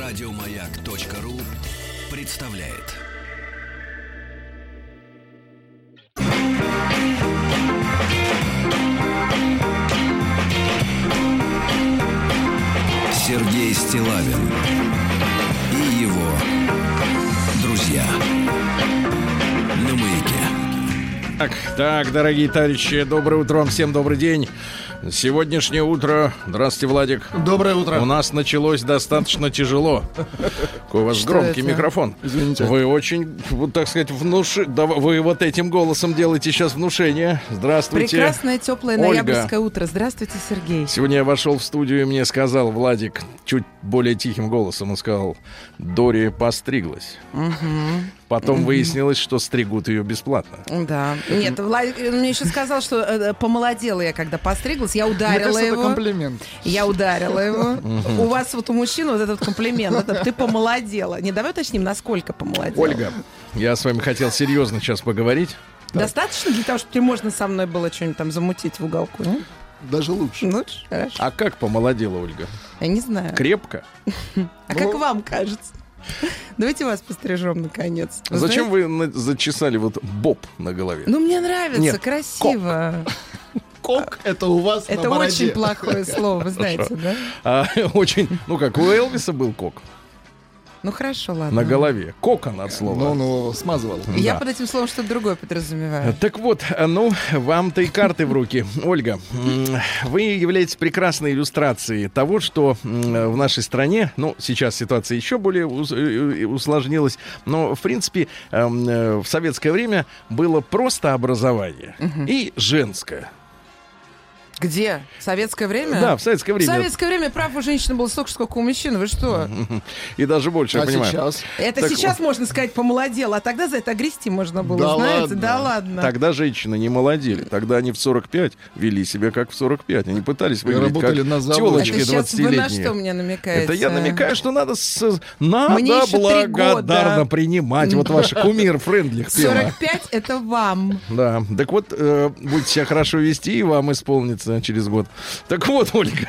Радиомаяк.ру представляет. Сергей Стиллавин и его друзья на Маяке. Так, дорогие товарищи, доброе утро вам всем, добрый день. Сегодняшнее утро, здравствуйте, Владик. Доброе утро. У нас началось достаточно тяжело. Какой у вас Что громкий это? микрофон. Извините. Вы очень, вот так сказать, вы вот этим голосом делаете сейчас внушение. Здравствуйте. Прекрасное, теплое Ольга. ноябрьское утро. Здравствуйте, Сергей. Сегодня я вошел в студию, и мне сказал Владик чуть более тихим голосом, он сказал: Дори постриглась. Потом выяснилось, что стригут ее бесплатно. Да. Нет, Владик мне еще сказал, что помолодела я, когда постриглась. Я Мне ударила кажется, это его. комплимент. Я ударила его. У вас вот у мужчин вот этот комплимент. Это ты помолодела. Не, давай уточним, насколько помолодела. Ольга, я с вами хотел серьезно сейчас поговорить. Достаточно для того, чтобы тебе можно со мной было что-нибудь там замутить в уголку? Нет? Даже лучше. Лучше? Хорошо. А как помолодела Ольга? Я не знаю. Крепко? А как вам кажется? Давайте вас пострижем, наконец. Вы Зачем знаете? вы зачесали вот боб на голове? Ну, мне нравится, Нет, красиво. Кок — это у вас Это на бороде. очень плохое слово, вы знаете, да? Очень, ну как, у Элвиса был кок Ну, хорошо, ладно. на голове. Кокон от слова. Ну, смазывал. Я Да. под этим словом что-то другое подразумеваю. Так вот, ну, вам-то и карты в руки. Ольга, вы являетесь прекрасной иллюстрацией того, что в нашей стране, ну, сейчас ситуация еще более усложнилась, но, в принципе, в советское время было просто образование и женское. Где? В советское время? Да, в советское В время. советское время прав у женщины было столько, сколько у мужчин. Вы что? И даже больше, я А понимаю. сейчас? Это Так сейчас, можно сказать, помолодел, а тогда за это огрести можно было, Да знаете? ладно. Да ладно. Тогда женщины не молодели. Тогда они в 45 вели себя как в 45. Они пытались выглядеть работали как на заводе. тёлочки Это сейчас вы на что 20-летние. мне намекаете? Это я намекаю, что надо, надо Мне еще 3 благодарно года. принимать. Вот ваш кумир Френдлих пела. 45 — это вам. Да, так вот, будете себя хорошо вести, и вам исполнится через год. Так вот, Ольга.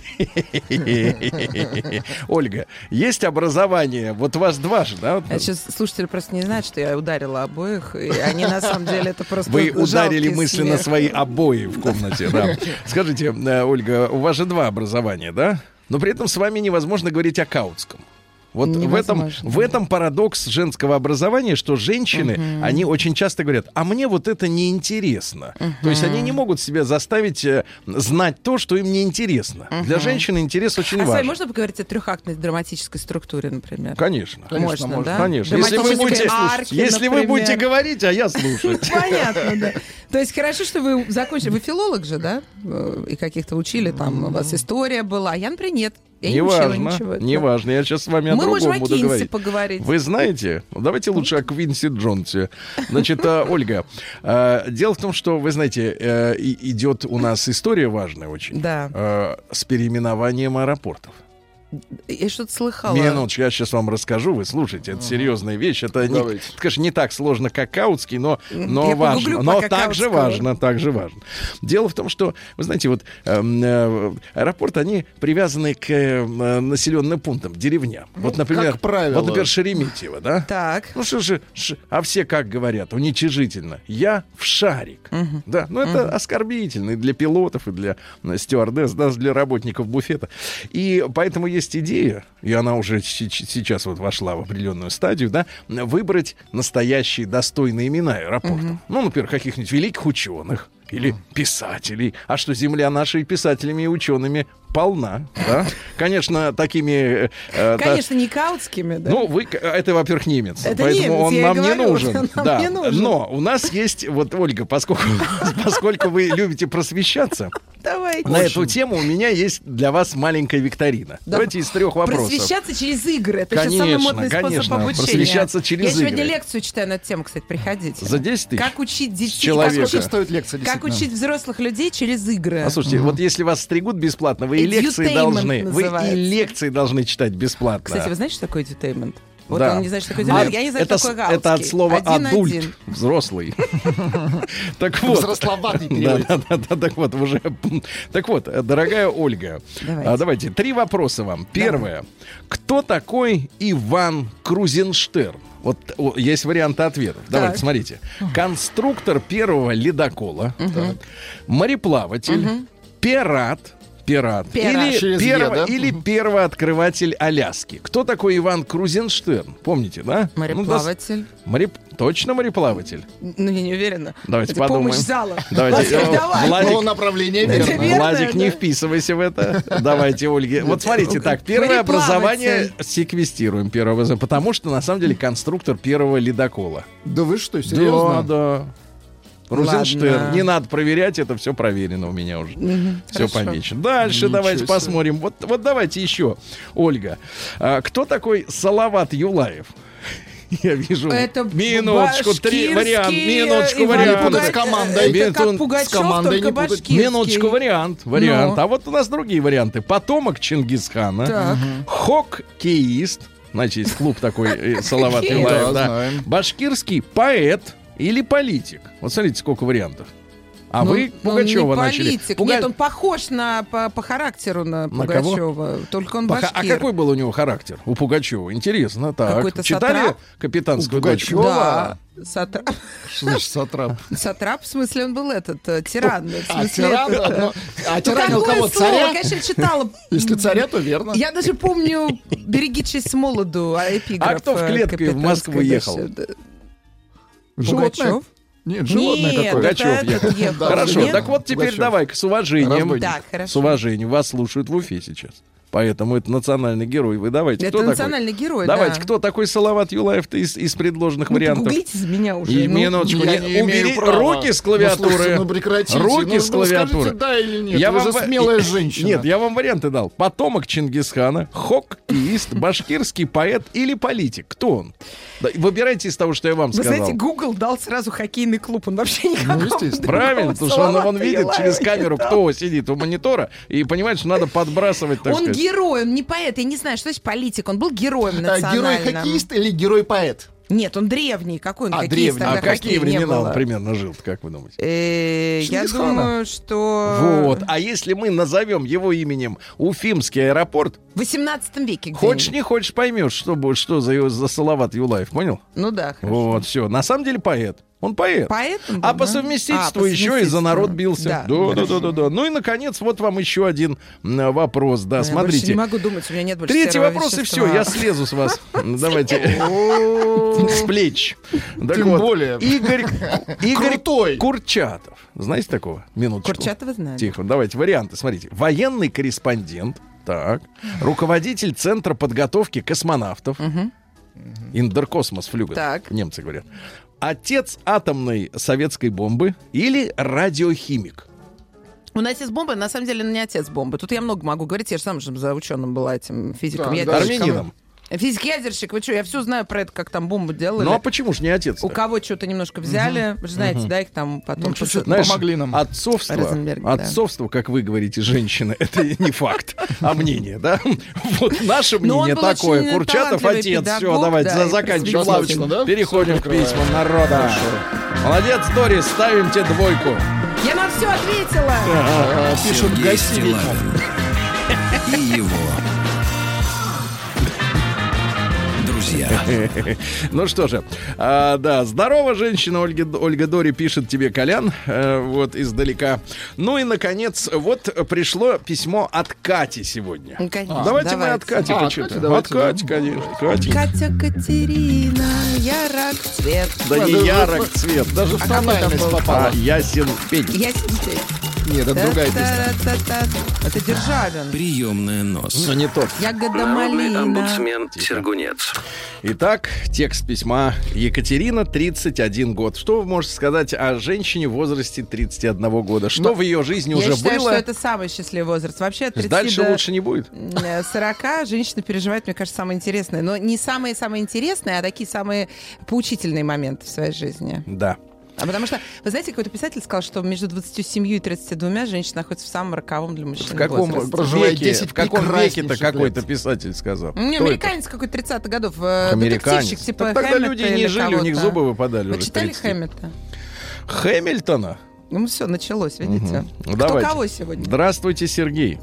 Ольга, есть образование. Вот вас два же, да? А сейчас слушатели просто не знают, что я ударила обоих, и они на самом деле это просто Вы ударили жалкий мысленно смех. свои обои в комнате, да. Скажите, Ольга, у вас же 2 образования, да? Но при этом с вами невозможно говорить о каутском. Вот Невозможно. в этом парадокс женского образования, что женщины, они очень часто говорят: а мне вот это неинтересно. То есть они не могут себя заставить знать то, что им неинтересно. Для женщины интерес очень А с вами важен. можно поговорить о трехактной драматической структуре, например? Конечно. Конечно, можно, можно. да? Конечно. Если вы Драматической будете, арки, если вы например. будете говорить, а я слушать. Понятно, да. То есть хорошо, что вы закончили. Вы филолог же, да? И каких-то учили, там у вас история была. А я, например, нет. Я не учила Неважно, ничего. неважно. Я сейчас с вами о Мы можем другом о буду Кинсе говорить. поговорить. Вы знаете, давайте лучше о Квинси Джонсе. Значит, Ольга, дело в том, что, вы знаете, идет у нас история важная очень. Да. С переименованием аэропортов. Я что-то слыхала. Минуточку, я сейчас вам расскажу, вы слушайте, это серьезная вещь. Это, Давайте. конечно, не так сложно, как каутский, но Я важно. погуглю Но пока также каутского. важно. Дело в том, что, вы знаете, вот аэропорты, они привязаны к населенным пунктам, деревням. Вот, например, как правило. Шереметьево, да? Так. Ну что же, а все как говорят, уничижительно. Я в шарик. Да, ну это оскорбительно и для пилотов, и для стюардесс, даже для работников буфета. И поэтому есть идея, и она уже сейчас вот вошла в определенную стадию, да, выбрать настоящие достойные имена аэропортов. Ну, например, каких-нибудь великих ученых или писателей. А что, земля нашей писателями и учеными полна, да? Конечно, такими... Конечно, не каутскими, да? Ну, это, во-первых, немец, Это поэтому немец, он я и нам не говорю, нужен. он нам Да. не нужен. Но у нас есть, вот, Ольга, поскольку вы любите просвещаться, Давайте. на эту тему у меня есть для вас маленькая викторина. Да. Давайте из 3 вопросов. Просвещаться через игры. Это сейчас самый Конечно, модный способ конечно. обучения. Просвещаться через Я сегодня игры. лекцию читаю на эту тему, кстати, приходите. За 10 тысяч? Как учить детей, человека. Сколько стоит лекция, как действительно? учить взрослых людей через игры. Послушайте, вот если вас стригут бесплатно, вы и лекции Edutainment должны. Вы и называется. лекции должны читать бесплатно. Кстати, вы знаете, что такое edutainment? Вот Да. он не знает, что такое Зеленский. Я не знаю, что такое Галский. Это от слова 1-1. адульт, взрослый. Так вот. Взрословатый переводится. Да, так вот, уже. Так вот, дорогая Ольга, давайте 3 вопроса вам. Первое. Кто такой Иван Крузенштерн? Вот есть варианты ответов. Давайте, смотрите. Конструктор первого ледокола, мореплаватель, пират. Или первооткрыватель Аляски. Кто такой Иван Крузенштерн? Помните, да? Мореплаватель. Точно мореплаватель? Ну, я не уверена. Давайте Это подумаем. помощь зала. Давайте. Но направление верно. Владик, не вписывайся в это. Давайте, Ольге. Вот смотрите, так, первое образование секвестируем. Первое образование, потому что, на самом деле, конструктор первого ледокола. Да вы что, серьезно? Да. Крузенштерн. Ладно. Не надо проверять, это все проверено у меня уже. Все хорошо. помечено. Дальше давайте себе. посмотрим. Вот давайте еще. Ольга, кто такой Салават Юлаев? Я вижу. Это Минуточку, 3 варианта. Минуточку, Иван вариант. Пугачев. с командой. Это как С Пугачев, командой только не путать. башкирский. Минуточку, вариант. Ну. А вот у нас другие варианты. Потомок Чингисхана. Так. Хоккеист. Значит, есть клуб такой Салават Хоккеист. Юлаев. Да, Да. знаем. Башкирский поэт или политик. Вот смотрите, сколько вариантов. А вы Пугачева он не начали. политик. Нет, он похож по характеру на кого? Пугачева. Только он башкир. А какой был у него характер у Пугачева? Интересно. Так. Какой-то Читали сатрап? «Капитанскую У дочку»? Пугачева? Да. Сатрап. Что значит сатрап? Сатрап, в смысле, он был тиран. В А смысле, тиран? это- А Ну, тиранил какое кого? слово? Царя? Конечно, читала. Если царя, то верно. Я даже помню «Береги честь с молоду», эпиграф. А кто в клетке в Москву «Капитанской ехал? дочери». Животное? Пугачев? Нет, животное Нет, какое-то. Пугачев это этот ехал. ехал. Хорошо, Нет? так вот теперь Пугачев. давай-ка с уважением. Разбойник. Так, хорошо. С уважением. Вас слушают в Уфе сейчас. Поэтому это национальный герой. Вы давайте. Это Кто национальный такой? герой, Давайте, да. кто такой Салават Юлаев-то из предложенных Ну, вариантов? погуглите за меня уже. И ну. минуточку, Я не имею убери права. руки с Ну, клавиатуры. слушайте, ну прекратите. Руки с клавиатуры. Скажите да или нет. Вы же смелая женщина. Нет, я вам варианты дал. Потомок Чингисхана, хоккеист, башкирский поэт или политик. Кто он? Да, выбирайте из того, что я вам Вы сказал. знаете, Google дал сразу хоккейный клуб. Он вообще никакого естественно. Правильно, потому что он видит Юлаева через не камеру, дал. кто сидит у монитора, и понимает, что надо подбрасывать, так Он сказать. герой, он не поэт. Я не знаю, что значит политик. Он был героем Герой национальным. хоккеист или герой поэт? Нет, он древний. Какой он А, хоккеист? древний. Тогда А какие хоккея не времена он было. примерно жил, как вы думаете? Я Чингисхана. думаю, что... Вот. А если мы назовем его именем Уфимский аэропорт, В 18 веке где-нибудь. хочешь не хочешь поймешь, что за Салават Юлаев, понял? Ну да, хорошо. Вот, все. На самом деле поэт. Он поэт. Поэт он был, А да? по совместительству по еще и за народ совместительству. бился. Да. Да. Ну и, наконец, вот вам еще один вопрос. Да, Я больше не смотрите. могу думать, у меня нет больше Третий серого вопрос, и вещества. все, я слезу с вас. Давайте. С плеч. Так Тем вот, более. Игорь Крутой. Курчатов. Знаете такого? Минуточку. Курчатова знаю. Тихо, давайте варианты. Смотрите. Военный корреспондент. Так. Руководитель Центра подготовки космонавтов. Индеркосмос флюгер. Так. Немцы говорят. Отец атомной советской бомбы или радиохимик? У нас отец бомбы, на самом деле, он не отец бомбы. Тут я много могу говорить, я же сам же за ученым была этим физиком. Да, ядерщиком. Армянином. Физик-ядерщик, вы что, я все знаю про это, как там бомбы делали. Ну а почему же не отец? У кого что-то немножко взяли, вы же знаете, да, их там потом... Ну, чуть-чуть Знаешь, помогли нам. Отцовство, как вы говорите, женщины, это не факт, а мнение, да? Вот наше Но он мнение был такое. очень Курчатов талантливый отец. Все, педагог, давайте да, и заканчиваем. просветитель. Славочка, Да? переходим Всё к закрываем. письмам народа. Молодец, Дорис, ставим тебе 2. Я на все ответила! Пишут Сергей гостей. Стиллавин и его друзья. Ну что же, да, здорово, женщина. Ольга Дори пишет тебе, Колян, вот издалека. Ну и, наконец, вот пришло письмо от Кати сегодня. Ну, конечно, Давайте мы от Кати А, почитаем. Кати, давайте, От Кати, да. конечно. Катя. Катя Катерина, ярок цвет. Да не Ладно, ярок вот- цвет, Даже в какой там тональность был? попала. ясен пень. Я сидела. Нет, это другая песня. Та-та-та-та. Это Державин. Приемная нос. Но не тот. Ягода малина. Омбудсмен Сергунец. Итак, текст письма. Екатерина, 31 год. Что вы можете сказать о женщине в возрасте 31 года? Что в ее жизни Я уже считаю, было? что это самый счастливый возраст. Вообще от 30 Дальше до лучше не будет. 40 женщина переживает, мне кажется, самое интересное. Но не самые-самые интересные, а такие самые поучительные моменты в своей жизни. Да. А потому что, вы знаете, какой-то писатель сказал, что между 27 и 32 женщины находятся в самом роковом для мужчин В каком возрасте. Проживает веке, 10 в каком прекраснейших веке-то какой-то лет. писатель сказал? Не, Кто американец какой-то 30-х годов. это? Американец. Детективщик, типа Так тогда Хэммета люди не или жили, у них кого-то. зубы выпадали Вы уже. читали 30. Хэммета? Хэмилтона? Ну все, началось, видите. Ну, Кто давайте. кого сегодня? Здравствуйте, Сергей.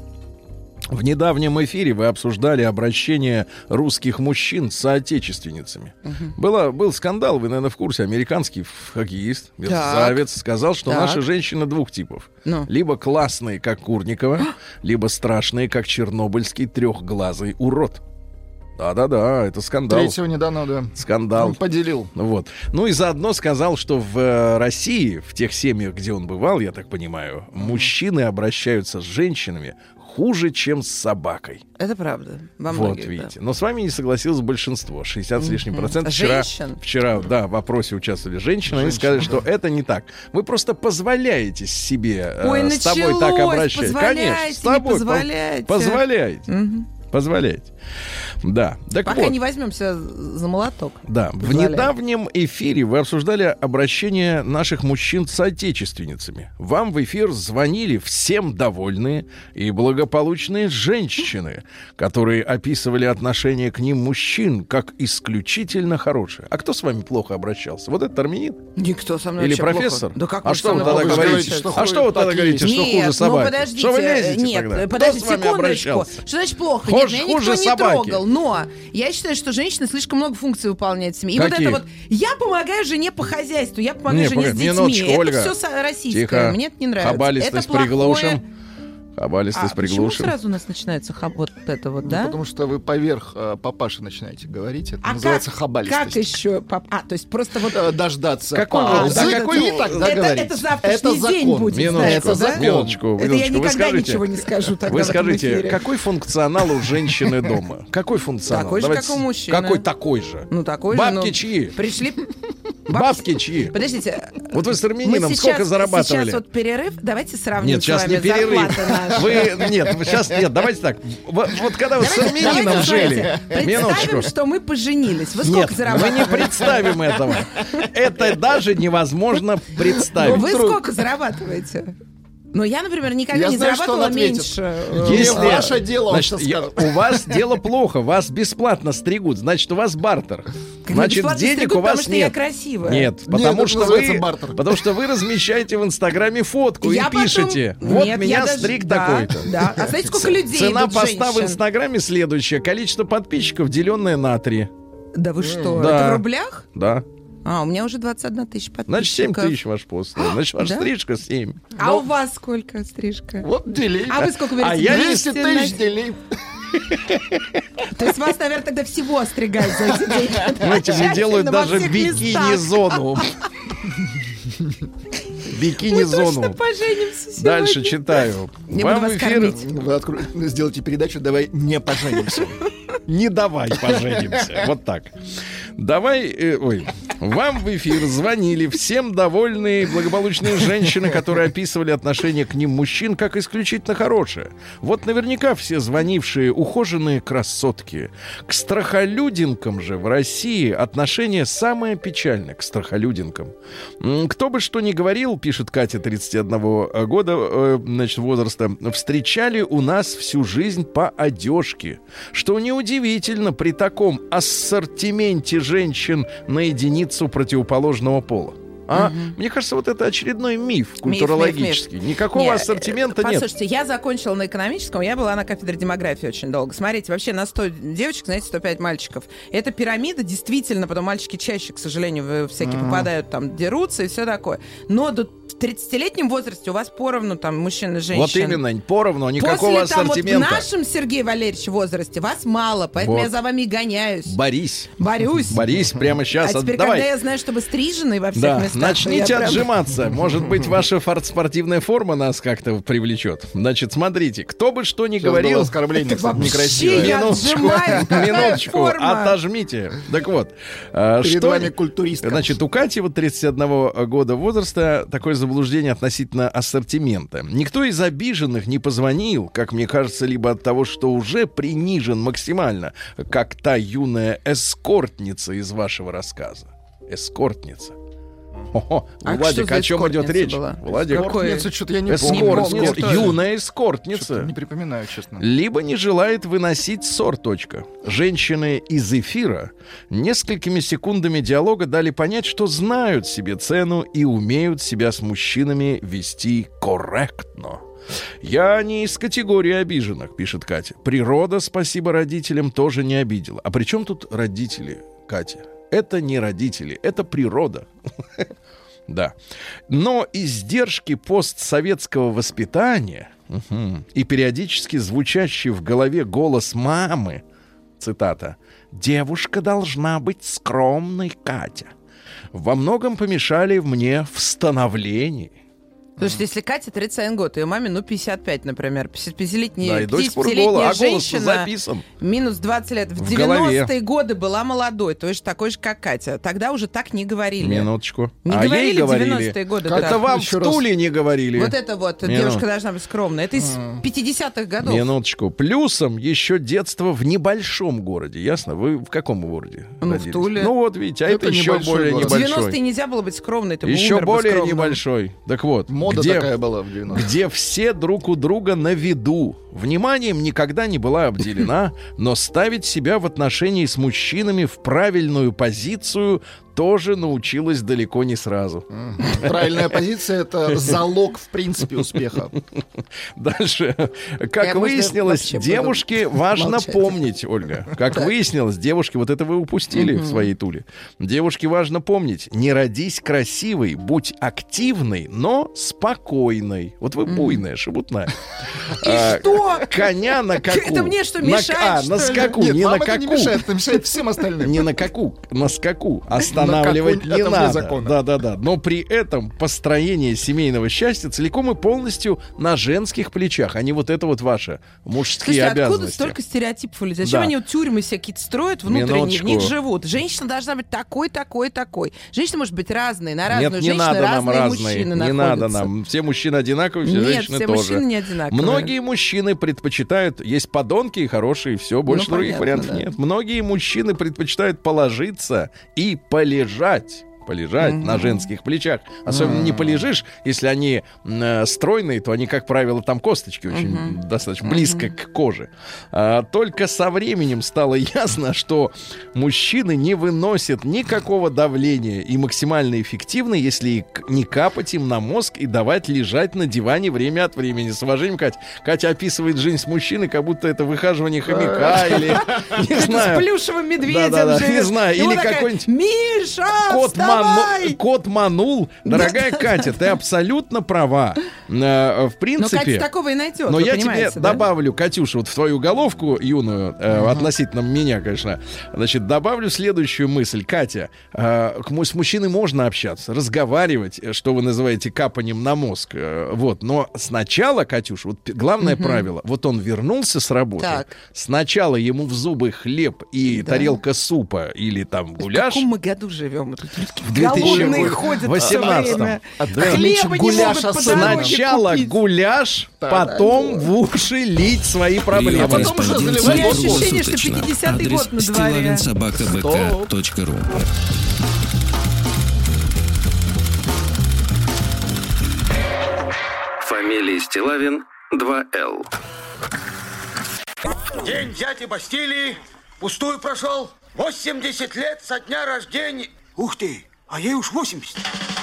В недавнем эфире вы обсуждали обращение русских мужчин с соотечественницами. Был скандал, вы, наверное, в курсе. Американский хоккеист, мерзавец, сказал, что Так. наши женщины двух типов. Ну. Либо классные, как Курникова, либо страшные, как чернобыльский трехглазый урод. Да-да-да, это скандал. Третьего недавно, да. Скандал. Он поделил. Вот. Ну и заодно сказал, что в России, в тех семьях, где он бывал, я так понимаю, мужчины обращаются с женщинами хуже, чем с собакой. Это правда. Во Вот, многих, видите. да. Но с вами не согласилось большинство. 60 с лишним процентов. Женщин? Вчера, да, в опросе участвовали женщины. Они сказали, что это не так. Вы просто позволяете себе Ой, с тобой так началось. обращаться. Позволяете, Конечно, с не тобой позволяете. позволяете. Мгм. Позволяете. Да. Так Пока вот. не возьмемся за молоток. Да, в Позволяет. недавнем эфире вы обсуждали обращение наших мужчин с соотечественницами. Вам в эфир звонили всем довольные и благополучные женщины, которые описывали отношение к ним мужчин как исключительно хорошее. А кто с вами плохо обращался? Вот этот армянин? Никто со мной Или вообще плохо. профессор? Да как А вы что со вы мной тогда плохо говорите? обращаетесь? А что вы тогда говорите, что Нет, хуже собаки? Ну, подождите. Что вы лезете Нет, тогда? подождите, Кто с вами секундочку. обращался? Что значит плохо? Хуже- Нет, меня никто хуже не собаки. трогал. Но я считаю, что женщины слишком много функций выполняют в семье. И Каких? вот это вот, я помогаю жене по хозяйству, я помогаю Не, жене с погоди, детьми. минуточку, Это Ольга. все российское. Тихо. Мне это не нравится. Хабалистость Это плохое. приглушим. Хабалистость Почему приглушим. сразу у нас начинается вот это вот, да? Потому что вы поверх папаши начинаете говорить. Это А называется как хабалистость. еще? То есть просто вот... Дождаться Какой паузы. вот, да, какой И тогда это говорить. завтрашний Это день закон. будет, Минуточку, знаете, да? закон. минуточку, Это я минуточку. Вы никогда скажите, ничего не скажу тогда Вы в этом скажите, эфире. какой функционал у женщины дома? Какой функционал? Такой же, Давайте как у с- мужчины. Какой такой же? Ну, такой же. Бабки ну, чьи? Пришли... Бабки чьи? Подождите. Вот вы с Мы армянином сейчас- сколько зарабатывали? Сейчас вот перерыв. Давайте сравним Нет, с сейчас вами не перерыв. зарплаты наши. Нет, давайте так. Вот когда вы с Давайте, армянином жили, представим, минуточку. что мы поженились. Вы Нет, сколько мы зарабатывали? не представим этого. Это даже невозможно Ну, представить. вы сколько зарабатываете? Ну, я, например, никогда Я не знаю, что он зарабатывала ответит. меньше. Если ваше дело, он значит, что скажет. у вас дело плохо, вас бесплатно стригут, значит, у вас бартер. Значит, бесплатно денег стригут, у вас потому что я нет. красивая. Нет, потому это что называется вы, бартер. потому что вы размещаете в Инстаграме фотку Я и потом- пишете: вот Нет, меня я даже- стриг да, такой-то. Да. А знаете, сколько людей Цена идут поста в женщин? Инстаграме следующая: количество подписчиков, деленное на 3. Да вы что? Да. Это в рублях? Да. А, у меня уже 21 тысяча подписчиков. Значит, 7 тысяч ваш пост. Значит, ваша Да? стрижка 7. А у вас сколько стрижка? Вот дели. А вы сколько берете? А я 200 тысяч дели. То есть вас, наверное, тогда всего остригают за эти деньги. Знаете, мне делают Тщательно во даже всех местах. бикини-зону. Мы Бикини-зону. точно поженимся сегодня. Дальше читаю. Не Вам буду вас в эфир... кормить. Вы сделайте передачу «Давай не поженимся». Не давай поженимся. Вот так. Давай, вам в эфир звонили всем довольные, благополучные женщины, которые описывали отношение к ним мужчин как исключительно хорошее. Вот наверняка все звонившие ухоженные красотки. К страхолюдинкам же в России отношение самое печальное, к страхолюдинкам. Кто бы что ни говорил, пишет Катя, 31 года, значит, возраста, встречали у нас всю жизнь по одежке. Что неудивительно при таком ассортименте женщин на единицу противоположного пола. Мне кажется, вот это очередной миф культурологический. Никакого ассортимента нет. Послушайте, я закончила на экономическом, я была на кафедре демографии очень долго. Смотрите, вообще на 100 девочек, знаете, 105 мальчиков. Это пирамида, действительно, потом мальчики чаще, к сожалению, всякие попадают, там, дерутся и все такое. Но до 30-летнем возрасте у вас поровну там мужчин и женщин. Вот именно, поровну, никакого После там, вот, в ассортимента. нашем, Сергей Валерьевич, возрасте вас мало, поэтому Вот. я за вами и гоняюсь. Борись. Борюсь. Борись прямо сейчас. А теперь, Давай. когда я знаю, что вы стрижены во всех Да, местах, начните то я прям- отжиматься. Может быть, ваша спортивная форма нас как-то привлечет. Значит, смотрите, кто бы что ни Сейчас было говорил... оскорбление, кстати, вообще некрасивое. я Минуточку, отжимаюсь, какая минуточку, форма? отожмите. Так вот, Перед вами культуристка. Значит, у Кати вот 31 года возраста такое заблуждение относительно ассортимента. Никто из обиженных не позвонил, как мне кажется, либо от того, что уже принижен максимально, как та юная эскортница из вашего рассказа. Эскортница. Владик, о чем идет речь? Владик, эскортница, что-то я не помню. Эскортница, юная эскортница. Не припоминаю, честно. Либо не желает выносить ссор. Женщины из эфира несколькими секундами диалога дали понять, что знают себе цену и умеют себя с мужчинами вести корректно. Я не из категории обиженных, пишет Катя. Природа, спасибо родителям, тоже не обидела. А при чем тут родители, Катя? Это не родители, это природа. Да. Но издержки постсоветского воспитания и периодически звучащий в голове голос мамы, цитата, «Девушка должна быть скромной, Катя», во многом помешали мне в становлении. Слушайте, если Кате 31 год, ее маме, 55, например, 55-летняя, да, и до сих пор женщина, записан. минус 20 лет, в 90-е годы была молодой, то есть такой же, как Катя. Тогда уже так не говорили. Минуточку. Не говорили в 90-е годы. Это вам в Туле не говорили. Вот это вот, девушка должна быть скромной. Это из 50-х годов. Минуточку. Плюсом еще детство в небольшом городе. Ясно? Вы в каком городе родились? В Туле. Ну вот, видите, это еще более небольшой. В 90-е нельзя было быть скромной. Еще более небольшой. Так вот. Мода такая была в 90-х. Где все друг у друга на виду. Вниманием никогда не была обделена, но ставить себя в отношении с мужчинами в правильную позицию тоже научилась далеко не сразу. Правильная позиция — это залог, в принципе, успеха. Дальше. Как выяснилось, девушке важно помнить, Ольга. Как выяснилось, девушки, вот это вы упустили в своей Туле. Девушке важно помнить, не родись красивой, будь активной, но спокойной. Вот вы буйная, шебутная. И что? Коня на каку. Это мне что, мешает, на скаку, Нет, не на вам каку. это не мешает, это мешает всем остальным. Не на каку, на скаку. Останавливать не надо. Да. Но при этом построение семейного счастья целиком и полностью на женских плечах, а не вот это вот ваше мужские обязанности. Откуда столько стереотипов? Зачем они тюрьмы себе какие-то строят внутренние, в них живут? Женщина должна быть такой. Женщина может быть разной, на разную женщину разные мужчины находятся. Не надо нам. Все мужчины одинаковые, все женщины тоже. Нет, все мужчины не одинаковые. Многие мужчины предпочитают, есть подонки и хорошие, все, больше других вариантов нет. Многие мужчины предпочитают положиться и полежать на женских плечах. Особенно не полежишь, если они стройные, то они, как правило, там косточки очень достаточно близко к коже. Только со временем стало ясно, что мужчины не выносят никакого давления и максимально эффективны, если не капать им на мозг и давать лежать на диване время от времени. С уважением, Катя. Катя описывает жизнь с мужчиной, как будто это выхаживание хомяка или, не знаю... С плюшевым медведем живет. Не знаю, или какой-нибудь... Миша, Кот манул. Дорогая Катя, ты абсолютно права. В принципе... Но Катя такого и найдет. Но я тебе добавлю, Катюша, вот в твою головку юную, относительно меня, конечно, значит, добавлю следующую мысль. Катя, с мужчиной можно общаться, разговаривать, что вы называете капанием на мозг. Вот. Но сначала, Катюша, вот главное правило, вот он вернулся с работы, сначала ему в зубы хлеб и тарелка супа или там гуляш. В каком мы году живем? В 2018. Сначала гуляш, потом в уши лить свои проблемы. А потом уже заливать ощущение, что 50-й год на дворе. @stилавинsobaka.bk.ru. Фамилия Стилавин 2Л. День дяди Бастилии пустую прошел. 80 лет со дня рождения. Ух ты, а ей уж 80.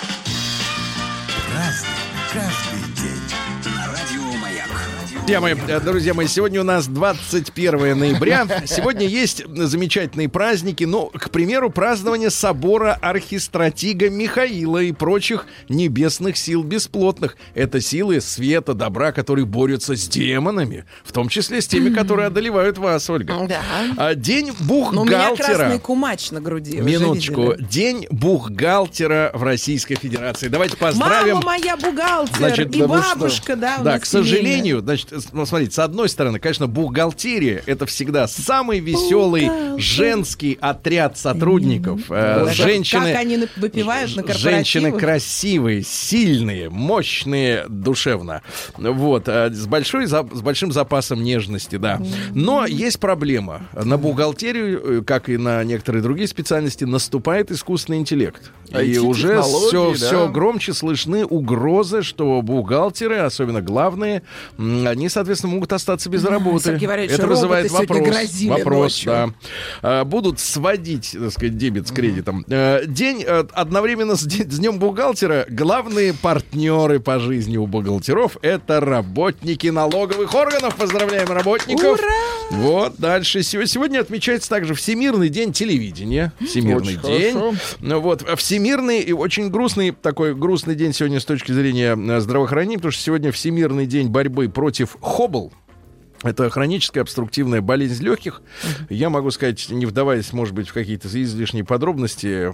Разный, каждый день. Радио Маяк. Друзья мои, сегодня у нас 21 ноября. Сегодня есть замечательные праздники. Ну, к примеру, празднование собора архистратига Михаила и прочих небесных сил бесплотных. Это силы света, добра, которые борются с демонами. В том числе с теми, которые одолевают вас, Ольга. Да. День бухгалтера. Но у меня красный кумач на груди. Минуточку. День бухгалтера в Российской Федерации. Давайте поздравим. Мама моя бухгалтер. Значит, и бабушка, да, у да, нас к сожалению, значит, смотрите, с одной стороны, конечно, бухгалтерия — это всегда самый веселый женский отряд сотрудников. Женщины, как они выпивают на корпоративах. женщины красивые, сильные, мощные душевно. Вот, с большим запасом нежности, да. Но есть проблема. На бухгалтерию, как и на некоторые другие специальности, наступает искусственный интеллект. И уже все громче слышны угрозы, что бухгалтеры, особенно главные, они, соответственно, могут остаться без работы. Это вызывает вопрос, да. Будут сводить, так сказать, дебет с кредитом. День одновременно с Днем бухгалтера главные партнеры по жизни у бухгалтеров — это работники налоговых органов. Поздравляем работников. Ура! Вот, дальше. Сегодня отмечается также Всемирный день телевидения. Всемирный день. Вот, всемирный и очень грустный день сегодня с точки зрения здравоохранения, потому что сегодня Всемирный день борьбы против Хоббл. Это хроническая обструктивная болезнь легких. Я могу сказать, не вдаваясь, может быть, в какие-то излишние подробности,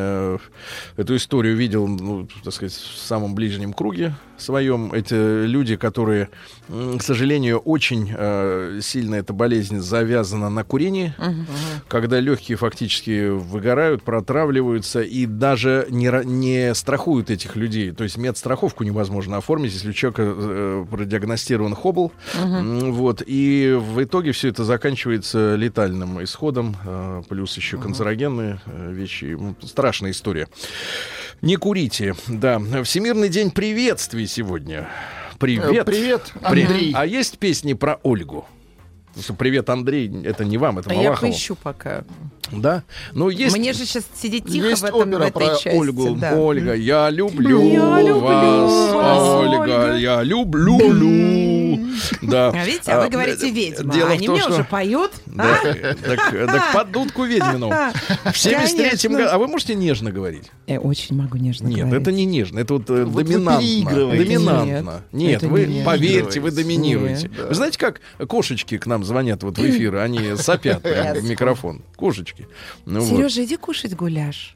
эту историю видел, ну, так сказать, в самом ближнем круге своем. Это люди, которые, к сожалению, очень сильно эта болезнь завязана на курении, когда легкие фактически выгорают, протравливаются и даже не страхуют этих людей. То есть медстраховку невозможно оформить, если у человека продиагностирован Хоббл. Вот. И в итоге все это заканчивается летальным исходом, плюс еще канцерогенные вещи. Страшная история. Не курите. Да. Всемирный день приветствий сегодня. Привет. Привет, Андрей. А есть песни про Ольгу? Привет, Андрей, это не вам, это Малахову. Я поищу пока. Да? Ну, есть... Мне же сейчас сидеть тихо есть в этой про части. Ольгу. Да. Ольга, я люблю вас, Ольга, я люблю. Да. А видите, вы говорите ведьма, дело они в том, мне что... уже поют. Да, так под дудку ведьмину. В 73-м году... А вы можете нежно говорить? Я очень могу нежно Нет, говорить. это не нежно, это вот вы доминантно. переигрываете. Доминантно. Нет, это вы не поверьте, вы доминируете. Нет, да. Вы знаете, как кошечки к нам звонят вот в эфир, они сопят в микрофон. Кошечки. Ну, вот. Сережа, иди кушать гуляш.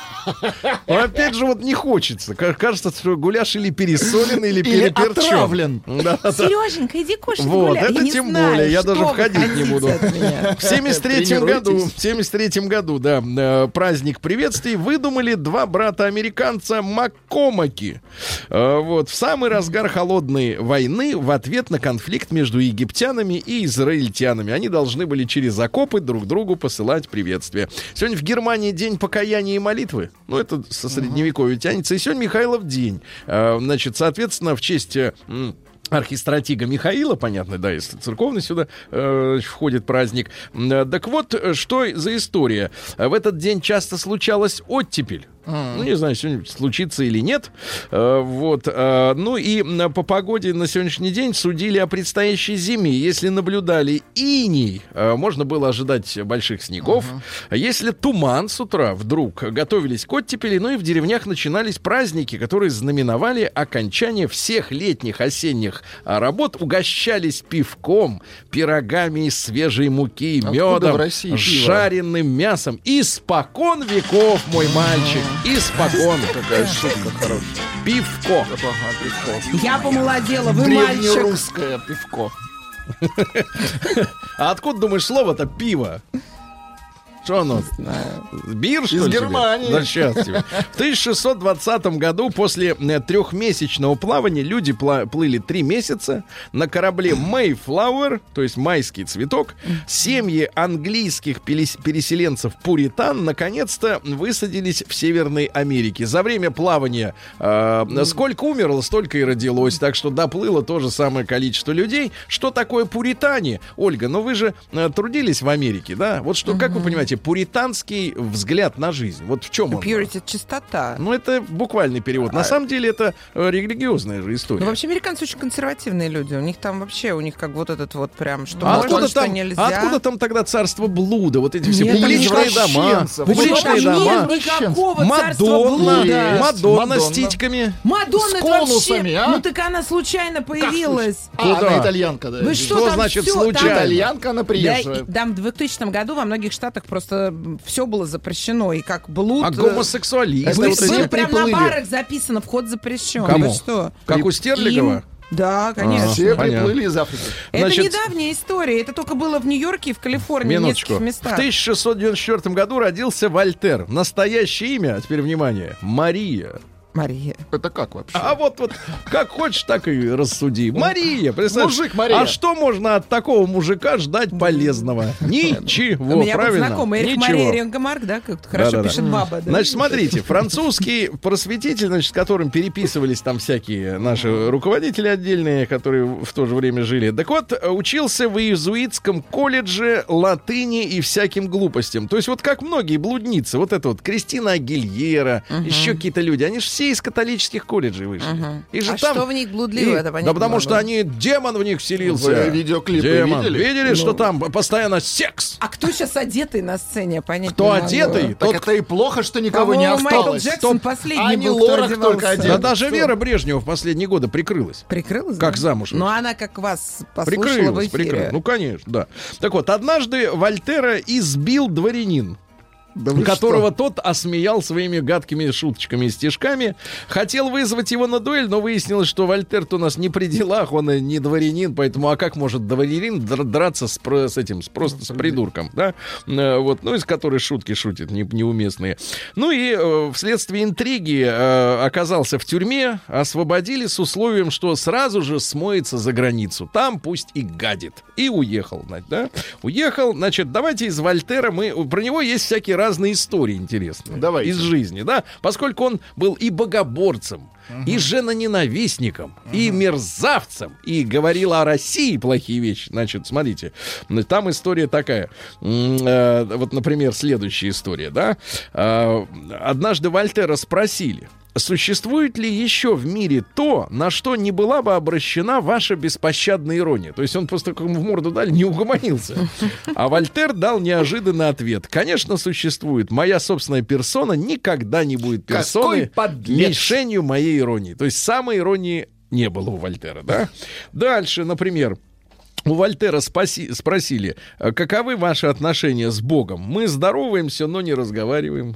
Но опять же, вот не хочется. Кажется, что гуляш или пересолен, или переперчен. отравлен. Да, да. Сереженька, иди кушать Вот, гуляш. это Я не тем знаю, более, я что даже вы входить не хотите буду. от меня. В 73-м году, да, праздник приветствий выдумали два брата-американца Маккомаки. Вот, в самый разгар холодной войны в ответ на конфликт между египтянами и израильтянами. Они должны были через окопы друг другу посылать приветствия. Сегодня в Германии день покаяния и молитвы. Ну, это со средневековья тянется. И сегодня Михайлов день. Значит, соответственно, в честь... архистратига Михаила, понятно, да, если церковный сюда входит праздник. Так вот, что за история? В этот день часто случалась оттепель. Ну, не знаю, сегодня случится или нет. Вот. Ну и по погоде на сегодняшний день судили о предстоящей зиме. Если наблюдали иней, можно было ожидать больших снегов. Если туман с утра, вдруг готовились к оттепели. Ну и в деревнях начинались праздники, которые знаменовали окончание всех летних, осенних работ. Угощались пивком, пирогами из свежей муки, медом, жареным мясом. Испокон веков, мой мальчик. Испокон. Какая шутка хорошая. Пивко. Я помолодела, вы мальчик. Древнерусское пивко. А откуда, думаешь, слово-то пиво? Что оно? Бир, что ли? Из Германии. Да, сейчас тебе. В 1620 году после трехмесячного плавания люди плыли 3 месяца на корабле Mayflower, то есть майский цветок. Семьи английских переселенцев пуритан наконец-то высадились в Северной Америке. За время плавания сколько умерло, столько и родилось. Так что доплыло то же самое количество людей. Что такое пуритане? Ольга, ну вы же трудились в Америке, да? Вот что, как вы понимаете, пуританский взгляд на жизнь. Вот в чем он? Purity — это чистота. Ну, это буквальный перевод. На самом деле, это религиозная же история. Ну, вообще, американцы очень консервативные люди. У них там вообще, как вот этот вот прям, что а можно, что там, нельзя. Откуда там тогда царство блуда? Вот эти все Нет, публичные дома. Публичные там дома. нет никакого царства блуда. Мадонна с титьками. Мадонна, С это конусами, вообще... а? Ну, так она случайно появилась. Она итальянка, да. Вы Что что там значит всё, случайно? Итальянка, она приезжая. Да, в 2000 году во многих штатах просто все было запрещено, и как блуд... А гомосексуалисты Это Вы вот эти прям на приплыли. барах записано, вход запрещен. Кому? Вы что? Как у Стерлигова? Да, конечно. Все Понятно. приплыли из Африки. Это Значит, недавняя история. Это только было в Нью-Йорке и в Калифорнии, в минуточку. нескольких В местах. 1694 году родился Вольтер. Настоящее имя, а теперь внимание, Мария. Мария. Это как вообще? А вот как хочешь, так и рассуди. Мария, представляешь? Мужик Мария. А что можно от такого мужика ждать полезного? Ничего, У меня был правильно? знакомый Эрих Ничего. Мария Ренгемарк, да, как хорошо Да-да-да. пишет баба. Да? Значит, смотрите, французский просветитель, значит, с которым переписывались там всякие наши руководители отдельные, которые в то же время жили. Так вот, учился в иезуитском колледже латыни и всяким глупостям. То есть вот как многие блудницы, вот это вот Кристина Агильера, еще какие-то люди, они же все из католических колледжей вышли. И же А там... что в них блудливо, это понятно. Да потому не что могу. они, демон в них вселился. Вы видеоклипы Демон. видели? Видели, что там постоянно секс? А кто сейчас одетый на сцене, понять Кто не могу. одетый? Так Тот, это и плохо, что никого не По-моему, Майкл осталось. Джексон последний Ани был, кто Лорак одевался. только одет. Да даже Вера Брежнева в последние годы прикрылась. Прикрылась? Как да? замуж Ну, вышла. она как вас послушала в эфире. Ну, конечно, да. Так вот, однажды Вольтера избил дворянин, Да вы которого что? тот осмеял своими гадкими шуточками и стишками. Хотел вызвать его на дуэль, но выяснилось, что Вольтер-то у нас не при делах, он и не дворянин, поэтому а как может дворянин драться просто с придурком, да? Вот, ну, из которой шутки шутит неуместные. Ну и вследствие интриги оказался в тюрьме, освободили с условием, что сразу же смоется за границу. Там пусть и гадит. И уехал, да? Уехал, значит, давайте из Вольтера про него есть всякие разные истории интересные. Давайте. Из жизни, да? Поскольку он был и богоборцем, и женоненавистником, и мерзавцем, и говорил о России плохие вещи. Значит, смотрите, там история такая. Вот, например, следующая история, да? Однажды Вольтера спросили: существует ли еще в мире то, на что не была бы обращена ваша беспощадная ирония? То есть он просто как в морду дали, не угомонился. А Вольтер дал неожиданный ответ. Конечно, существует. Моя собственная персона никогда не будет персоной, мишенью моей иронии. То есть самой иронии не было у Вольтера, да? Дальше, например, у Вольтера спросили: каковы ваши отношения с Богом? Мы здороваемся, но не разговариваем.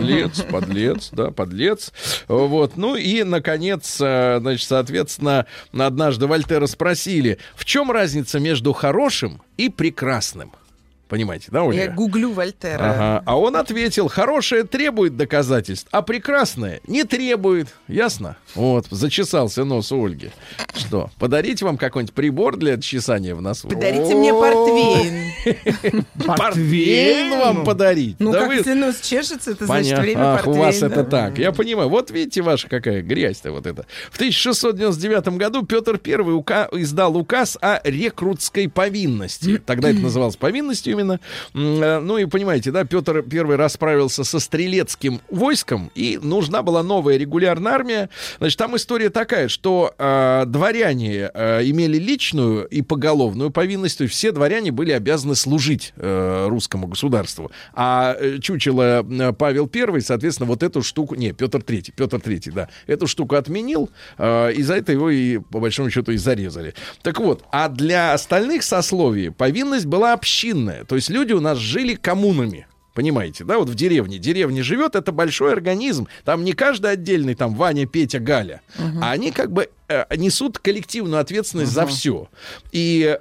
Подлец, да, подлец. Вот. Ну и, наконец, значит, соответственно, однажды Вольтера спросили: в чем разница между хорошим и прекрасным? Понимаете, да, Ольга? Я гуглю Вольтера. Ага. А он ответил: хорошее требует доказательств, а прекрасное не требует. Ясно? Вот, зачесался нос у Ольги. Что, подарить вам какой-нибудь прибор для чесания в носу? Подарите мне портвейн. Портвейн вам подарить? Ну, Да как вы- если нос чешется, это значит Понятно. время Ах, у портвейна. вас это так. Я понимаю. Вот видите, ваша какая грязь-то вот это. В 1699 году Петр I издал указ о рекрутской повинности. Тогда это называлось повинностью именно. Ну и понимаете, да, Петр I расправился со стрелецким войском, и нужна была новая регулярная армия. Значит, там история такая, что дворяне имели личную и поголовную повинность, то есть все дворяне были обязаны служить русскому государству. А чучело Павел I, соответственно, вот эту штуку... Не, Петр III, да. Эту штуку отменил, и за это его и, по большому счету, и зарезали. Так вот, а для остальных сословий повинность была общинная. То есть люди у нас жили коммунами. Понимаете, да, вот в деревне. Деревня живет, это большой организм. Там не каждый отдельный, там, Ваня, Петя, Галя. А они как бы несут коллективную ответственность за все. И...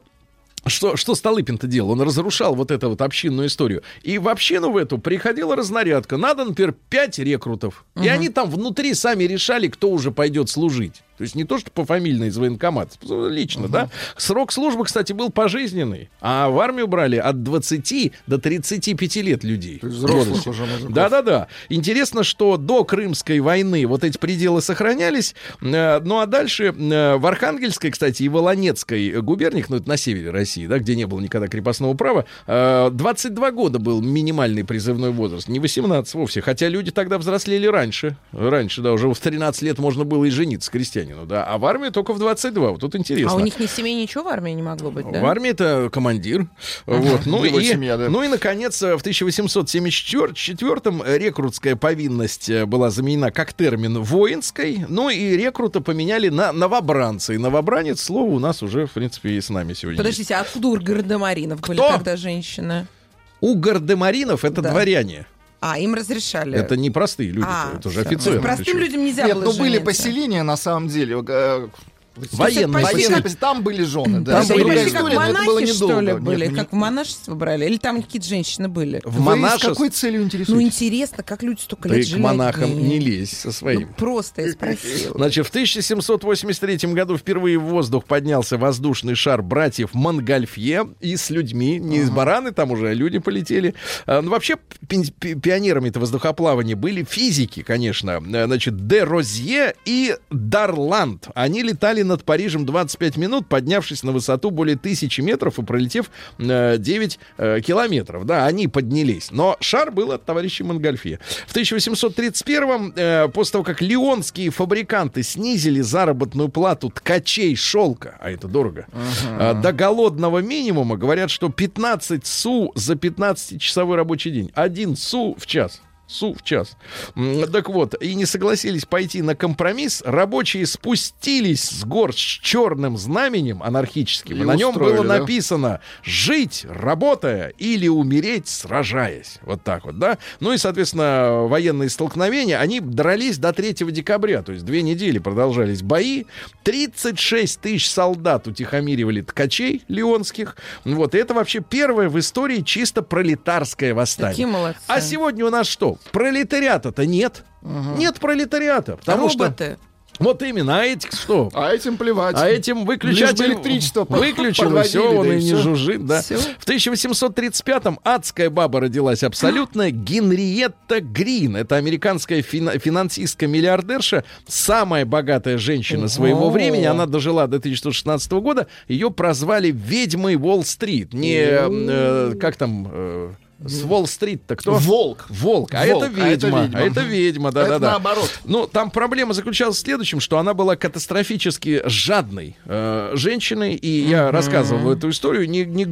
Что Столыпин-то делал? Он разрушал вот эту вот общинную историю. И в общину в эту приходила разнарядка. Надо, например, 5 рекрутов. И они там внутри сами решали, кто уже пойдет служить. То есть не то, что пофамильно из военкомата, лично, да? Срок службы, кстати, был пожизненный. А в армию брали от 20 до 35 лет людей. То есть взрослых уже мужиков. Да-да-да. Интересно, что до Крымской войны вот эти пределы сохранялись. Ну а дальше в Архангельской, кстати, и Волонецкой губерниях, ну это на севере России, да, где не было никогда крепостного права, 22 года был минимальный призывной возраст. Не 18 вовсе. Хотя люди тогда взрослели раньше. Раньше, да, уже в 13 лет можно было и жениться крестьянину, да. А в армии только в 22. Вот тут интересно. А у них ни семей, ничего в армии не могло быть, да? В армии это командир. Вот. Ну, Его и, семья, да. ну и, наконец, в 1874-м рекрутская повинность была заменена как термин воинской. Ну и рекрута поменяли на новобранца. И новобранец, слово у нас уже, в принципе, и с нами сегодня есть. Подождите, а откуда у гардемаринов были Кто? тогда женщины? У гардемаринов это Да. дворяне. А, им разрешали. Это не простые люди, это уже всё. офицеры. Простым причем. людям нельзя Нет, было ну были жениться. поселения, на самом деле. Военные. Там были жены, да. Там Это были другая почти как история, но это было монахи, что ли, недолго. были? Нет, Как в монашество брали? Или там какие-то женщины были? В Вы с монашестве. какой целью Ну, интересуетесь? интересно, как люди столько Ты лет к жили. монахам одни. не лезь со своим. Ну, просто я спросила. Значит, в 1783 году впервые в воздух поднялся воздушный шар братьев Монгольфье, и с людьми, не из бараны, там уже люди полетели. Ну, вообще, пионерами-то воздухоплавания были физики, конечно. Значит, де Розье и Дарланд. Они летали над Парижем 25 минут, поднявшись на высоту более 1000 метров и пролетев 9 километров. Да, они поднялись. Но шар был от товарища Монгольфье. В 1831-м, после того, как лионские фабриканты снизили заработную плату ткачей шелка, а это дорого, до голодного минимума, говорят, что 15 су за 15-часовой рабочий день. 1 су в час. Су в час. Так вот, и не согласились пойти на компромисс. Рабочие спустились с гор с черным знаменем анархическим. И на нем было написано: жить, работая, или умереть, сражаясь. Вот так вот, да? Ну и, соответственно, военные столкновения, они дрались до 3 декабря. То есть 2 недели продолжались бои. 36 тысяч солдат утихомиривали ткачей лионских. Вот, и это вообще первое в истории чисто пролетарское восстание. Такие молодцы. А сегодня у нас что? Пролетариата-то нет. Нет пролетариата. Потому Роботы. что... Вот именно, а этих что? А этим плевать. А этим выключатель электричество выключил, и все, он и не жужжит, да. Всё. В 1835-м адская баба родилась абсолютная, Генриетта Грин. Это американская финансистка-миллиардерша, самая богатая женщина своего времени. Она дожила до 1916 года. Ее прозвали ведьмой Уолл-стрит. Не, как там... С Уолл-стрит-то кто? Волк. Волк. А Волк, это ведьма. а это ведьма, Это да-да-да. наоборот. Ну, там проблема заключалась в следующем, что она была катастрофически жадной женщиной, и я рассказывал эту историю,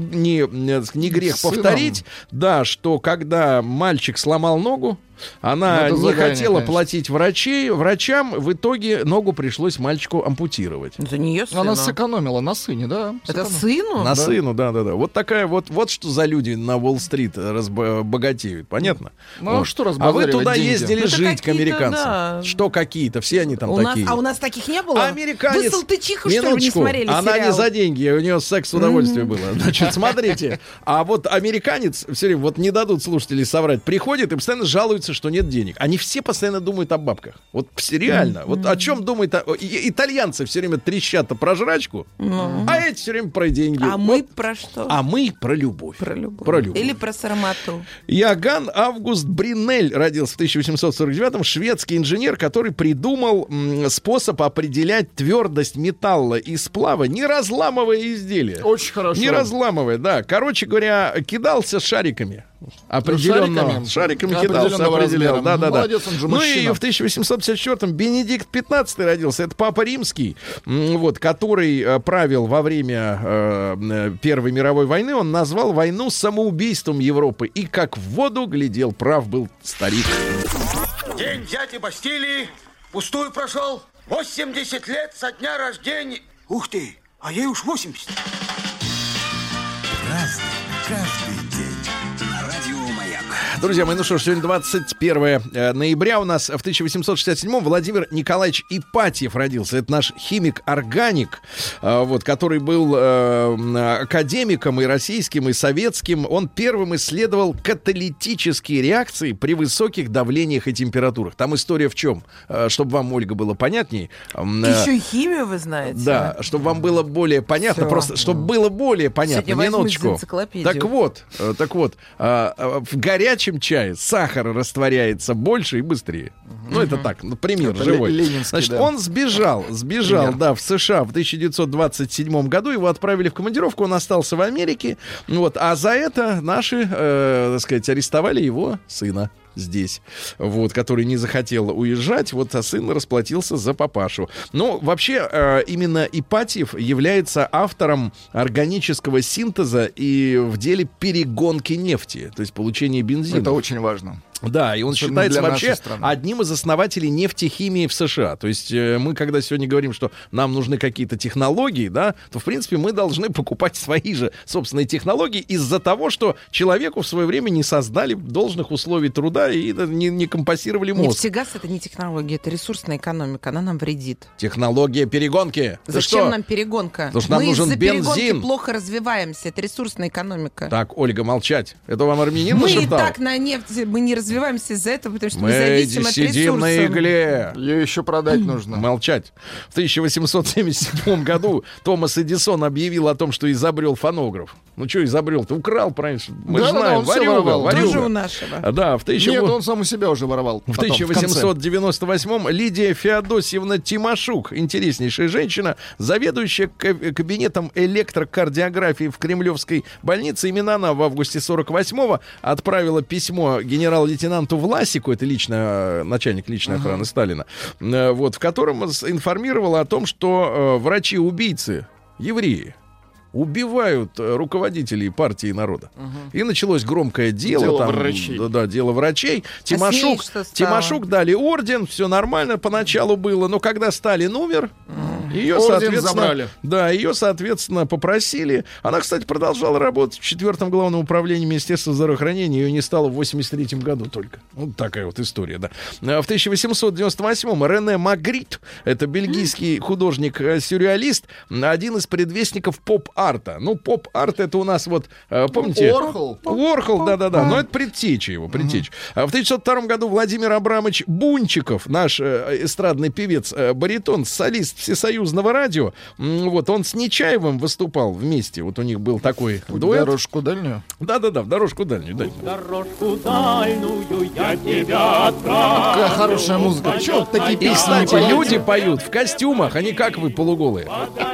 не грех Сыном. повторить, да, что когда мальчик сломал ногу, она Ну, это не загадание, хотела конечно. платить врачам, в итоге ногу пришлось мальчику ампутировать. За нее сына. Она сэкономила на сыне, да? Это сэкономила. сыну? На сыну, да-да-да. Вот такая вот что за люди на Уолл-стрит богатеют, понятно? Ну, а Вот. что А вы разбазаривать туда деньги? ездили Ну, это жить к какие-то, американцам. да. Что какие-то, все они там такие. А у нас таких не было? Американец. Вы «Салтычиху», что ли, не Минуточку. смотрели Она сериал? не за деньги, у нее секс удовольствие было. Значит, смотрите. А вот американец, все время, вот не дадут слушатели соврать, приходит и постоянно жалуется, что нет денег. Они все постоянно думают о бабках. Вот реально. Вот о чем думают итальянцы все время трещат про жрачку, а эти все время про деньги. А мы про что? А мы про любовь. Про любовь. Про любовь. Или про сармату. Иоганн Август Бринель родился в 1849-м, шведский инженер, который придумал способ определять твердость металла и сплава, не разламывая изделия. Очень хорошо. Не разламывая, да. Короче говоря, кидался шариками. Определенно. Шариками кидался, Определенного определял. размера. Да. Молодец, он же Ну мужчина. и в 1854-м Бенедикт XV родился. Это папа римский, вот, который правил во время Первой мировой войны. Он назвал войну самоубийством Европы. И как в воду глядел, прав был старик. День взятия Бастилии пустую прошел. 80 лет со дня рождения. Ух ты, а ей уж 80. Разный, каждый день. Радио Маяк. Друзья мои, ну что ж, сегодня 21 ноября у нас. В 1867-м Владимир Николаевич Ипатьев родился. Это наш химик-органик, вот, который был академиком и российским, и советским. Он первым исследовал каталитические реакции при высоких давлениях и температурах. Там история в чем? Чтобы вам, Ольга, было понятнее. Еще и химию вы знаете. Да, чтобы вам было более понятно, Всё. просто чтобы было более понятно. Сегодня возьмусь Минуточку. за энциклопедию. Так вот, в горячем чае сахар растворяется больше и быстрее. Ну, это так, ну, пример Это живой. ленинский, Значит, да. он сбежал, да, в США в 1927 году. Его отправили в командировку, он остался в Америке. Вот, а за это наши, так сказать, арестовали его сына здесь, вот, который не захотел уезжать, вот, а сын расплатился за папашу. Ну, вообще, именно Ипатьев является автором органического синтеза и в деле перегонки нефти, то есть получения бензина. Это очень важно. Да, и он Особенно считается для вообще нашей страны. одним из основателей нефтехимии в США. То есть мы, когда сегодня говорим, что нам нужны какие-то технологии, да, то, в принципе, мы должны покупать свои же собственные технологии из-за того, что человеку в свое время не создали должных условий труда и не компасировали мозг. Нефтегаз — это не технология, это ресурсная экономика, она нам вредит. Технология перегонки. Ты Зачем что? нам перегонка? Потому что нам Мы нужен из-за бензин. перегонки плохо развиваемся, это ресурсная экономика. Так, Ольга, молчать. Это вам армянин Мы и нашептал? так на нефти, мы не развиваемся из-за этого, потому что мы Мы зависим от сидим на ресурсов. игле. Ее еще продать нужно. Молчать. В 1877 году Томас Эдисон объявил о том, что изобрел фонограф. Ну что изобрел-то? Украл, правильно? Мы же Да-да-да, знаем, он всё варюга, воровал. варюга. Тоже у нашего. Да, в Нет, он сам у себя уже воровал. В потом, в конце. 1898-м Лидия Феодосьевна Тимошук, интереснейшая женщина, заведующая кабинетом электрокардиографии в Кремлевской больнице. Именно она в августе 48-го отправила письмо генерал-лейтенанту Власику, это начальник личной охраны Сталина, вот, в котором информировала о том, что врачи-убийцы, евреи, убивают руководителей партии и народа. И началось громкое дело. Дело там, врачей. Да, дело врачей. А с ней Тимошук, что стало? Тимошук дали орден, все нормально поначалу было, но когда Сталин умер, ее, Орден соответственно, забрали. да, ее, соответственно, попросили. Она, кстати, продолжала работать в 4-м главном управлении Министерства здравоохранения. Ее не стало в 83-м году только. Вот такая вот история, да. В 1898-м Рене Магрит, это бельгийский художник-сюрреалист, один из предвестников поп-арта. Ну, поп-арт — это у нас вот, помните? Уорхол. Уорхол, да-да-да. Но это предтеча его, предтеча. В 1902 году Владимир Абрамович Бунчиков, наш эстрадный певец, баритон, солист Всесоюзного радио, вот, он с Нечаевым выступал вместе. Вот у них был такой дуэт. Дорожку дальнюю. Да-да-да, в дорожку дальнюю. Да. Дорожку дальную я тебя отправлю. Какая хорошая музыка. Чего вот такие И, песни? кстати, не поете? люди поют в костюмах, они как вы, полуголые.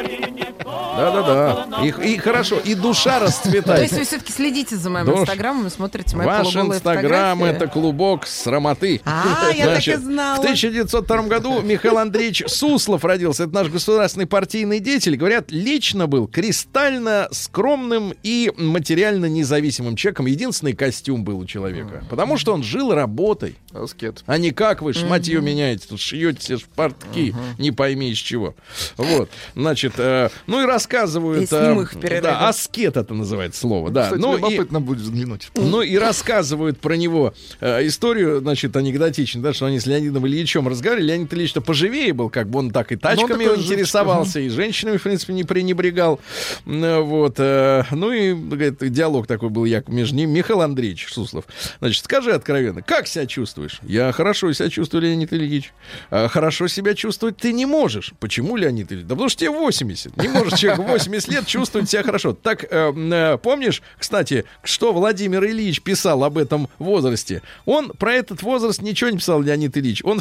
Да-да-да. И хорошо, и душа То расцветает. есть вы все-таки следите за моим Дож, инстаграмом и смотрите мои Ваш полуголые инстаграм — фотографии? это клубок срамоты. Я так и Значит, знала. В 1902 году Михаил Андреевич Суслов родился. Это наш государственный партийный деятель. Говорят, лично был кристально скромным и материально независимым человеком. Единственный костюм был у человека. Потому что он жил работой. Аскет. А не как вы шматье меняете, тут шьете себе шпортки, не пойми из чего. Вот, значит, ну и рассказывают... Я сниму их в перерыве. Да, аскет это называется слово, да. Кстати, Ну и, любопытно будет взглянуть. ну и рассказывают про него историю, значит, анекдотичную, да, что они с Леонидом Ильичем разговаривали. Леонид Ильич-то поживее был, как бы он так и тачками такой интересовался, и женщинами, в принципе, не пренебрегал. Вот, ну и, говорит, диалог такой был между ним. Михаил Андреевич Суслов, значит, скажи откровенно, как себя чувствуешь? Я хорошо себя чувствую, Леонид Ильич. Хорошо себя чувствовать ты не можешь. Почему, Леонид Ильич? Да потому что тебе 80. Не может человек в 80 лет чувствовать себя хорошо. Так, помнишь, кстати, что Владимир Ильич писал об этом возрасте? Он про этот возраст ничего не писал, Леонид Ильич. Он в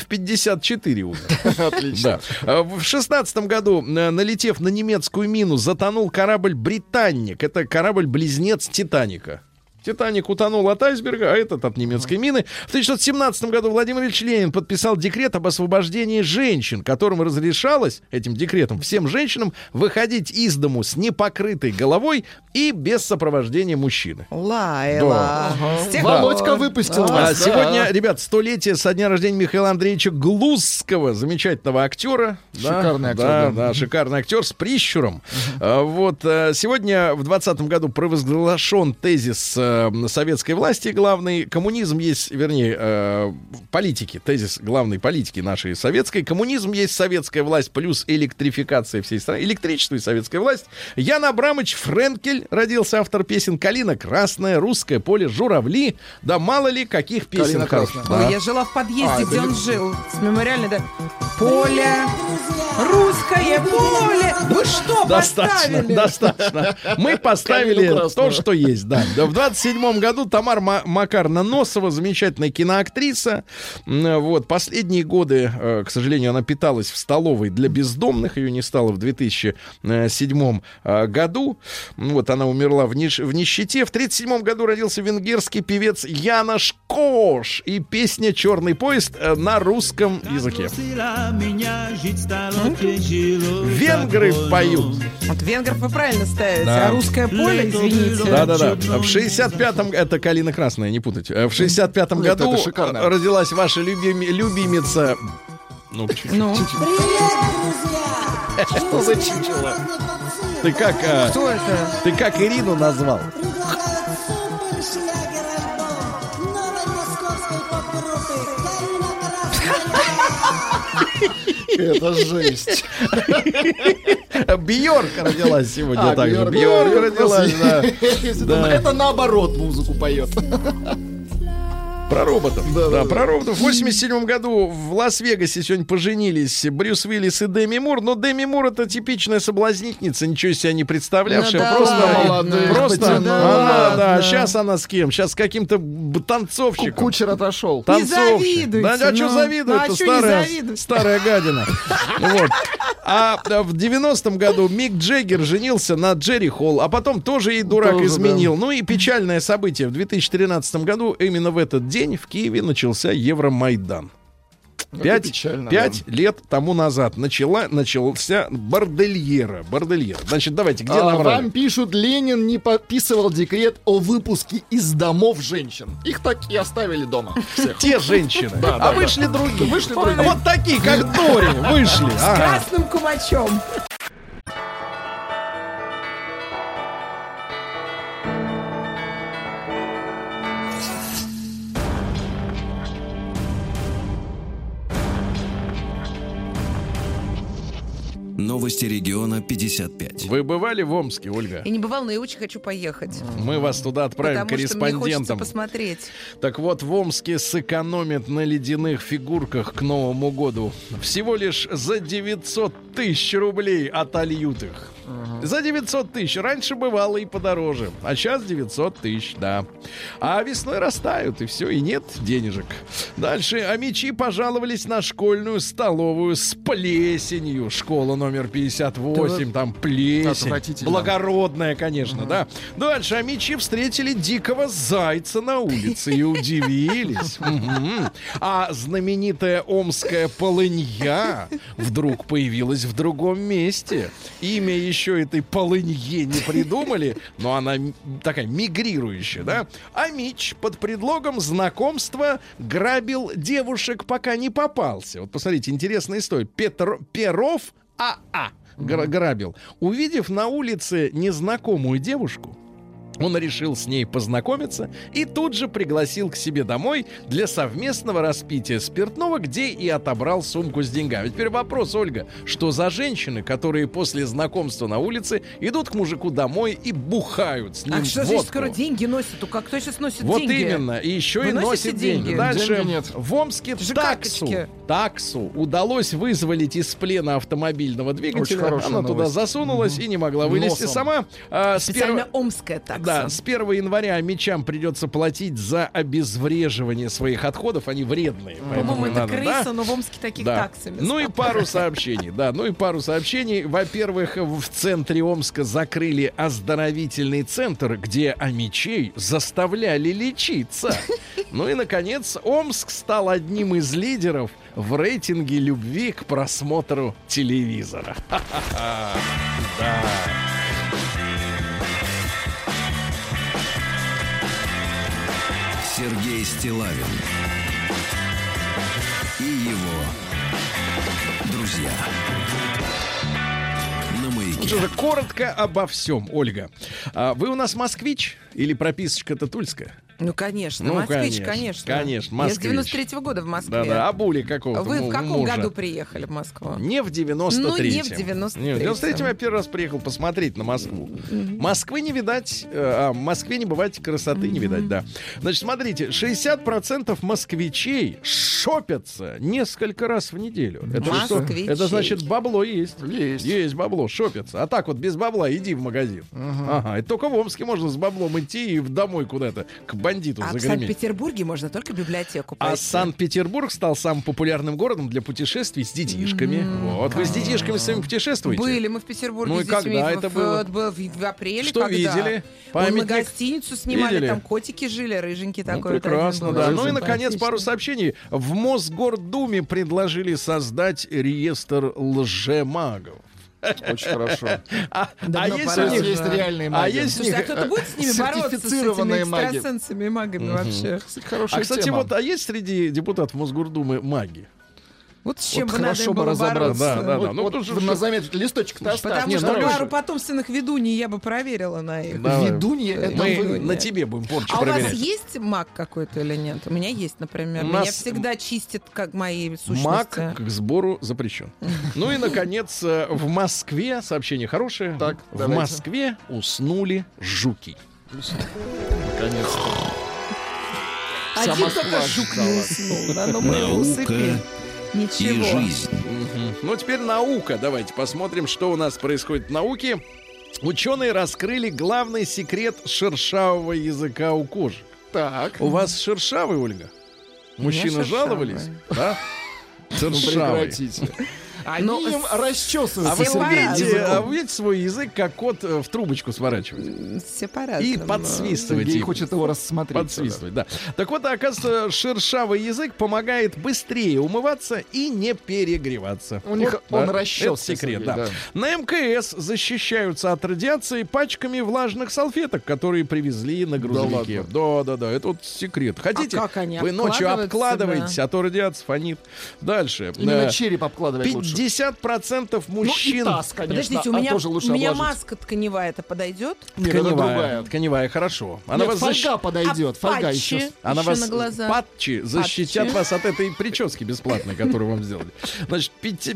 54 умер. Отлично. Да. В 16 году, налетев на немецкую мину, затонул корабль «Британник». Это корабль-близнец «Титаника». «Титаник» утонул от айсберга, а этот от немецкой мины. В 1917 году Владимир Ильич Ленин подписал декрет об освобождении женщин, которым разрешалось, этим декретом, всем женщинам выходить из дому с непокрытой головой и без сопровождения мужчины. Лайла. С тех Володька пор. выпустил А вас. сегодня, ребят, 100-летие со дня рождения Михаила Андреевича Глузского, замечательного актера. Шикарный актер, Да, да. да, шикарный актер с прищуром. Вот сегодня в 2020 году провозглашен тезис советской власти главный. Коммунизм есть, вернее, политики. Тезис главной политики нашей советской. Коммунизм есть советская власть плюс электрификация всей страны. Электричество и советская власть. Ян Абрамович Френкель родился, автор песен «Калина красная», «Русское поле», «Журавли». Да мало ли каких песен «Калина хороших. красная». Да. Ой, я жила в подъезде, где это он жил. С мемориальной, да. Поле, русское поле. Вы что, Достаточно, поставили? достаточно. Мы поставили Калину красную. то, что есть, да. В 27 году Тамара Макарна Носова, замечательная киноактриса. Вот, последние годы, к сожалению, она питалась в столовой для бездомных. Ее не стало в 2007 году. Вот, она умерла в нищете. В 1937 году родился венгерский певец Янош Кош. И песня «Черный поезд» на русском языке. Венгры поют. Вот венгров вы правильно ставите, Да. а русское поле, извините. Да-да-да. В 65-м... Это «Калина красная», не путайте. В 65-м Нет, году это шикарно. родилась ваша любимица... Ну, Ну, что за чучело? Ты как... что это? Ты как Ирину назвал? Это жесть. Бьорк родилась сегодня также. Бьорк, Бьорк Бьорк родилась, да. Да. Это наоборот музыку поет. Про роботов. Да, Да. про роботов. В 87 году в Лас-Вегасе сегодня поженились Брюс Уиллис и Деми Мур. Но Деми Мур — это типичная соблазнительница, ничего себе не представлявшая. Ну да просто ладно. просто Ну она, ладно. да. Сейчас она с кем? Сейчас с каким-то танцовщиком. Кучер отошел. Танцовщик. завидуйте, Да, а что ну. завидует? Ну, а Это чё не завидовать? старая гадина. Вот. А в 90-м году Мик Джаггер женился на Джерри Холл, а потом тоже ей дурак Тоже, изменил. Ну и печальное событие. В 2013 году именно в этот день в Киеве начался Евромайдан. Это печально, 5 лет тому назад начался бордельера. Значит, давайте, где Вам набрали? пишут, Ленин не подписывал декрет о выпуске из домов женщин. Их так и оставили дома. Всех. Те женщины. А вышли другие. Вышли другие. Вот такие, как Дори, вышли. С Ага. красным кумачом. Новости региона 55. Вы бывали в Омске, Ольга? Я не бывал, но я очень хочу поехать. Мы вас туда отправим Потому что мне хочется корреспондентом. посмотреть. Так вот, в Омске сэкономят на ледяных фигурках к Новому году. Всего лишь за 900 тысяч рублей отольют их. За 900 тысяч. Раньше бывало и подороже. А сейчас 900 тысяч, да. А весной растают, и все, и нет денежек. Дальше. Амичи пожаловались на школьную столовую с плесенью. Школа номер 58. Там плесень. Отвратительно. Благородная, конечно, да. Дальше. Амичи встретили дикого зайца на улице и удивились. Мгм. А знаменитая омская полынья вдруг появилась в другом месте. Имя еще этой полынье не придумали, но она такая мигрирующая, да? А Мич под предлогом знакомства грабил девушек, пока не попался. Вот посмотрите, интересная история. Перов АА грабил. Увидев на улице незнакомую девушку, он решил с ней познакомиться и тут же пригласил к себе домой для совместного распития спиртного, где и отобрал сумку с деньгами. Теперь вопрос, Ольга, что за женщины, которые после знакомства на улице идут к мужику домой и бухают с ним А что водку? же скоро деньги носят? Кто сейчас носит Вот деньги? именно, и еще Вы и носите носит деньги. деньги? Дальше Деньги нет. в Омске Это же таксу удалось вызволить из плена автомобильного двигателя. Очень хорошая Она туда новость. засунулась и не могла вылезти Носом. сама. Специально омская такса. Да, с 1 января мечам придется платить за обезвреживание своих отходов. Они вредные. поэтому По-моему, это надо, крыса, да? но в Омске таких Да. таксами. Ну и пару сообщений, да, Во-первых, в центре Омска закрыли оздоровительный центр, где амичей заставляли лечиться. Ну и, наконец, Омск стал одним из лидеров в рейтинге любви к просмотру телевизора. Ха-ха-ха. Да. Сергей Стиллавин и его друзья. На маяке. Что же, коротко обо всем, Ольга. Вы у нас москвич или прописочка-то тульская? Ну, конечно, Ну, москвич, конечно, конечно. конечно, Я с москвич. 93-го года в Москве. Да-да, а Були какого-то Вы в каком мужа? году приехали в Москву? Не в 93-м. Ну, не в 93-м. Не, в 93-м я первый раз приехал посмотреть на Москву. Москвы не видать, в Москве не бывать, красоты не видать, да. Значит, смотрите, 60% москвичей шопятся несколько раз в неделю. Это что? Москвичей. Это значит, бабло есть. Есть. Есть бабло, шопятся. А так вот без бабла иди в магазин. Ага, и только в Омске можно с баблом идти и домой куда-то, к бандиту А в загреметь. Санкт-Петербурге можно только библиотеку А пойти. Санкт-Петербург стал самым популярным городом для путешествий с детишками. Вот, вы с детишками своими путешествуете? Были мы в Петербурге Ну и с детьми. когда это было? В апреле. Что когда? видели? Мы Памятник? гостиницу снимали, Видели? там котики жили, рыженький Ну, такой. прекрасно, вот один да. был. Ну и, Очень наконец, пару симпатичный. сообщений. В Мосгордуме предложили создать реестр лжемагов. Очень хорошо. А Давно есть пора у У них них... есть реальные А маги. есть у Слушайте, а них... кто-то будет с ними бороться, с этими Сертифицированные маги. экстрасенсами и магами вообще? Хорошая А, кстати, тема. вот, а есть среди депутатов Мосгордумы маги? Вот с чем Вот бы надо хорошо им бы было разобраться. Да, да, бороться. да. Ну, Вот тут же на заметку листочек-то оставь. Потому Не, что ну, пару Лёша, потомственных ведуней я бы проверила на их. Давай. ведунья, это Мы вы. на тебе будем порчу А у вас проверять. есть маг какой-то или нет? У меня есть, например. У Меня нас всегда чистят, как мои сущности. Маг к сбору запрещен. Ну и, наконец, в Москве, сообщение хорошее. Так, в давайте. Москве уснули жуки. Наконец-то. Вся Один Москва только жук ждала. не уснул, да, но мы его Наука усыпили. и Ничего. жизнь. Ну, теперь наука. Давайте посмотрим, что у нас происходит в науке. Ученые раскрыли главный секрет шершавого языка у кошек. Так. У вас шершавый, Ольга? Мужчины шершавый. жаловались? Да? Ну, Шершавый. прекратите. Они Ну, им расчесываются. А вы Сепаратно. умеете, свой язык, как кот в трубочку сворачивать? Все по-разному. И подсвистывать. Сергей им. хочет его рассмотреть. Подсвистывать, да. Так вот, оказывается, шершавый язык помогает быстрее умываться и не перегреваться. У них Вот, он да. расчесался, Это секрет, Сергей, да. да. На МКС защищаются от радиации пачками влажных салфеток, которые привезли на грузовике. Да. Это вот секрет. Хотите? как они, Вы ночью обкладываются, обкладываетесь, да? а то радиация фонит. Дальше. Именно череп обкладывать лучше. 50% Ну мужчин... и таз, конечно. Подождите, у а меня, тоже лучше у меня обложить. маска тканевая, это подойдет? Нет, это Тканевая, другая. тканевая, хорошо. Она Нет, вас фольга подойдет. А Фольга патчи? еще. Она Еще вас, на глаза. патчи, защитят Патчи. вас от этой прически бесплатной, которую вам сделали. Значит,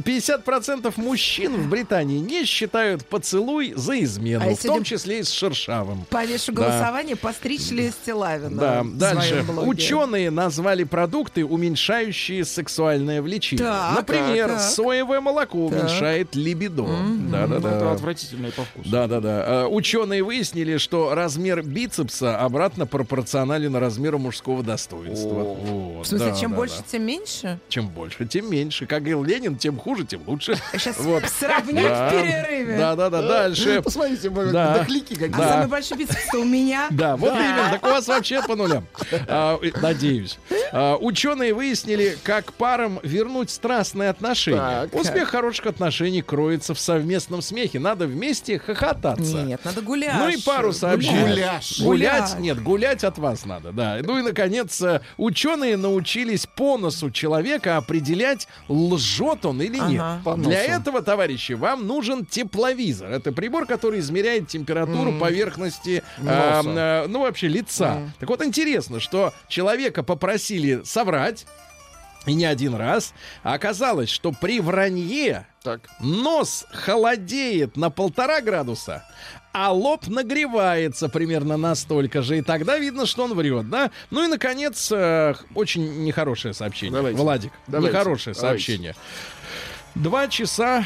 50% мужчин в Британии не считают поцелуй за измену, А в если том ты- числе и с шершавым. Повешу Да. голосование, постричь ли Стилавина. Да, в дальше. своем блоге. Ученые назвали продукты, уменьшающие сексуальное влечение. Так, Например, так. соевое молоко Так. уменьшает либидо. Ну, это Да-да-да. отвратительное по вкусу. Да. Ученые выяснили, что размер бицепса обратно пропорционален размеру мужского достоинства. Вот, В смысле, да, чем да, больше, да. тем меньше? Чем больше, тем меньше. Как говорил Ленин, тем хуже, тем лучше. Сейчас Вот. сравню в перерыве. Да. Дальше. Посмотрите, мы Да. доклики А какие. Да. самый большой бицепс у меня. Да, вот именно. Так у вас вообще по нулям. Надеюсь. Ученые выяснили, как парам вернуть страстные отношения. Так. Успех хороших отношений кроется в совместном смехе. Надо вместе хохотаться. Нет, надо гулять. Ну и пару сообщений. Гуляш. Гулять? Нет, гулять от вас надо, да. Ну и, наконец, ученые научились по носу человека определять, лжет он или нет. Ага. По Для носу. этого, товарищи, вам нужен тепловизор. Это прибор, который измеряет температуру поверхности, Носа. ну вообще лица. Так вот, интересно, что человека попросили соврать, и не один раз. А оказалось, что при вранье Так. нос холодеет на 1,5 градуса, а лоб нагревается примерно настолько же. И тогда видно, что он врет, да? Ну и, наконец, очень нехорошее сообщение. Давайте. Владик, Давайте. нехорошее Давайте. сообщение. 2 часа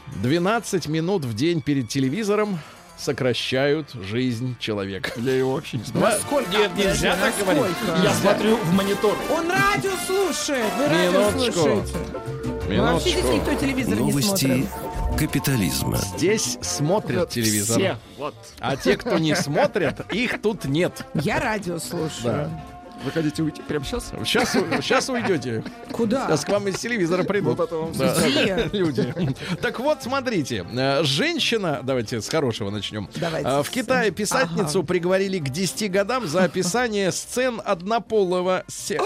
12 минут в день перед телевизором сокращают жизнь человека. Я его вообще не знаю. Нет, нельзя так говорить. Я смотрю в монитор. Он радио слушает. Вы радио Минуточку. слушаете. Ну, вообще здесь Минуточку. никто телевизор не Новости смотрит. капитализма. Здесь смотрят телевизор. Все. Вот. А те, кто не смотрят, их тут нет. Я радио слушаю. Да. Вы хотите уйти прямо сейчас? Сейчас уйдете. Куда? Сейчас к вам из телевизора придут. Мы потом Да. Где? Люди. Так вот, смотрите. Женщина, давайте с хорошего начнем. Давайте. В Китае писательницу приговорили к 10 годам за описание сцен однополого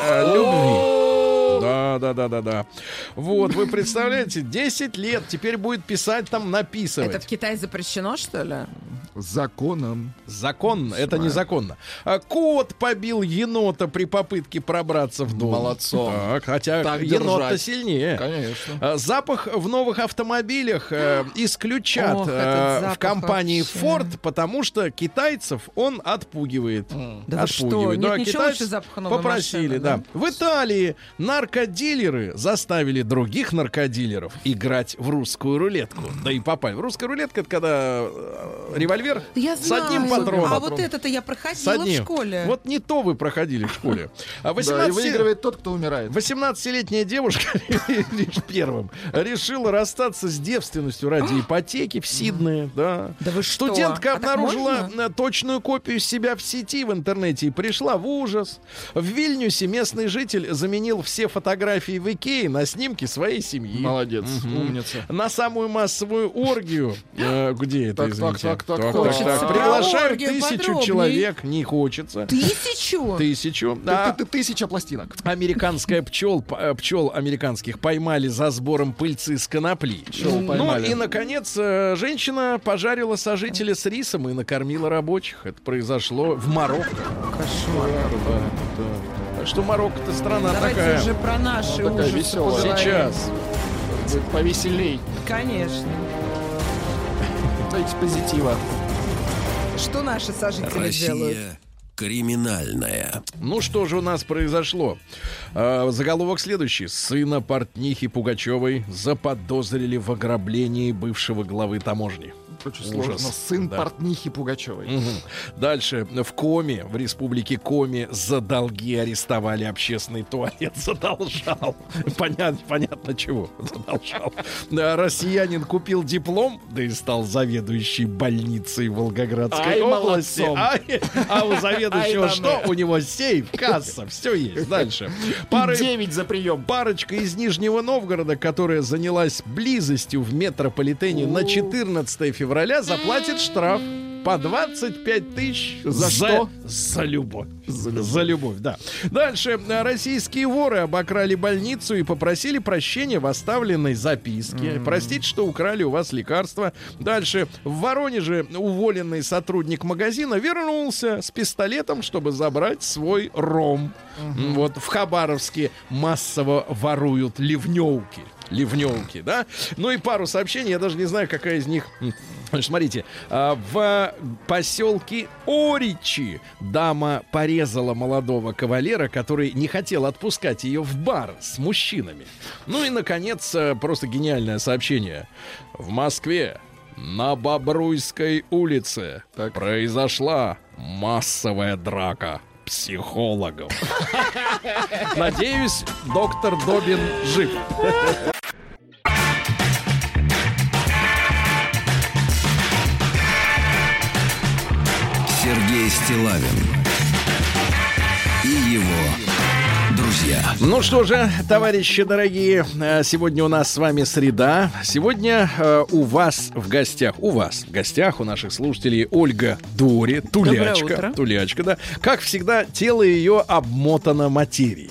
любви. Да. Вот, вы представляете, 10 лет теперь будет писать там, написывать. Это в Китае запрещено, что ли? Законом. Законно, это незаконно. Кот побил енота при попытке пробраться в дом. Молодцом. Так, хотя Так енот-то держать. сильнее. Конечно. Запах в новых автомобилях исключат Ох, этот в запах компании вообще. Ford, потому что китайцев он отпугивает. Да вы что? Отпугивает. Нет Да, ничего китайцы лучше запаха новой попросили, машины, да. да? В Италии наркодилеры заставили других наркодилеров играть в русскую рулетку. Да и попали. Русская рулетка — это когда револьвер Я с одним патроном. А вот это-то я С проходила в одним. школе. Вот не то вы проходили в школе. А Да, и выигрывает тот, кто умирает. 18-летняя девушка лишь первым решила расстаться с девственностью ради ипотеки в Сиднее. Да. Да вы что? Студентка А так обнаружила можно? точную копию себя в сети в интернете и пришла в ужас. В Вильнюсе местный житель заменил все фотографии в Икее на снимки своей семьи. Молодец, умница. На самую массовую оргию, где это, Так, извините? так, хочется. Приглашают Оргию 1000 подробней. человек, не хочется. 1000? 1000. Да. Ты 1000 пластинок. Американская пчел американских поймали за сбором пыльцы с конопли. Ну поймали. и, наконец, женщина пожарила сожителя с рисом и накормила рабочих. Это произошло в Марокко. Кошмар. Так что Марокко-то страна Давайте такая. уже про наши Такая ужасы веселая. поговорим. Сейчас. Будет повеселей. Конечно. Дайте позитива. Что наши сожители делают? Россия криминальная. Ну что же у нас произошло? Заголовок следующий. Сына портнихи Пугачевой заподозрили в ограблении бывшего главы таможни. Очень Ужас. сложно. Сын Да. портнихи Пугачевой. Дальше. В Коми, в республике Коми, за долги арестовали общественный туалет. Задолжал. Понятно чего. Задолжал. Да, россиянин купил диплом, да и стал заведующей больницей Волгоградской Ай, области. молодцом. А у заведующего Ай, что? У него сейф, касса, все есть. Дальше. 9 за прием. Парочка из Нижнего Новгорода, которая занялась близостью в метрополитене на 14 февраля, заплатит штраф по 25 тысяч За что? За любовь. За любовь, да. Дальше. Российские воры обокрали больницу и попросили прощения в оставленной записке. Простите, что украли у вас лекарства. Дальше. В Воронеже уволенный сотрудник магазина вернулся с пистолетом, чтобы забрать свой ром. Вот в Хабаровске массово воруют ливневки. Ливневки, да? Ну и пару сообщений, я даже не знаю, какая из них. Значит, смотрите, в поселке Оричи дама порезала молодого кавалера, который не хотел отпускать ее в бар с мужчинами. Ну и, наконец, просто гениальное сообщение. В Москве на Бобруйской улице произошла массовая драка психологов. Надеюсь, доктор Добин жив. Сергей Стиллавин и его друзья. Ну что же, товарищи дорогие, сегодня у нас с вами среда. Сегодня у вас в гостях, у наших слушателей Ольга Дори, утро. Тулячка, да. Как всегда, тело ее обмотано материей.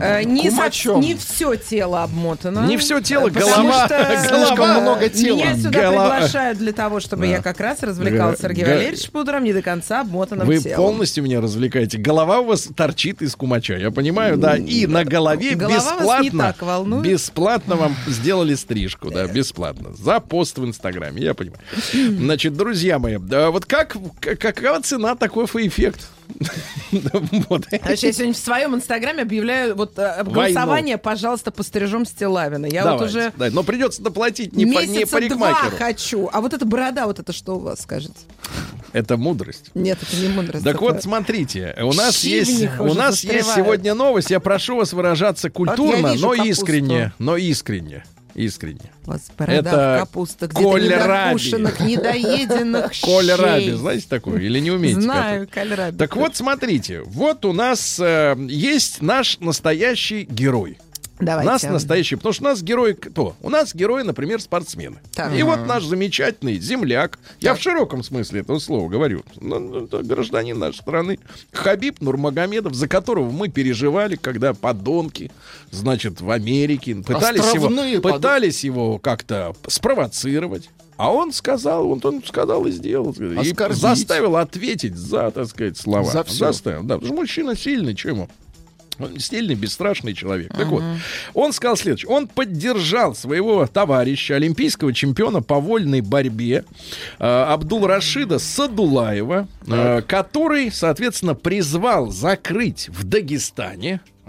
Не все тело обмотано. Не все тело, Потому голова. что Слишком много тела. Меня сюда приглашают для того, чтобы я как раз развлекал Сергея Валерьевича по утрам не до конца обмотанным Вы телом. полностью меня развлекаете. Голова у вас торчит из кумача, я понимаю, да. И на голове Голова вас не так волнует? бесплатно вам сделали стрижку, да, бесплатно. За пост в Инстаграме, я понимаю. Значит, друзья мои, вот какова цена такой эффект? Вот. Значит, я сегодня в своем инстаграме объявляю голосование, пожалуйста, пострижем Стиллавина. Я Давайте, вот уже да, но придется доплатить не месяца 2 парикмахеру. хочу. А вот эта борода, вот это что у вас, скажете? Это мудрость. Нет, это не мудрость. Так это вот, смотрите, у нас щебень есть уже застревает. сегодня новость. Я прошу вас выражаться культурно, вижу но капусту. искренне. Но искренне. Искренне. У вас борода Это в капустах, где-то кольраби. недокушенных, недоеденных щей. Кольраби, знаете такое? Или не умеете? Знаю, кольраби. Так вот, смотрите, вот у нас есть наш настоящий герой. Давайте. У нас настоящий, потому что у нас герой кто? У нас герои, например, спортсмены. Так. И вот наш замечательный земляк, я в широком смысле этого слова говорю, гражданин нашей страны, Хабиб Нурмагомедов, за которого мы переживали, когда подонки, значит, в Америке пытались его как-то спровоцировать. А он сказал и сделал. И заставил ответить за, так сказать, слова. За всё. Заставил, да, потому что мужчина сильный, чему? Он сильный, бесстрашный человек. Так вот, он сказал следующее. Он поддержал своего товарища, олимпийского чемпиона по вольной борьбе Абдул-Рашида Садулаева, который, соответственно, призвал закрыть в Дагестане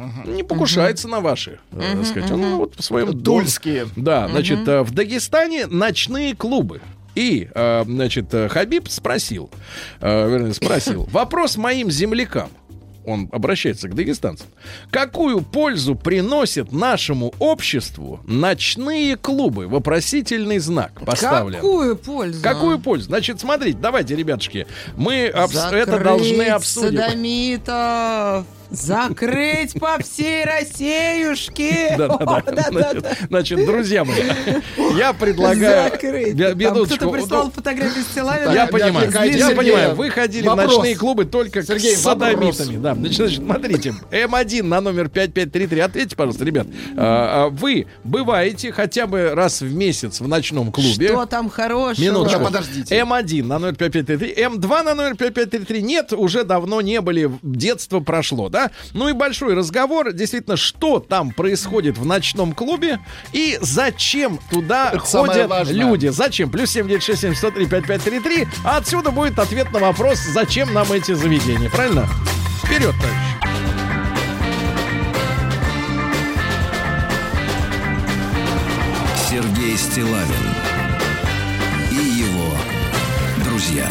не покушается на ваши, так сказать. Он вот по своему Тульские. Да, значит, в Дагестане ночные клубы. И, значит, Хабиб спросил, вопрос моим землякам. Он обращается к дагестанцам. Какую пользу приносят нашему обществу ночные клубы? Вопросительный знак поставлен. Какую пользу? Какую пользу? Значит, смотрите, давайте, ребятушки, мы это должны обсудить. Содомитов! Закрыть по всей Россиюшке! Значит, друзья мои, я предлагаю... Закрыть. Кто-то прислал фотографию Стилавина. Я понимаю. Вы ходили в ночные клубы только с содомитами. Да. Значит, смотрите, М1 на номер 5533. Ответьте, пожалуйста, ребят. Вы бываете хотя бы раз в месяц в ночном клубе? Что там хорошего? Минуточку. Подождите. М1 на номер 5533. М2 на номер 5533. Нет, уже давно не были. Детство прошло, да? Ну и большой разговор, действительно, что там происходит в ночном клубе и зачем туда ходят люди. Зачем? Плюс 7967 103 5533. А отсюда будет ответ на вопрос, зачем нам эти заведения. Правильно? Вперед, товарищ. Сергей Стиллавин и его друзья.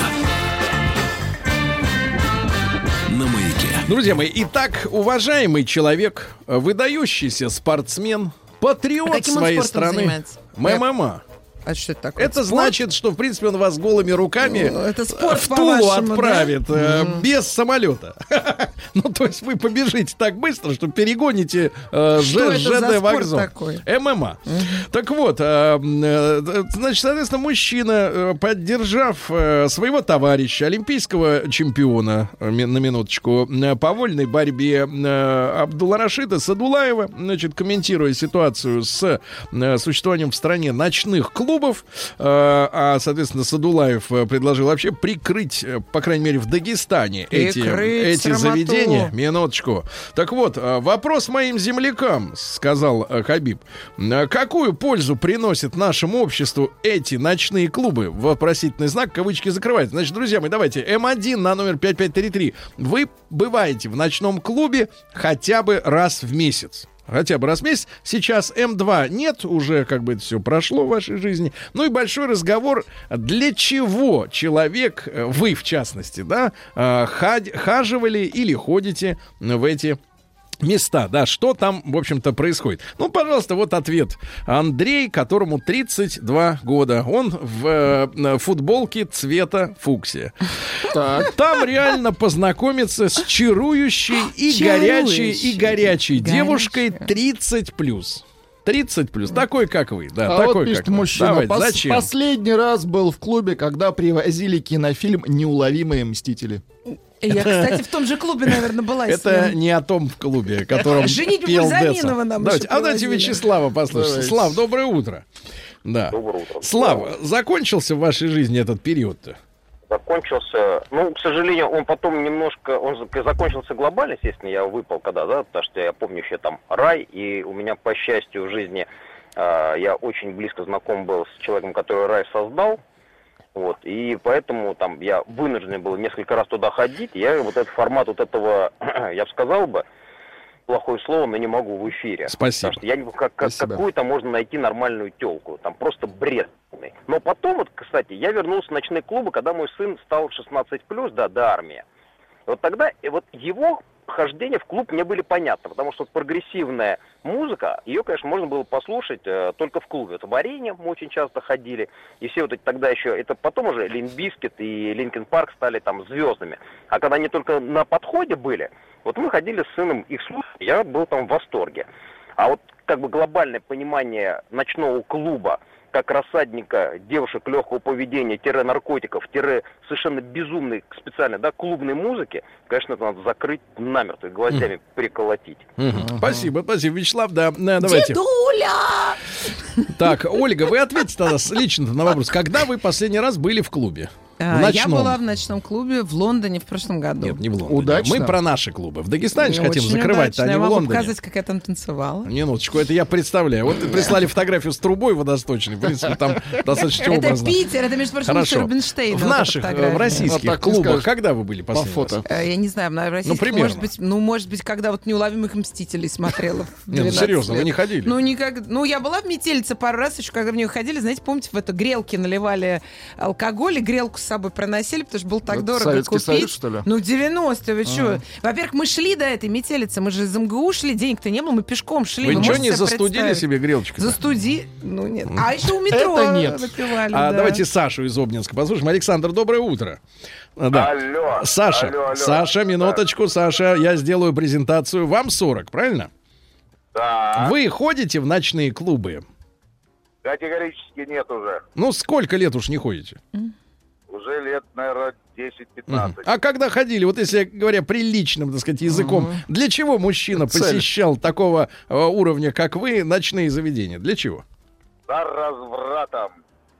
На маяке. Друзья мои, итак, уважаемый человек, выдающийся спортсмен, патриот своей страны, ММА. А что это такое? Это спорт? значит, что, в принципе, он вас голыми руками это спорт, в Тулу по-вашему, отправит без самолета. Ну, то есть вы побежите так быстро, что перегоните ЖД вокзал. ММА. Так вот, значит, соответственно, мужчина, поддержав своего товарища, олимпийского чемпиона, на минуточку, по вольной борьбе Абдулрашида Садулаева, значит, комментируя ситуацию с существованием в стране ночных клубов, соответственно, Садулаев предложил вообще прикрыть, по крайней мере, в Дагестане эти заведения. Минуточку. Так вот, вопрос моим землякам, сказал Хабиб. Какую пользу приносят нашему обществу эти ночные клубы? Вопросительный знак, кавычки закрывают. Значит, друзья мои, давайте. М1 на номер 5533. Вы бываете в ночном клубе хотя бы раз в месяц. Хотя бы раз в месяц. Сейчас М2 нет, уже как бы это все прошло в вашей жизни. Ну и большой разговор, для чего человек, вы в частности, да, хаживали или ходите в эти места, да, что там, в общем-то, происходит. Ну, пожалуйста, вот ответ. Андрей, которому 32 года. Он в футболке цвета фуксия. Так. Там реально познакомиться с чарующей и горячей девушкой 30+. 30+, такой, как вы. Да, такой, вот пишет как мужчина. Зачем? Последний раз был в клубе, когда привозили кинофильм «Неуловимые мстители». Я, кстати, в том же клубе, наверное, была. Это не о том клубе, котором пел Десса. Давайте Вячеслава послушаем. Слав, доброе утро. Да. Доброе утро. Слав, закончился в вашей жизни этот период-то? Закончился, ну, к сожалению, он потом немножко, он закончился глобально, естественно, я выпал когда, да, потому что я помню еще там рай, и у меня, по счастью, в жизни я очень близко знаком был с человеком, который рай создал, вот, и поэтому там я вынужден был несколько раз туда ходить, я вот этот формат вот этого, я бы сказал бы, плохое слово, но не могу в эфире. Спасибо. Потому что какую-то можно найти нормальную телку, там просто бред. Но потом, вот, кстати, я вернулся в ночные клубы, когда мой сын стал 16+, да, до армии. Вот тогда вот его хождения в клуб мне были понятны, потому что прогрессивная музыка, ее, конечно, можно было послушать только в клубе. Это «Варенье» мы очень часто ходили, и все вот эти тогда еще, это потом уже Лимп Бизкит и Линкин Парк стали там звездами. А когда они только на подходе были, вот мы ходили с сыном их слушать, я был там в восторге. А вот как бы глобальное понимание ночного клуба, как рассадника девушек легкого поведения, наркотиков, совершенно безумной специальной, да, клубной музыки, конечно, это надо закрыть намертво и гвоздями приколотить. Спасибо, Вячеслав, да, давайте. Дедуля! Так, Ольга, вы ответьте тогда лично на вопрос. Когда вы последний раз были в клубе? Я была в ночном клубе в Лондоне в прошлом году. Нет, не в Лондоне. Удачно? Мы про наши клубы. В Дагестане же хотим Очень закрывать-то, а удачно. не в Я могу Лондоне. показать, как я там танцевала. Минуточку, это я представляю. Вот прислали фотографию с трубой водосточной. В принципе, там достаточно Это образно. Питер, это, между прочим, Хорошо. Рубинштейн. В наших, в российских Вот так не клубах, скажешь. когда вы были По последний раз? фото. Я не знаю, на российских, примерно. может быть, когда вот «Неуловимых мстителей» смотрела в 12 Нет, ну серьезно, лет. вы не ходили? Ну, никак. Ну, я была в «Метелице» пару раз еще, когда в нее ходили, знаете, помните, в эту грелки наливали алкоголь, и грелку с собой проносили, потому что было так Это дорого Советский купить. Союз, что ли? Ну, 90-е, вы что? Во-первых, мы шли до этой «Метелицы», мы же из МГУ шли, денег-то не было, мы пешком шли. Вы ничего можете не себе застудили представить? себе грелочкой? Ну, нет. А еще у метро Это нет. выпивали, да. Давайте Сашу из Обнинска послушаем. Александр, доброе утро. Да. Алло. Саша, Алло. Саша, минуточку, Саша, я сделаю презентацию. Вам 40, правильно? Да. Вы ходите в ночные клубы? Категорически нет уже. Ну, сколько лет уж не ходите? Уже лет, наверное, 10-15. А когда ходили, вот если говоря приличным, так сказать, языком, для чего мужчина Цель. посещал такого уровня, как вы, ночные заведения? Для чего? За развратом.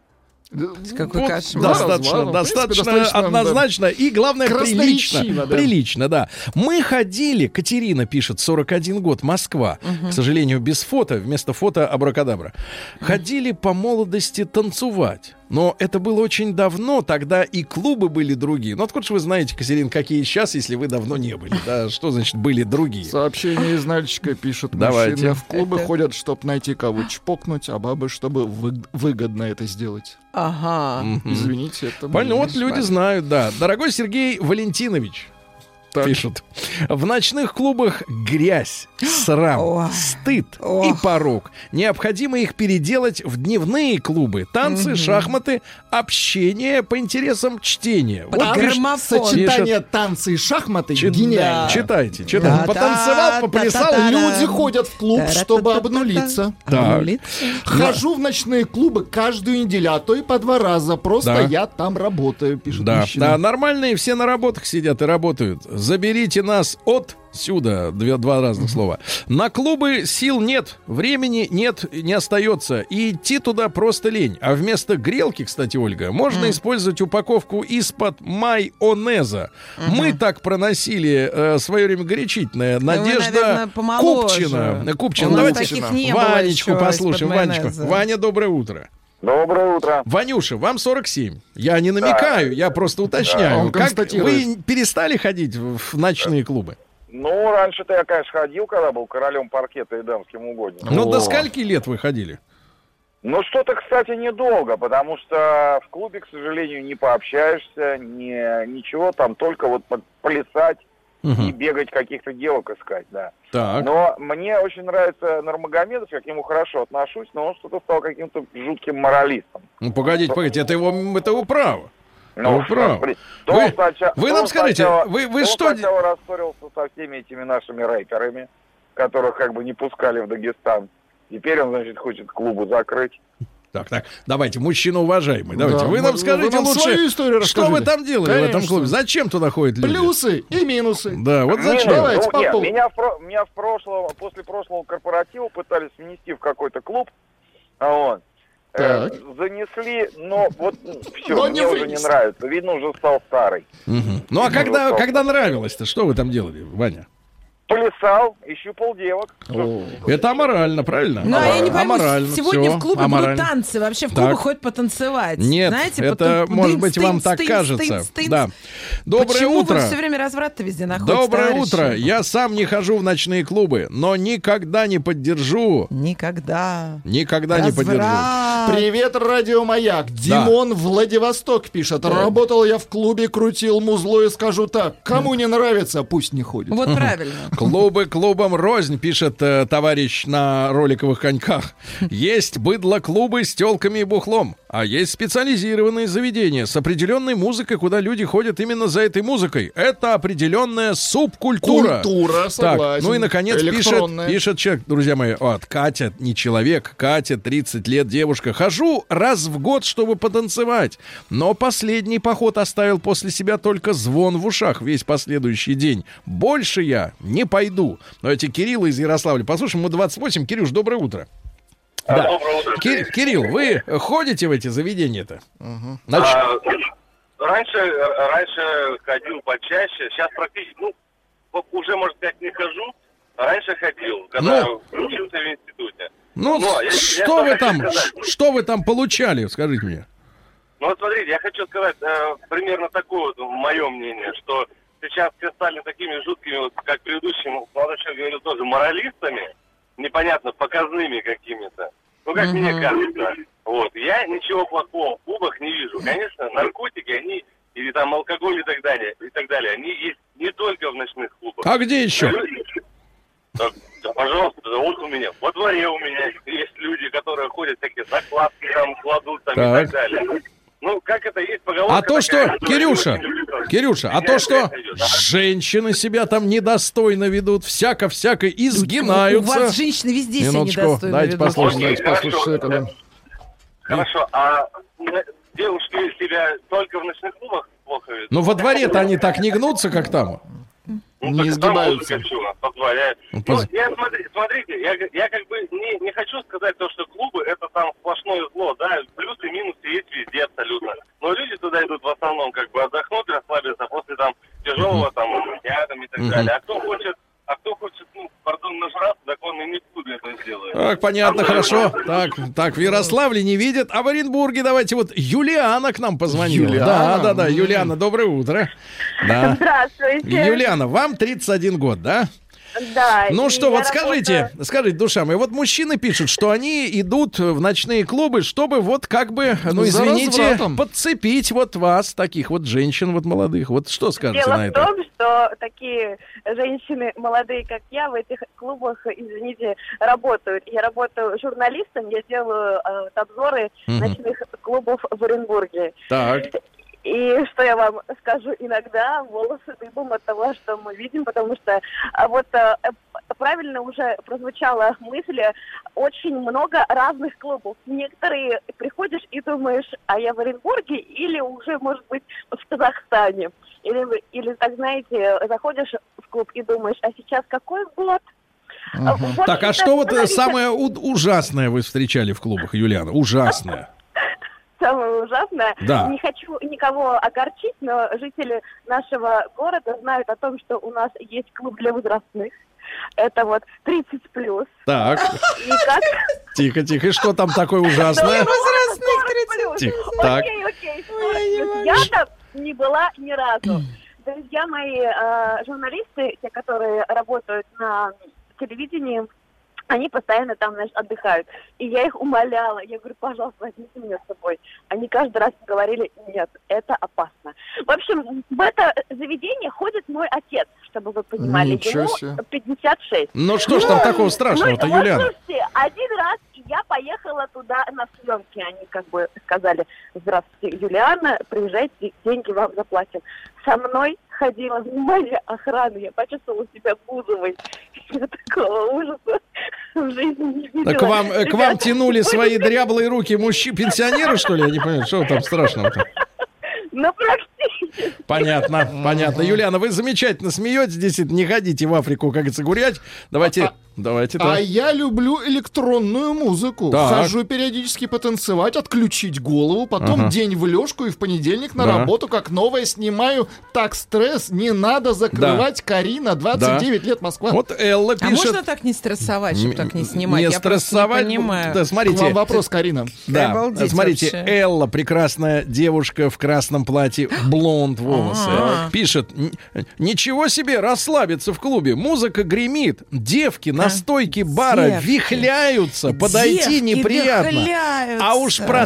Какой Вот кошмар. достаточно, В принципе, достаточно достаточно, однозначно и, главное, Красноречиво, прилично. да. Прилично, да. Мы ходили, Катерина пишет, 41 год, Москва. К сожалению, без фото, вместо фото абракадабра. Ходили по молодости танцевать. Но это было очень давно, тогда и клубы были другие. Ну, откуда же вы знаете, Катерина, какие сейчас, если вы давно не были? Да, что значит были другие? Сообщение из Нальчика пишет: Давайте. мужчины в клубы ходят, чтобы найти кого чпокнуть, а бабы, чтобы выгодно это сделать. Ага. Извините, это... Понятно, вот люди знают, да. Дорогой Сергей Валентинович, Так. пишут, в ночных клубах грязь, срам, Ой. стыд и Ох. порог. Необходимо их переделать в дневные клубы. Танцы, шахматы, общение по интересам, чтение. Вот Под пишет- граммофон. Сочетание танцы и шахматы гениально. Читайте. Да, Потанцевал, поплясал. да, Люди ходят в клуб, чтобы обнулиться. Так. Хожу в ночные клубы каждую неделю, а то и по 2 раза. Просто Да. я там работаю, пишет Да, мужчина. да, нормальные все на работах сидят и работают. Заберите нас отсюда. Два разных слова. На клубы сил нет, времени нет, не остается. И идти туда просто лень. А вместо грелки, кстати, Ольга, можно использовать упаковку из-под майонеза. Мы так проносили свое время горячительное. Надежда наверное, помоложе. Купчина. У нас Давайте таких не было Ванечку еще послушаем. из-под Ванечку. майонеза. Ваня, доброе утро. Доброе утро. Ванюша, вам 47. Я не намекаю, я просто уточняю. он Как констатирует. вы перестали ходить в ночные клубы? Ну, раньше-то я, конечно, ходил, когда был королем паркета и дамским угодником. Ну, до О. скольки лет вы ходили? Ну, что-то, кстати, недолго, потому что в клубе, к сожалению, не пообщаешься, ничего, там только вот плясать и бегать каких-то девок искать, да. Так. Но мне очень нравится Нурмагомедов, я к нему хорошо отношусь, но он что-то стал каким-то жутким моралистом. Ну, погодите, это его право. Ну, Вы правы. смотри, Вы нам скажите, вы что... Он сначала рассорился со всеми этими нашими рэперами, которых как бы не пускали в Дагестан. Теперь он, значит, хочет клубы закрыть. Так, давайте, мужчина уважаемый, давайте. Да, вы нам вы скажите нам свою лучше, историю что вы расскажите. там делали в этом Конечно. клубе? Зачем туда ходят люди? Плюсы и минусы. Да, вот Не, зачем? Давайте, ну, нет, Попов. меня после прошлого корпоратива пытались внести в какой-то клуб. Вот. Так. Занесли, но вот все, Но мне не уже не вынесли. нравится. Видно, уже стал старый. Мгм. Ну, а когда нравилось-то, что вы там делали, Ваня? Плясал и щупал девок. Это аморально, правильно? Ну, а я не пойму, Аморально, сегодня всё, в клубе аморально. будут танцы. Вообще в клубы Так. ходят потанцевать. Нет, Знаете, это, потом может дынц, быть, вам тынц, так тынц, кажется. тынц, тынц. Да. Доброе Почему утро. вы все время разврат-то везде находите, Доброе товарищи? утро. Я сам не хожу в ночные клубы, но никогда не поддержу. Никогда. Никогда не поддержу. Разврат. Привет, Радио Маяк. Димон Владивосток пишет. Работал я в клубе, крутил музло и скажу так. Кому не нравится, пусть не ходит. Вот правильно. Клубы клубам рознь, пишет товарищ на роликовых коньках. Есть быдло-клубы с телками и бухлом, а есть специализированные заведения с определенной музыкой, куда люди ходят именно за этой музыкой. Это определенная субкультура. Культура, согласен. Так, ну и, наконец, Электронная. пишет человек, друзья мои, вот, Катя, не человек, Катя, 30 лет, девушка. Хожу раз в год, чтобы потанцевать, но последний поход оставил после себя только звон в ушах весь последующий день. Больше я не пойду. Давайте Кирилла из Ярославля послушаем, ему 28. Кирюш, доброе утро. Да. Кирилл, вы ходите в эти заведения-то? раньше ходил почаще, сейчас практически, уже, может сказать, не хожу. Раньше ходил, когда учился в институте. Что вы там получали, скажите мне? Ну вот смотрите, я хочу сказать примерно такое мое мнение, что сейчас все стали такими жуткими, вот, как предыдущий молодой человек говорил, тоже моралистами, непонятно, показными какими-то. Ну, как мне кажется. Вот. Я ничего плохого в клубах не вижу. Конечно, наркотики, они, или там алкоголь и так далее, они есть не только в ночных клубах. А где еще? Да, пожалуйста, вот у меня, во дворе у меня есть люди, которые ходят, всякие закладки там кладут там и так далее. Ну, как это есть поговорка. А то, что, Кирюша, а то, что женщины себя там недостойно ведут, всяко-всяко изгинаются. У вас женщины везде себя недостойно дайте ведут. послушать. Хорошо, а девушки себя только в ночных клубах плохо ведут? Ну, во дворе-то они так не гнутся, как там. Не изгибаются. Смотрите, я как бы не хочу сказать то, что клубы это там сплошное зло, да, плюсы и минусы есть везде абсолютно. Но люди туда идут в основном как бы отдохнуть, расслабиться после там тяжелого там дня там, и так далее. А кто хочет, нажраться, так он и не в клубе это сделает. Так, понятно, хорошо. Так, в Ярославле не видят, а в Оренбурге давайте вот Юлиана к нам позвонила. Да, Юлиана, доброе утро. Да. Здравствуйте. Юлиана, вам 31 год, да? Да. Ну что, вот скажите, душа моя, вот мужчины пишут, что они идут в ночные клубы, чтобы вот как бы, извините, подцепить вот вас, таких вот женщин вот молодых. Вот что скажете на это? Дело в том, что такие женщины молодые, как я, в этих клубах, извините, работают. Я работаю журналистом, я делаю обзоры ночных клубов в Оренбурге. Так. И что я вам скажу, иногда волосы дыбом от того, что мы видим, потому что правильно уже прозвучала мысль, очень много разных клубов. Некоторые приходишь и думаешь, а я в Оренбурге или уже, может быть, в Казахстане. Или так, знаете, заходишь в клуб и думаешь, а сейчас какой год? Вот так, а что вот самое ужасное вы встречали в клубах, Юлиана? Ужасное. Самое ужасное, да. Не хочу никого огорчить, но жители нашего города знают о том, что у нас есть клуб для возрастных. Это вот 30+. Так. И как... Тихо. И что там такое ужасное? Возрастных 30+. Так. Окей. Я там не была ни разу. Друзья мои, журналисты, те, которые работают на телевидении, они постоянно там, отдыхают. И я их умоляла. Я говорю, пожалуйста, возьмите меня с собой. Они каждый раз говорили, нет, это опасно. В общем, в это заведение ходит мой отец, чтобы вы понимали. Ему 56. Ну что ж там такого страшного-то, Юлиана? Слушайте, один раз я поехала туда на съемки. Они как бы сказали, здравствуйте, Юлиана, приезжайте, деньги вам заплатим. Со мной ходила, внимание, охраны. Я почувствовала себя Бузовой. Я такого ужаса в жизни не видела. Так к вам тянули свои дряблые руки пенсионеры, что ли? Я не понимаю, что там страшного-то? Ну, практически. Понятно. Юлиана, вы замечательно смеетесь, действительно, не ходите в Африку, как говорится, гулять. Давайте. А я люблю электронную музыку. Так. Хожу периодически потанцевать, отключить голову, потом день в лёжку и в понедельник на работу, как новое снимаю. Так, стресс, не надо закрывать. Карина, 29 лет, Москва. Вот Элла пишет. А можно так не стрессовать, чтобы так не снимать? Не стрессовать. Не понимаю. Да, смотрите. К вам вопрос, Карина. Да, обалдеть смотрите, вообще. Элла, прекрасная девушка в красном платье, блонд волосы, пишет, ничего себе, расслабиться в клубе, музыка гремит, девки на стойке бара вихляются, подойти неприятно. А уж про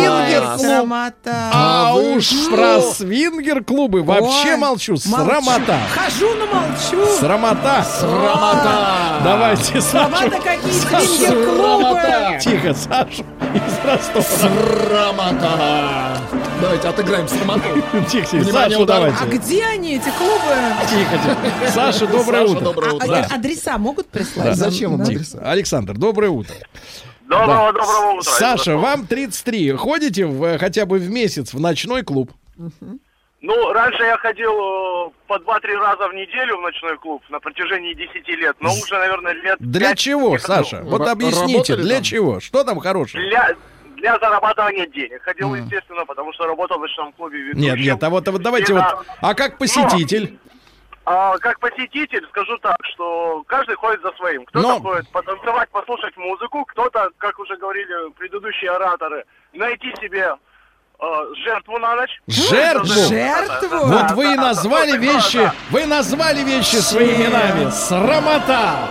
свингер-клубы вообще молчу, срамота. Хожу, но молчу. Срамота. Давайте, Сашу. Срамота какие свингер-клубы. Тихо, Сашу из Ростова. Срамота. Давайте отыграем срамоту. Тихо, Сашу давайте. А где они, эти клубы? Тихо. Саша, доброе утро. Адреса могут прислать? Зачем вам адреса? Александр, доброе утро. Доброго утра. Саша, вам 33. Ходите хотя бы в месяц в ночной клуб? Ну, раньше я ходил по 2-3 раза в неделю в ночной клуб на протяжении 10 лет, но уже, наверное, лет 5. Для чего, Саша? Вот объясните, для чего? Что там хорошего? для зарабатывания денег. Ходил, естественно, потому что работал в ночном клубе ведущим. Нет, а вот давайте вот... А как посетитель? Как посетитель скажу так, что каждый ходит за своим. Кто-то ходит потанцевать, послушать музыку, кто-то, как уже говорили предыдущие ораторы, найти себе жертву на ночь. Жертву? Вот вы и назвали вещи, своими именами. Срамота!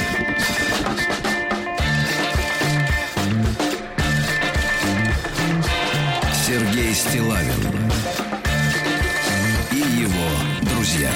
Сергей Стиллавин и его друзья.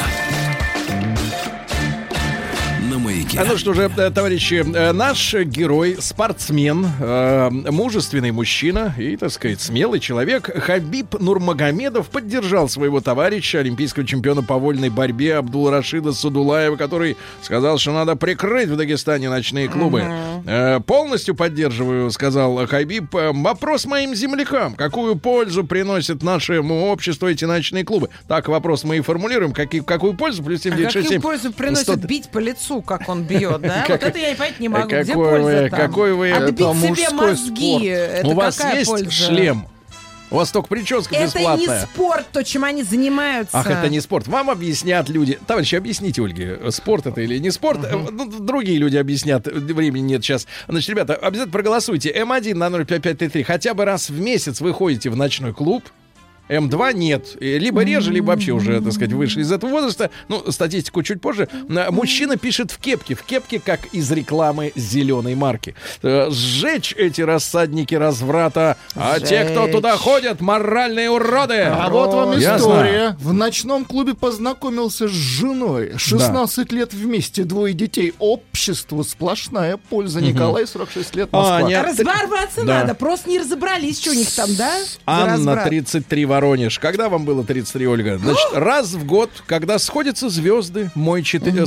Ну что же, товарищи, наш герой, спортсмен, мужественный мужчина и, так сказать, смелый человек Хабиб Нурмагомедов поддержал своего товарища, олимпийского чемпиона по вольной борьбе Абдулрашида Садулаева, который сказал, что надо прикрыть в Дагестане ночные клубы. Полностью поддерживаю, сказал Хабиб. Вопрос моим землякам. Какую пользу приносят нашему обществу эти ночные клубы? Так, вопрос мы и формулируем. Какую пользу? Плюс 797. Какую пользу приносит бить по лицу, как он бьет, да? Вот это я и понять не могу. Где польза там? Какой вы... Отбить себе мозги. Это у вас есть польза? Шлем? У вас только прическа бесплатная. Это не спорт, то, чем они занимаются. Ах, это не спорт. Вам объяснят люди. Товарищи, объясните, Ольге, спорт это или не спорт. Другие люди объяснят. Времени нет сейчас. Значит, ребята, обязательно проголосуйте. М1 на 05533. Хотя бы раз в месяц вы ходите в ночной клуб. М2 нет. Либо реже, либо вообще уже, так сказать, вышли из этого возраста. Ну, статистику чуть позже. Мужчина пишет в кепке, как из рекламы зеленой марки. Сжечь эти рассадники разврата. А те, кто туда ходят, моральные уроды. А вот вам история. В ночном клубе познакомился с женой. 16 лет вместе, 2 детей. Обществу сплошная польза. Николай, 46 лет, Москва. Развороваться надо. Просто не разобрались, что у них там, да? Анна, 33, Воронеж. Когда вам было 33, Ольга? Значит, раз в год, когда сходятся звезды, мой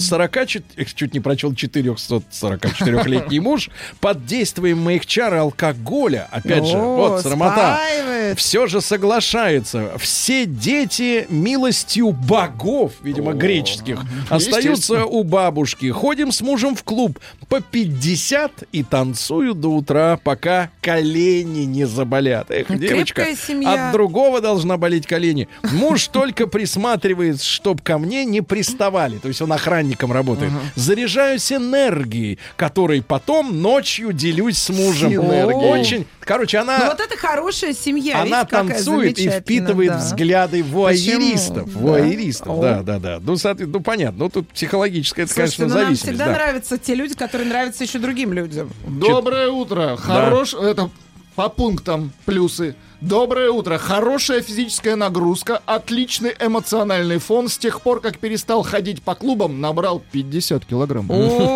444-летний муж под действием моих чар и алкоголя, опять же, вот срамота, все же соглашается. Все дети милостью богов, видимо, греческих, остаются у бабушки. Ходим с мужем в клуб по 50 и танцуют до утра, пока колени не заболят. Эх, девочка, от другого должна болеть колени. Муж только присматривает, чтоб ко мне не приставали. То есть он охранником работает. Заряжаюсь энергией, которой потом ночью делюсь с мужем. Очень... Короче, она... Ну вот это хорошая семья. Она танцует и впитывает взгляды вуайеристов. Вуайеристов, да. Ну, соответственно, ну, понятно. Ну, тут психологическая, это, конечно, зависимость. Нам всегда нравятся те люди, которые нравятся еще другим людям. Доброе утро. Это по пунктам плюсы. Доброе утро. Хорошая физическая нагрузка, отличный эмоциональный фон. С тех пор, как перестал ходить по клубам, набрал 50 килограмм.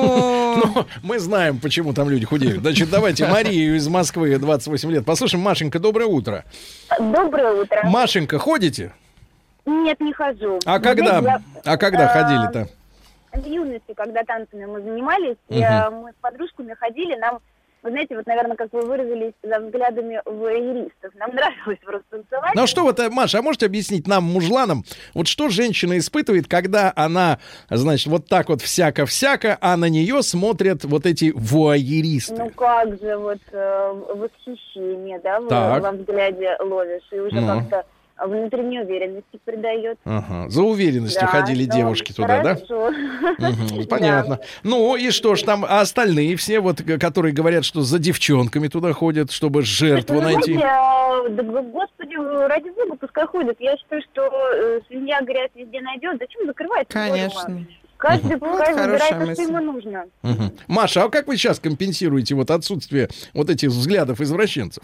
Ну, мы знаем, почему там люди худеют. Значит, давайте Марию из Москвы, 28 лет. Послушаем. Машенька, доброе утро. Доброе утро. Машенька, ходите? Нет, не хожу. А когда ходили-то? В юности, когда танцами мы занимались, мы с подружками ходили, нам... Вы знаете, вот, наверное, как вы выразились, за взглядами воеристов. Нам нравилось просто танцевать. Ну что вот, Маша, а можете объяснить нам, мужланам, вот что женщина испытывает, когда она, значит, вот так вот всяко-всяко, а на нее смотрят вот эти вуайеристы? Ну как же, вот восхищение, да, во взгляде ловишь, и уже как-то внутренней уверенности придает. Ага. За уверенностью ходили девушки туда, хорошо. Да? Понятно. Ну и что ж там, а остальные все, вот, которые говорят, что за девчонками туда ходят, чтобы жертву найти? Господи, ради бога, пускай ходят. Я считаю, что свинья грязь везде найдет. Зачем закрывать? Конечно. Каждый выбирает то, что ему нужно. Маша, а как вы сейчас компенсируете вот отсутствие вот этих взглядов извращенцев?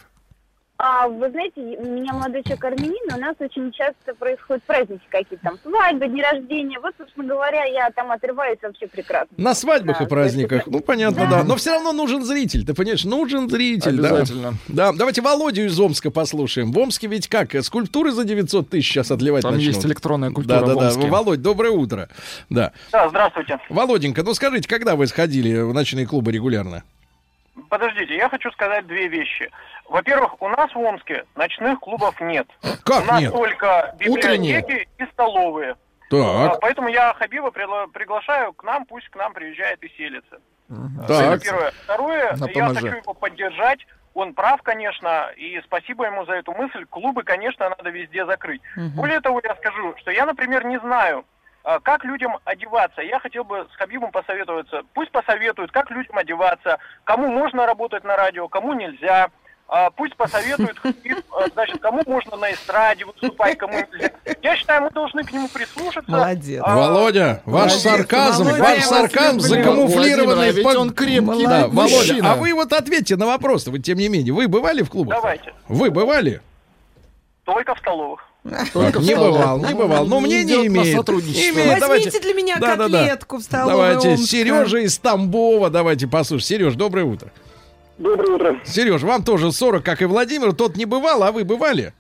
Вы знаете, у меня молодой человек армянин, у нас очень часто происходят праздники какие-то, там, свадьбы, дни рождения. Вот, собственно говоря, я там отрываюсь вообще прекрасно. На свадьбах и праздниках, ну, понятно, да. Но все равно нужен зритель, ты понимаешь, нужен зритель. Обязательно. Да, давайте Володю из Омска послушаем. В Омске ведь как, скульптуры за 900 тысяч сейчас отливать начнут. Там есть электронная культура в Омске. Володь, доброе утро. Да, здравствуйте. Володенька, ну скажите, когда вы сходили в ночные клубы регулярно? Подождите, я хочу сказать две вещи. Во-первых, у нас в Омске ночных клубов нет. Как у нас нет? только библиотеки и столовые. Так. Поэтому я Хабиба приглашаю к нам, пусть к нам приезжает и селится. Так. Это первое. Второе, я хочу его поддержать. он прав, конечно, и спасибо ему за эту мысль. Клубы, конечно, надо везде закрыть. Более того, я скажу, что я, например, не знаю, как людям одеваться. Я хотел бы с Хабибом посоветоваться. Пусть посоветуют, как людям одеваться, кому можно работать на радио, кому нельзя. Пусть посоветует, значит, кому можно на эстраде выступать, кому нельзя. Я считаю, мы должны к нему прислушаться. Молодец. Володя, ваш сарказм закамуфлированный. Ведь он крепкий, да, Володя, мужчина. а вы вот ответьте на вопрос. Вы, тем не менее, вы бывали в клубах? Давайте. Вы бывали? Только в столовых. Не бывал. Но мнение имеет. Возьмите для меня котлетку в столовой. Давайте, Омска. Сережа из Тамбова, давайте послушаем. Сереж, доброе утро. Доброе утро. Сереж, вам тоже 40, как и Владимир. Тот не бывал, а вы бывали?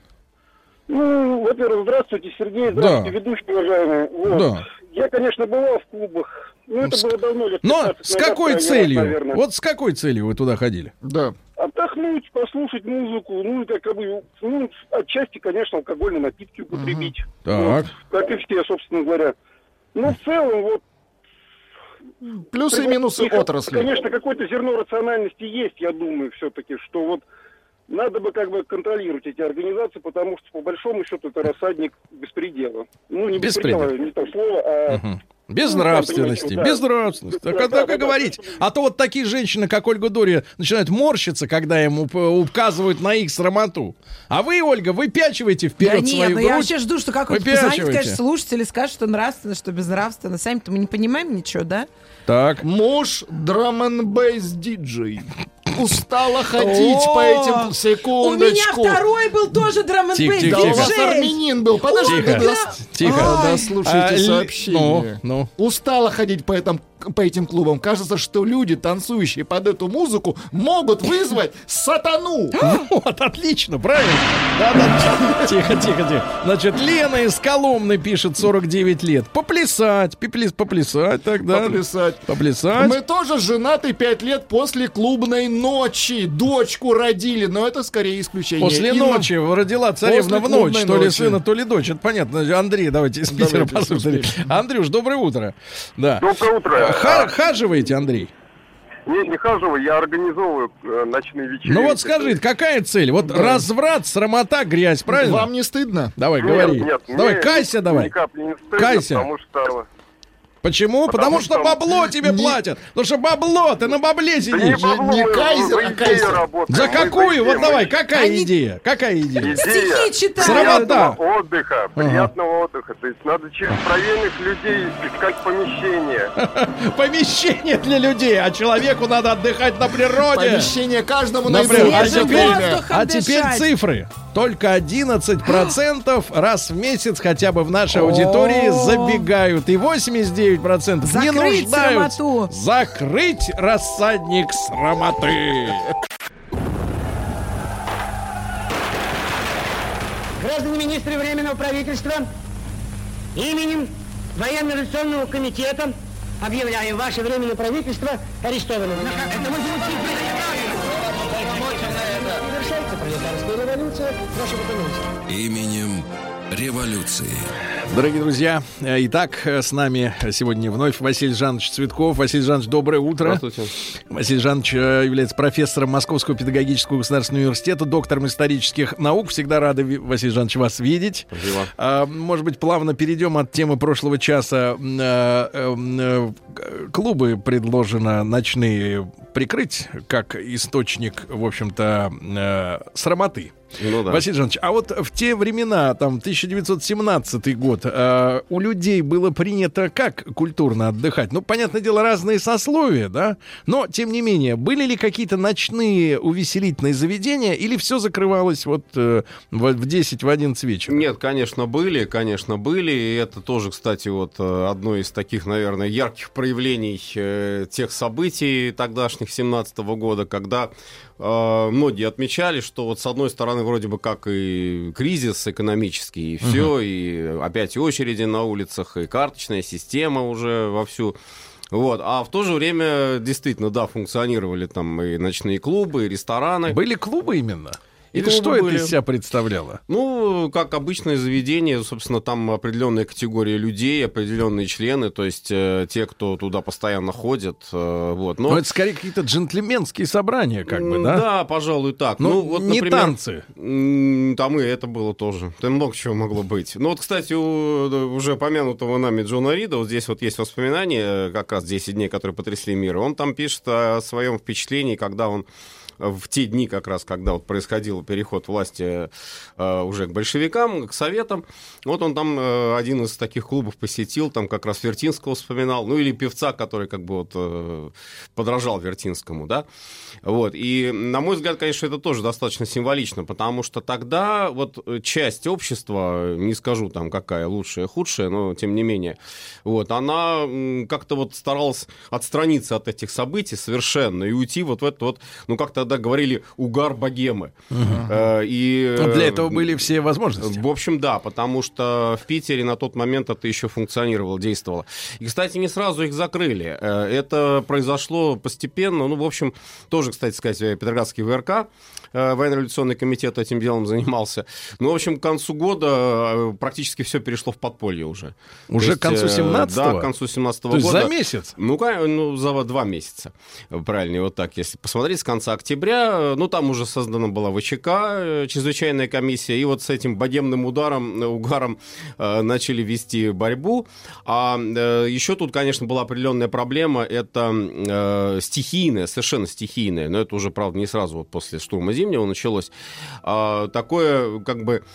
Ну, во-первых, здравствуйте, Сергей, здравствуйте, ведущий, уважаемый. Вот. Да. Я, конечно, бывал в клубах. Ну, это было давно, лет 15 Но назад, с какой целью? наверное. Вот с какой целью вы туда ходили? Да. Отдохнуть, послушать музыку, ну, как бы, ну, отчасти, конечно, алкогольные напитки употребить. Так. Вот, как и все, собственно говоря. Но в целом, вот, плюсы и минусы отрасли. Конечно, какое-то зерно рациональности есть, я думаю, все-таки, что вот надо бы как бы контролировать эти организации, потому что, по большому счету, это рассадник беспредела. Ну, не беспредела, не то слово, а... Безнравственности, да. безнравственности. Так и говорить. А то вот такие женщины, как Ольга Дория, начинают морщиться, когда им указывают на их срамоту. А вы, Ольга, выпячиваете вперед да свою нет, грудь. я вообще жду, что какой-то позвонит, Выпячивайте. конечно, слушатели скажут, что нравственно, что безнравственно. Сами-то мы не понимаем ничего, да? Так. Муж драм-н-бейс диджей. Устала ходить по этим секундочку. У меня второй был тоже драм-н-бейс диджей. Да, у вас армянин был. Подожди. Тихо. Да, слушайте сообщение. Ну. Устала ходить по этим клубам. Кажется, что люди, танцующие под эту музыку, могут вызвать сатану. Вот, отлично, правильно? Да. Тихо. Значит, Лена из Коломны пишет, 49 лет. Поплясать тогда. Поплясать. Мы тоже женаты 5 лет после клубной ночи. Дочку родили, но это скорее исключение. После ночи родила царевна в ночь, то ли сына, то ли дочь. Это понятно. Андрей, давайте из Питера послушаем. Андрюш, доброе утро. Да. Доброе утро. Хаживаете, Андрей? Не хаживаю, я организовываю ночные вечеринки. Ну вот скажи, какая цель? Вот разврат, срамота, грязь, правильно? Вам не стыдно? Давай, говори. Нет, давай, кайся давай. Ни капли не стыдно, Кайся. потому что... Почему? Потому что бабло тебе платят. Потому что бабло, ты на бабле сидишь. Не кайзер, а кайзер. За какую? Вот давай, какая идея? Какая идея? Стихи читают. Срамота. Приятного отдыха. То есть надо через проверенных людей искать помещение. Помещение для людей, а человеку надо отдыхать на природе. Помещение каждому на время. А теперь цифры. Только 11% раз в месяц хотя бы в нашей аудитории забегают. И 89% не нуждаются. Закрыть рассадник срамоты. Граждане министры Временного правительства, именем Военно-революционного комитета объявляю ваше Временное правительство арестованным. Это мы завершается пролетарская революция. Прошу выполнять. Именем революции. Дорогие друзья, итак, с нами сегодня вновь Василий Жанович Цветков. Василий Жанович, доброе утро. Здравствуйте. Василий Жанович является профессором Московского педагогического государственного университета, доктором исторических наук. Всегда рады, Василий Жанович, вас видеть. Спасибо. Может быть, плавно перейдем от темы прошлого часа. Клубы предложено ночные прикрыть как источник, в общем-то, срамоты. Ну, да. Василий Жанович, а вот в те времена, там, 1917 год, у людей было принято как культурно отдыхать? Ну, понятное дело, разные сословия, да? Но, тем не менее, были ли какие-то ночные увеселительные заведения, или все закрывалось вот в 10, в 11 вечера? Нет, конечно, были. И это тоже, кстати, вот одно из таких, наверное, ярких проявлений тех событий тогдашних 17 года, когда многие отмечали, что вот с одной стороны вроде бы как и кризис экономический, и все, и опять очереди на улицах, и карточная система уже вовсю. Вот. А в то же время действительно, да, функционировали там и ночные клубы, и рестораны. Были клубы именно? И клубы что были. это из себя представляло? Ну, как обычное заведение, собственно, там определенная категория людей, определенные члены, то есть те, кто туда постоянно ходят. Вот. Но это скорее какие-то джентльменские собрания, как бы, да? Да, пожалуй, так. Ну, вот, не например, танцы. Там и это было тоже. Там много чего могло быть. Ну, вот, кстати, у уже помянутого нами Джона Рида, вот здесь вот есть воспоминания, как раз 10 дней, которые потрясли мир. Он там пишет о своем впечатлении, когда он в те дни, как раз, когда вот происходил переход власти уже к большевикам, к советам, вот он там один из таких клубов посетил, там как раз Вертинского вспоминал, ну или певца, который как бы вот подражал Вертинскому, да, вот, и, на мой взгляд, конечно, это тоже достаточно символично, потому что тогда вот часть общества, не скажу там какая лучшая, худшая, но тем не менее, вот, она как-то вот старалась отстраниться от этих событий совершенно и уйти вот в это вот, ну, как-то тогда говорили угар богемы. И для этого были все возможности. В общем, да, потому что в Питере на тот момент это еще функционировало, действовало. И, кстати, не сразу их закрыли. Это произошло постепенно. Ну, в общем, тоже, кстати сказать, Петроградский ВРК, военно-революционный комитет этим делом занимался. Ну, в общем, к концу года практически все перешло в подполье уже. Уже к концу 17-го? Да, к концу 17-го года. То есть за месяц? Ну, за 2 месяца. Правильно, вот так, если посмотреть, с конца октября, ну, там уже создана была ВЧК, чрезвычайная комиссия, и вот с этим богемным угаром начали вести борьбу. А еще тут, конечно, была определенная проблема, это стихийная, совершенно стихийная, но это уже, правда, не сразу вот после штурма Зимнего началось, такое, как бы,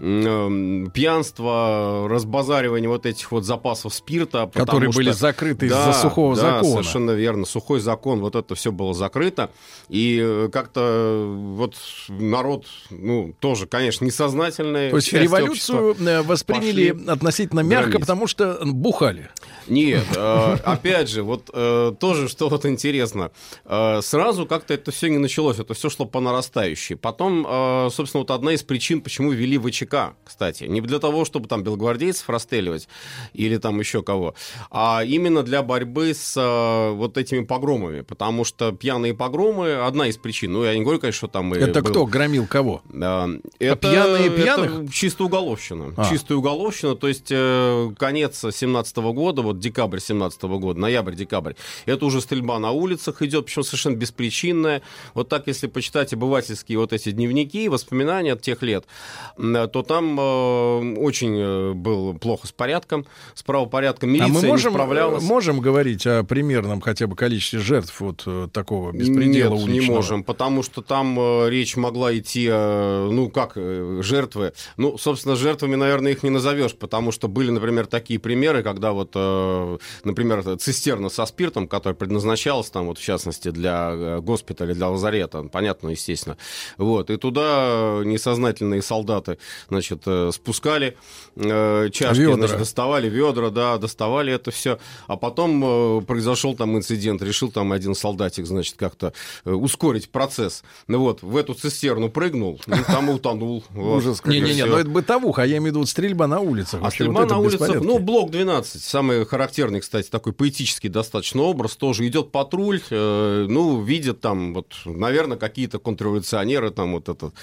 пьянство, разбазаривание вот этих вот запасов спирта. Которые были закрыты из-за сухого закона. Совершенно верно. Сухой закон, вот это все было закрыто. И как-то вот народ, ну, тоже, конечно, несознательный. То есть революцию восприняли относительно мягко, потому что бухали. Нет, опять же, вот тоже, что вот интересно, сразу как-то это все не началось, это все шло по нарастающей. Потом, собственно, вот одна из причин, почему ввели ВЧК, кстати, не для того, чтобы там белогвардейцев расстреливать или там еще кого, а именно для борьбы с вот этими погромами, потому что пьяные погромы — одна из причин. Ну, я не говорю, конечно, что там... Это кто громил кого? Это пьяные пьяных? Это чистая уголовщина. Чистая уголовщина, то есть конец 17-го года, вот декабрь 17-го года, ноябрь-декабрь, это уже стрельба на улицах идет, причем совершенно беспричинная. Вот так, если почитать обывательские вот эти дневники, воспоминания от тех лет, то там очень было плохо с порядком, с правопорядком. Милиция не справлялась. Можем говорить о примерном хотя бы количестве жертв вот такого беспредела уличного? Нет, не можем, потому что там речь могла идти, ну, как жертвы. Ну, собственно, жертвами, наверное, их не назовешь, потому что были, например, такие примеры, когда вот, например, цистерна со спиртом, которая предназначалась там, вот, в частности, для госпиталя, для лазарета, понятно, естественно. Вот, и туда несознательные солдаты, значит, спускали чашки, значит, доставали ведра, да, доставали это все. А потом произошел там инцидент, решил там один солдатик, значит, как-то ускорить процесс. Ну вот, в эту цистерну прыгнул, и там утонул. Ужас. Не-не-не, но это бытовуха, а я имею в виду стрельба на улицах. А стрельба на улицах, ну, блок 12, самый характерный, кстати, такой поэтический достаточно образ, тоже идет патруль, ну, видят там, вот, наверное, какие-то контрреволюционеры там вот это,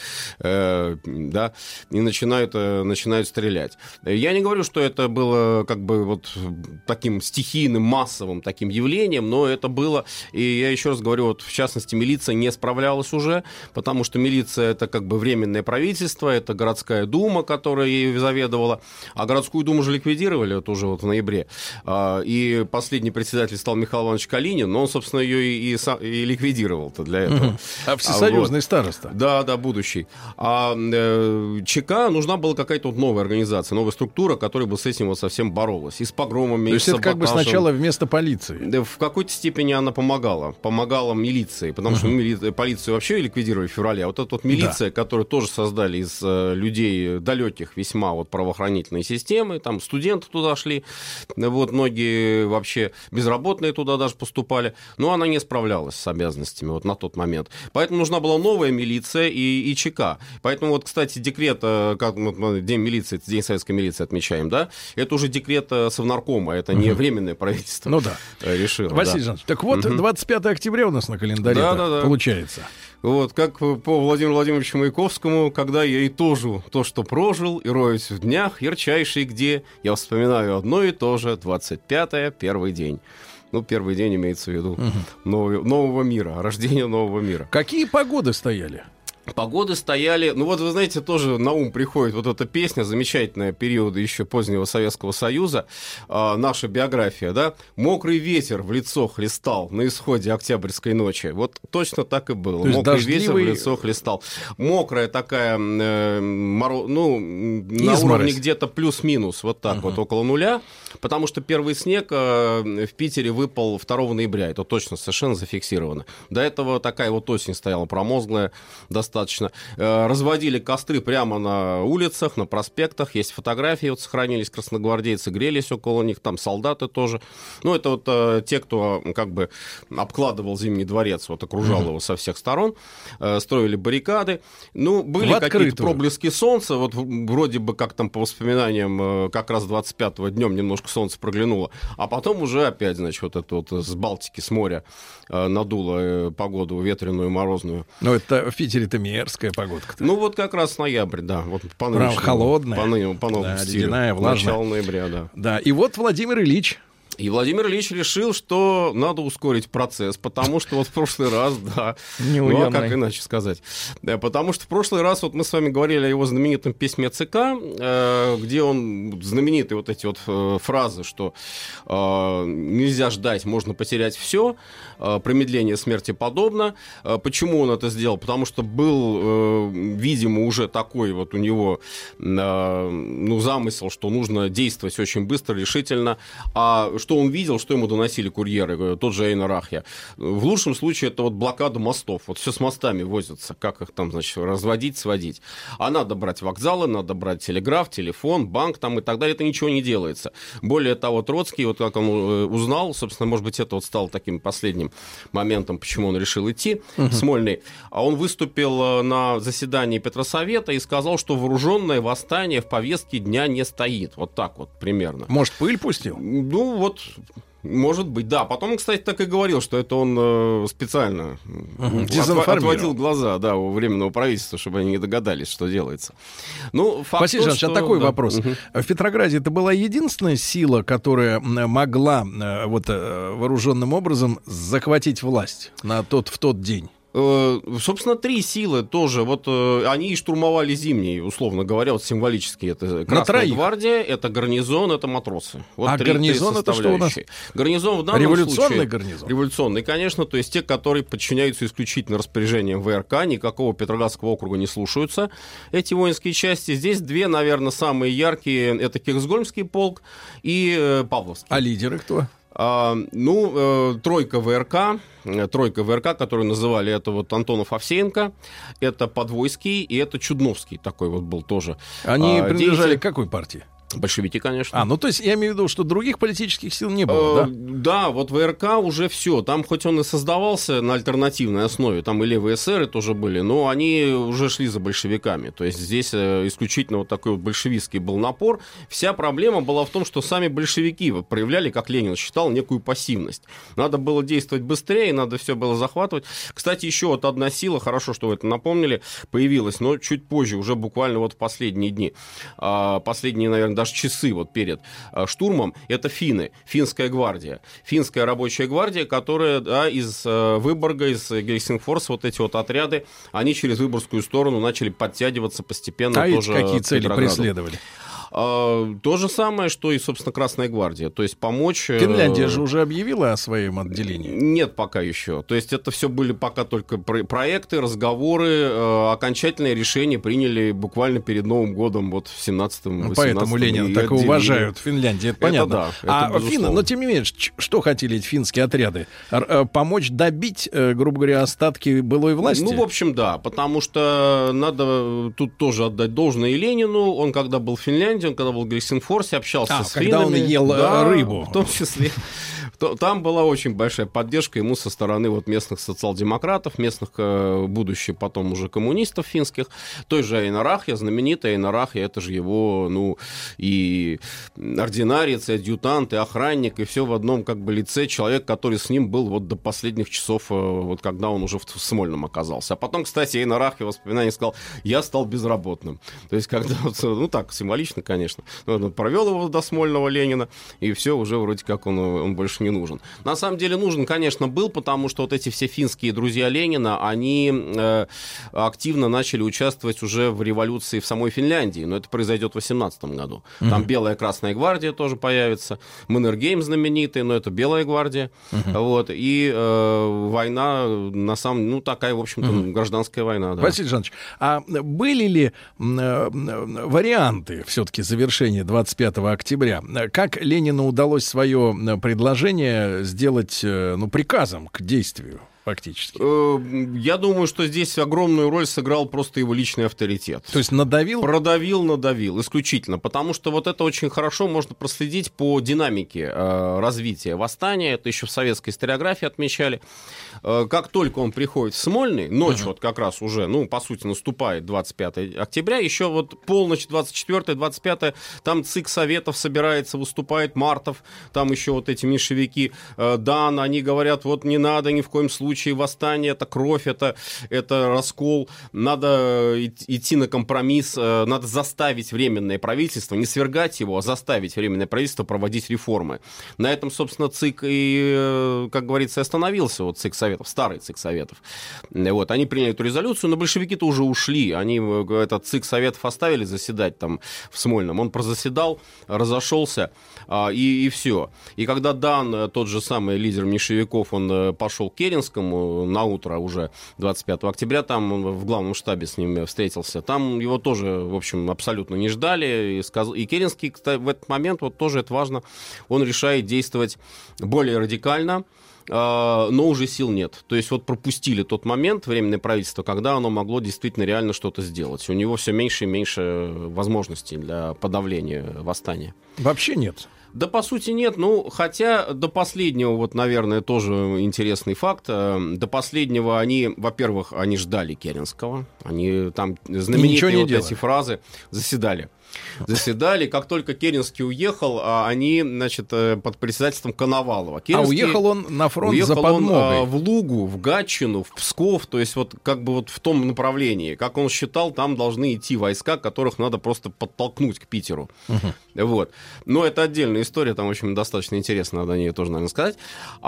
да, и начинают стрелять. Я не говорю, что это было как бы вот таким стихийным, массовым таким явлением, но это было, и я еще раз говорю, вот в частности, милиция не справлялась уже, потому что милиция — это как бы временное правительство, это городская дума, которая ею заведовала, а городскую думу же ликвидировали вот уже вот в ноябре, и последний председатель стал Михаил Иванович Калинин, но он, собственно, ее и ликвидировал-то для этого. А всесоюзный староста? Да, будущий. А ЧК нужна была какая-то вот новая организация, новая структура, которая бы с этим вот совсем боролась. И с погромами, то есть и с это как бы сначала вместо полиции? Да, в какой-то степени она помогала милиции, потому что полицию вообще ликвидировали в феврале, а вот эта вот милиция, которую тоже создали из людей далеких весьма от правоохранительной системы, там студенты туда шли, вот многие вообще безработные туда даже поступали, но она не справлялась с обязанностями вот на тот момент. Поэтому нужна была новая милиция и ЧК. Поэтому вот, кстати, декрет, как мы День милиции, День советской милиции отмечаем, да, это уже декрет Совнаркома, это не временное правительство. Ну да. Решило. Василий Жанович, так вот, 25 октября у нас на календаре получается. Вот, как по Владимиру Владимировичу Маяковскому, когда я итожу то, что прожил, и роюсь в днях, ярчайший где, я вспоминаю одно и то же, 25-е, первый день. Ну, первый день имеется в виду нового мира, рождения нового мира. Какие погоды стояли? Погоды стояли, ну вот вы знаете, тоже на ум приходит вот эта песня, замечательная, периода еще позднего Советского Союза, наша биография, да, «Мокрый ветер в лицо хлестал на исходе октябрьской ночи». Вот точно так и было. Мокрый ветер в лицо хлестал. Мокрая такая, на уровне где-то плюс-минус, вот так вот, около нуля, потому что первый снег в Питере выпал 2 ноября, это точно совершенно зафиксировано. До этого такая вот осень стояла промозглая, достаточно. Разводили костры прямо на улицах, на проспектах. Есть фотографии, вот сохранились, красногвардейцы грелись около них, там солдаты тоже. Ну, это вот те, кто как бы обкладывал Зимний дворец, вот окружал его со всех сторон, строили баррикады. Ну, были какие-то проблески солнца, вот вроде бы, как там по воспоминаниям, как раз 25-го днем немножко солнце проглянуло, а потом уже опять, значит, вот это вот с Балтики, с моря надуло погоду ветреную, морозную. Ну, это в Питере-то мерзкая погодка-то. Ну, вот как раз ноябрь, да. Вот прям холодная. По новому стилю. Ледяная, влажная. Начало ноября, да. Да, и вот Владимир Ильич. И Владимир Ильич решил, что надо ускорить процесс, потому что вот в прошлый раз, да, ну а как иначе сказать, потому что в прошлый раз вот мы с вами говорили о его знаменитом письме ЦК, где он, знаменитые вот эти вот фразы, что нельзя ждать, можно потерять все, промедление смерти подобно. Почему он это сделал? Потому что был, видимо, уже такой вот у него замысел, что нужно действовать очень быстро, решительно, а что он видел, что ему доносили курьеры, тот же Эйнар Ахья. В лучшем случае это вот блокада мостов. Вот все с мостами возятся, как их там, значит, разводить, сводить. А надо брать вокзалы, надо брать телеграф, телефон, банк там и так далее. Это ничего не делается. Более того, Троцкий, вот как он узнал, собственно, может быть, это вот стало таким последним моментом, почему он решил идти, Смольный. А он выступил на заседании Петросовета и сказал, что вооруженное восстание в повестке дня не стоит. Вот так вот примерно. Может, пыль пустил? Ну, вот... Может быть, да. Потом, кстати, так и говорил, что это он специально отводил глаза, да, у Временного правительства, чтобы они не догадались, что делается. Ну, факт Василий Жанович, а такой вопрос. В Петрограде это была единственная сила, которая могла вооруженным образом захватить власть в тот день? Собственно, 3 силы тоже. Вот они и штурмовали Зимний, условно говоря, вот символически. Это Красная гвардия, это гарнизон, это матросы. Вот гарнизон это что у нас? Гарнизон в данном революционный случае... гарнизон? Революционный, конечно. То есть те, которые подчиняются исключительно распоряжениям ВРК, никакого Петроградского округа не слушаются. Эти воинские части. Здесь 2, наверное, самые яркие. Это Кирсгольмский полк и Павловский. А лидеры кто? Тройка ВРК, которую называли, это вот Антонов, Овсеенко, это Подвойский и это Чудновский такой вот был тоже. Они принадлежали к какой партии? Большевики, конечно. То есть я имею в виду, что других политических сил не было, да? Да, вот ВРК уже все. Там хоть он и создавался на альтернативной основе, там и левые эсеры тоже были, но они уже шли за большевиками. То есть здесь исключительно вот такой вот большевистский был напор. Вся проблема была в том, что сами большевики проявляли, как Ленин считал, некую пассивность. Надо было действовать быстрее, надо все было захватывать. Кстати, еще вот одна сила, хорошо, что вы это напомнили, появилась, но чуть позже, уже буквально вот в последние дни. Последние, наверное, даже часы вот перед штурмом, это финны, финская гвардия. Финская рабочая гвардия, которая из Выборга, из Гельсингфорса, вот эти вот отряды, они через Выборгскую сторону начали подтягиваться постепенно. А тоже какие цели преследовали? То же самое, что и, собственно, Красная гвардия. То есть помочь... Финляндия же уже объявила о своем отделении? Нет пока еще. То есть это все были пока только проекты, разговоры. Окончательное решение приняли буквально перед Новым годом, вот в 17-м, 18-м. Поэтому Ленина так и уважают Финляндию, это понятно. Это финны, но тем не менее, что хотели эти финские отряды? Помочь добить, грубо говоря, остатки былой власти? Ну, в общем, да. Потому что надо тут тоже отдать должное и Ленину. Он, когда был в Финляндии, он когда был в Гельсингфорсе, общался с финнами. Когда он ел рыбу. В том числе. Там была очень большая поддержка ему со стороны вот местных социал-демократов, местных будущих потом уже коммунистов финских. Той же Эйнар Ахья, знаменитая Эйнар Ахья, это же его, ну, и ординарец, и адъютант, и охранник, и все в одном как бы лице. Человек, который с ним был вот до последних часов, вот когда он уже в Смольном оказался. А потом, кстати, Эйнар Ахья в воспоминаниях сказал: я стал безработным. То есть, когда, ну так, символично, конечно, он провел его до Смольного Ленина, и все, уже вроде как он больше не нужен. На самом деле нужен, конечно, был, потому что вот эти все финские друзья Ленина, они активно начали участвовать уже в революции в самой Финляндии, но это произойдет в 18 году. Там Белая Красная гвардия тоже появится, Маннергейм знаменитый, но это Белая гвардия, вот, и война, на самом, ну, такая, в общем-то, гражданская война. Да. Василий Жанович, а были ли варианты все-таки завершения 25 октября? Как Ленину удалось свое предложение сделать, ну, приказом к действию? Фактически. Я думаю, что здесь огромную роль сыграл просто его личный авторитет. То есть надавил? Надавил, исключительно. Потому что вот это очень хорошо можно проследить по динамике развития восстания. Это еще в советской историографии отмечали. Как только он приходит в Смольный, ночь вот как раз уже, ну, по сути, наступает 25 октября, еще вот полночь 24-25, там ЦИК Советов собирается, выступает Мартов, там еще вот эти меньшевики, Дан, они говорят, вот не надо ни в коем случае восстание, это кровь, это раскол, надо идти на компромисс, надо заставить Временное правительство, не свергать его, а заставить Временное правительство проводить реформы. На этом, собственно, ЦИК и, как говорится, остановился, вот ЦИК Советов, старый ЦИК Советов. Вот, они приняли эту резолюцию, но большевики-то уже ушли, они этот ЦИК Советов оставили заседать там в Смольном, он прозаседал, разошелся, и все. И когда Дан, тот же самый лидер меньшевиков, он пошел к Керенскому на утро уже 25 октября, там он в главном штабе с ним встретился, там его тоже, в общем, абсолютно не ждали, и Керенский, кстати, в этот момент, вот тоже это важно, он решает действовать более радикально, но уже сил нет. То есть вот пропустили тот момент, Временное правительство, когда оно могло действительно реально что-то сделать. У него все меньше и меньше возможностей для подавления восстания. Вообще нет. Да, по сути, нет. Ну, хотя до последнего, вот, наверное, тоже интересный факт. До последнего они, во-первых, они ждали Керенского. Они там знаменитые вот эти фразы заседали. Как только Керенский уехал, они, значит, под председательством Коновалова. Уехал он на фронт за подмогой. Он в Лугу, в Гатчину, в Псков, то есть вот как бы вот в том направлении. Как он считал, там должны идти войска, которых надо просто подтолкнуть к Питеру. Вот. Но это отдельная история, там, в общем, достаточно интересно, надо о ней тоже, наверное, сказать.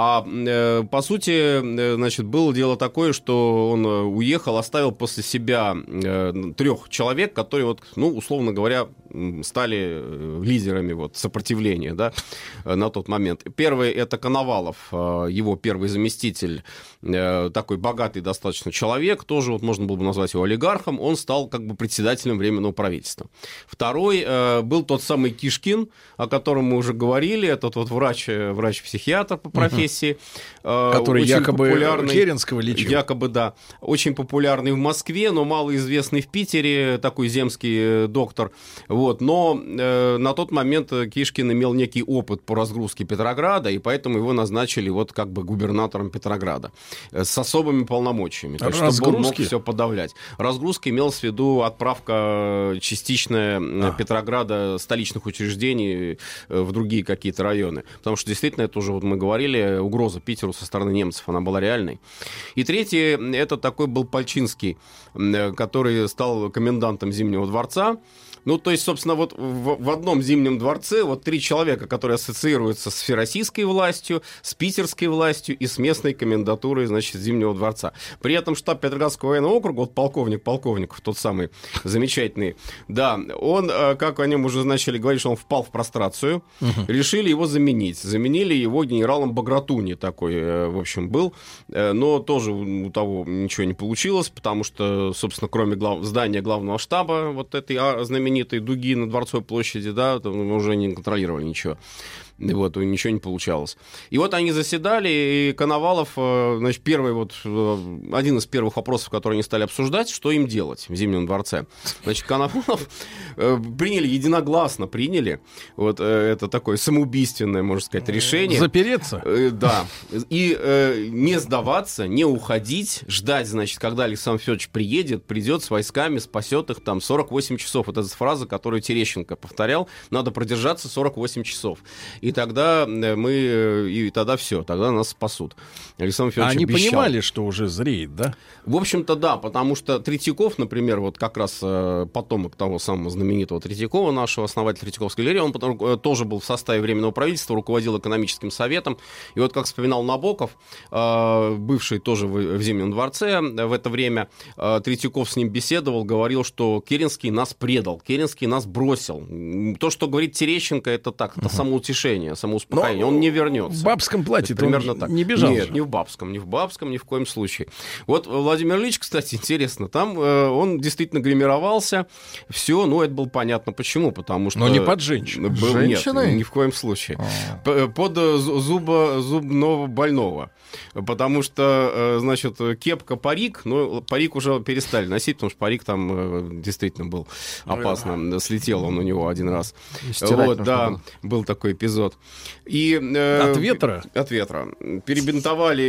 По сути, значит, было дело такое, что он уехал, оставил после себя 3 человек, которые, вот, ну, условно говоря, стали лидерами вот, сопротивления, да, на тот момент. Первый — это Коновалов, его первый заместитель, такой богатый достаточно человек, тоже вот можно было бы назвать его олигархом, он стал как бы председателем Временного правительства. Второй был тот самый Кишкин, о котором мы уже говорили, этот вот врач-психиатр по профессии. Который якобы Керенского лечил. Якобы, да. Очень популярный в Москве, но малоизвестный в Питере, такой земский доктор. Вот. Но на тот момент Кишкин имел некий опыт по разгрузке Петрограда, и поэтому его назначили вот как бы губернатором Петрограда с особыми полномочиями. То есть, чтобы он мог все подавлять. Разгрузка имелась в виду отправка частичная Петрограда, столичных учреждений в другие какие-то районы. Потому что действительно, это уже вот мы говорили, угроза Питеру со стороны немцев, она была реальной. И третий, это такой был Пальчинский, который стал комендантом Зимнего дворца. Ну, то есть, собственно, вот в одном Зимнем дворце вот 3 человека, которые ассоциируются с всероссийской властью, с питерской властью и с местной комендатурой, значит, Зимнего дворца. При этом штаб Петроградского военного округа, вот полковник Полковников, тот самый замечательный, да, он, как о нем уже начали говорить, что он впал в прострацию, решили его заменить. Заменили его генералом Багратуни такой, в общем, был, но тоже у того ничего не получилось, потому что, собственно, кроме здания главного штаба, вот этой знаменитой дуги на Дворцовой площади, да, там уже не контролировали ничего. Вот, ничего не получалось. И вот они заседали, и Коновалов, значит, один из первых вопросов, которые они стали обсуждать, что им делать в Зимнем дворце. Значит, Коновалов единогласно приняли, вот это такое самоубийственное, можно сказать, решение. Запереться? Да. И не сдаваться, не уходить, ждать, значит, когда Александр Федорович придет с войсками, спасет их там 48 часов. Вот эта фраза, которую Терещенко повторял, надо продержаться 48 часов. И тогда тогда все, тогда нас спасут. Александр Федорович они обещал. Понимали, что уже зреет, да? В общем-то, да, потому что Третьяков, например, вот как раз потомок того самого знаменитого Третьякова, нашего основателя Третьяковской галереи, он потом тоже был в составе Временного правительства, руководил экономическим советом. И вот, как вспоминал Набоков, бывший тоже в Зимнем дворце в это время, Третьяков с ним беседовал, говорил, что Керенский нас предал, Керенский нас бросил. То, что говорит Терещенко, это так, это самоутешение, самоуспокоение. Он не вернется. В бабском платье примерно он так. Не бежал. Нет, не в бабском, ни в коем случае. Вот Владимир Ильич, кстати, интересно, там он действительно гримировался, все, это было понятно почему, потому что... Но не под женщину. Женщиной? Нет, ни в коем случае. Под зубного больного. Потому что, значит, кепка, парик, парик уже перестали носить, потому что парик там действительно был опасно. Слетел он у него один раз. Вот, да, был такой эпизод. И, от ветра? От ветра. Перебинтовали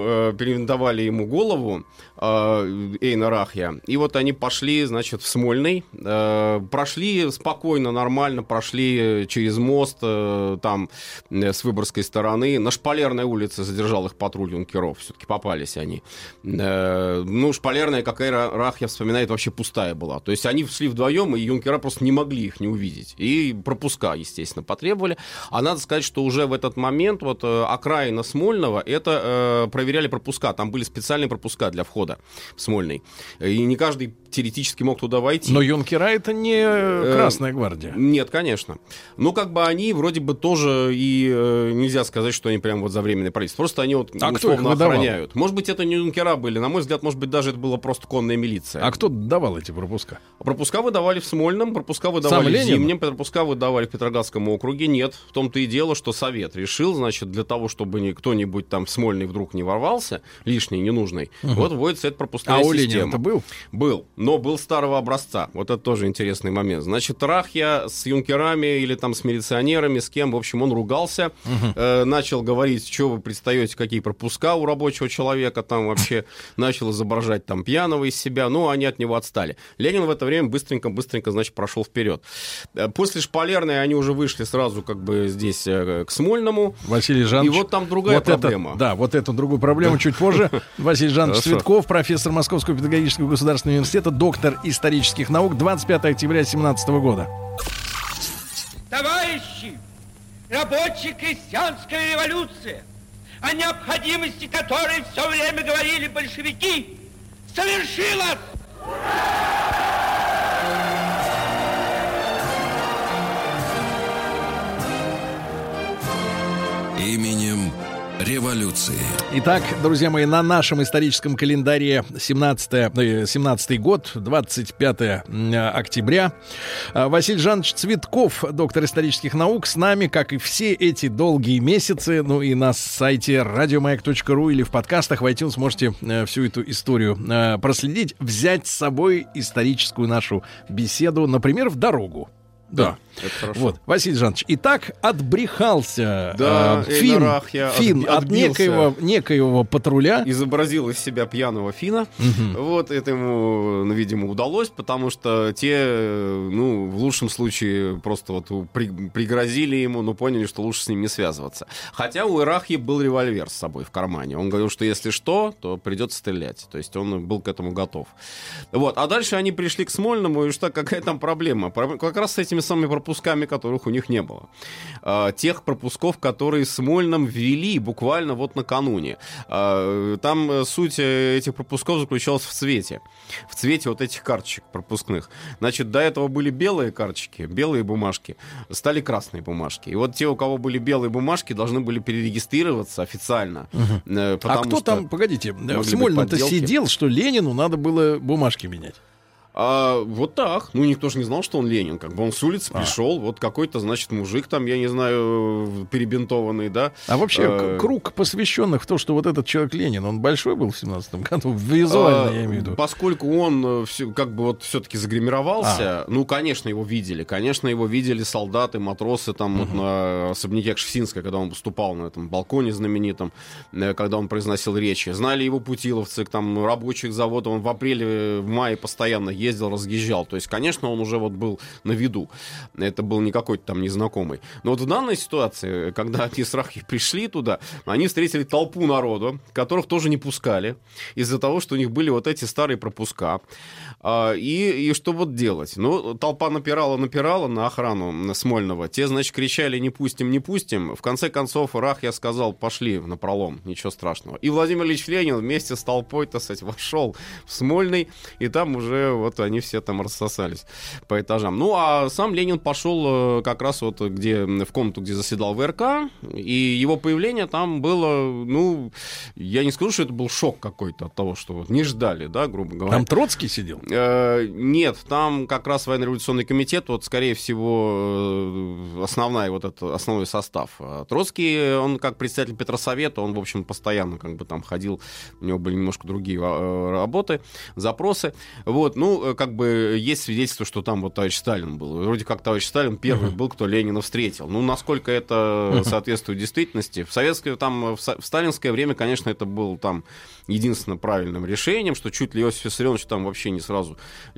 ему голову Эйна Рахья. И вот они пошли, значит, в Смольный. Прошли спокойно, нормально, прошли через мост там с Выборгской стороны. На Шпалерной улице задержал их патруль юнкеров. Все-таки попались они. Шпалерная, как Эйна Рахья вспоминает, вообще пустая была. То есть они шли вдвоем, и юнкера просто не могли их не увидеть. И пропуска, естественно, потребовали. А надо сказать, что уже в этот момент вот окраина Смольного, это проверяли пропуска. Там были специальные пропуска для входа в Смольный. И не каждый теоретически мог туда войти. Но юнкера — это не Красная гвардия. Нет, конечно. Они вроде бы тоже и нельзя сказать, что они прям вот за временное правительство. Просто они вот условно охраняют. Может быть, это не юнкера были. На мой взгляд, может быть, даже это была просто конная милиция. А кто давал эти пропуска? Пропуска выдавали в Смольном, пропуска выдавали в Зимнем, пропуска выдавали в Петроградском округе. Нет, в том-то и дело, что Совет решил, значит, для того, чтобы кто-нибудь там в Смольный вдруг не ворвался, лишний, ненужный, вот вводится эта пропускная система. А у Ленина-то был? Был, но был старого образца. Вот это тоже интересный момент. Значит, Рахья с юнкерами или там с милиционерами, с кем, в общем, он ругался, начал говорить, что вы пристаете, какие пропуска у рабочего человека, там вообще начал изображать там пьяного из себя, они от него отстали. Ленин в это время быстренько, значит, прошел вперед. После Шпалерной они уже вышли сразу как бы здесь к Смольному. Василий Жанович. И вот там другая проблема. Вот эту другую проблему чуть позже. Василий Жанович Цветков, профессор Московского педагогического государственного университета, доктор исторических наук, 25 октября 2017 года. Товарищи, рабочая крестьянская революция, о необходимости которой все время говорили большевики, совершилась! Именем революции. Итак, друзья мои, на нашем историческом календаре 17-й год, 25 октября. Василий Жанович Цветков, доктор исторических наук, с нами, как и все эти долгие месяцы. И на сайте radiomayak.ru или в подкастах в iTunes можете всю эту историю проследить, взять с собой историческую нашу беседу, например, в дорогу. Да, это хорошо. Вот, Василий Жанович, итак, отбрехался фин от некоего патруля. Изобразил из себя пьяного финна. Вот, это ему, видимо, удалось, потому что те, в лучшем случае, просто вот пригрозили ему, но поняли, что лучше с ним не связываться. Хотя у Ирахьи был револьвер с собой в кармане. Он говорил, что если что, то придется стрелять. То есть он был к этому готов. Вот, а дальше они пришли к Смольному, и что, какая там проблема? Как раз с этими самыми пропусками, которых у них не было. Тех пропусков, которые в Смольном ввели буквально вот накануне. Там суть этих пропусков заключалась в цвете. В цвете вот этих карточек пропускных. Значит, до этого были белые карточки, белые бумажки, стали красные бумажки. И вот те, у кого были белые бумажки, должны были перерегистрироваться официально. А кто там, погодите, в Смольном-то сидел, что Ленину надо было бумажки менять? Вот так. Ну, никто же не знал, что он Ленин. Как бы он с улицы пришел, вот какой-то, значит, мужик там, я не знаю, перебинтованный, да. А вообще круг посвященных в то, что вот этот человек Ленин, он большой был в 17-м году? Визуально, я имею в виду. Поскольку он как бы вот все-таки загримировался, ну, конечно, его видели. Конечно, его видели солдаты, матросы там вот на особняке Кшесинской, когда он выступал на этом балконе знаменитом, когда он произносил речи. Знали его путиловцы, там, рабочих заводов. Он в апреле, в мае постоянно ездил, разъезжал. То есть, конечно, он уже вот был на виду. Это был не какой-то там незнакомый. Но вот в данной ситуации, когда они с Рахой пришли туда, они встретили толпу народу, которых тоже не пускали, из-за того, что у них были вот эти старые пропуска. И что вот делать? Ну, толпа напирала на охрану Смольного. Те, значит, кричали: не пустим, не пустим. В конце концов, Рах, я сказал: пошли напролом, ничего страшного. И Владимир Ильич Ленин вместе с толпой, так сказать, вошел в Смольный, и там уже вот они все там рассосались по этажам. Ну, а сам Ленин пошел как раз вот в комнату, где заседал ВРК, и его появление там было, ну, я не скажу, что это был шок какой-то от того, что вот не ждали, да, грубо говоря. Там Троцкий сидел? Нет, там как раз военно-революционный комитет, вот, скорее всего, основной состав. Троцкий, он как председатель Петросовета, он, в общем, постоянно как бы там ходил, у него были немножко другие работы, запросы. Вот, ну, как бы есть свидетельство, что там вот товарищ Сталин был. Вроде как товарищ Сталин первый был, кто Ленина встретил. Ну, насколько это соответствует действительности? В советское, там, в сталинское время, конечно, это было там единственно правильным решением, что чуть ли Иосиф Виссарионович там вообще не сразу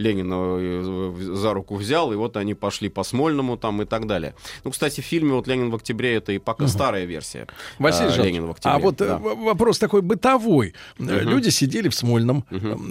Ленина за руку взял, и вот они пошли по Смольному там и так далее. Ну, кстати, в фильме вот «Ленин в октябре» это и пока старая версия. Василий Жанович, «Ленин в октябре». А вот вопрос такой бытовой. Люди сидели в Смольном,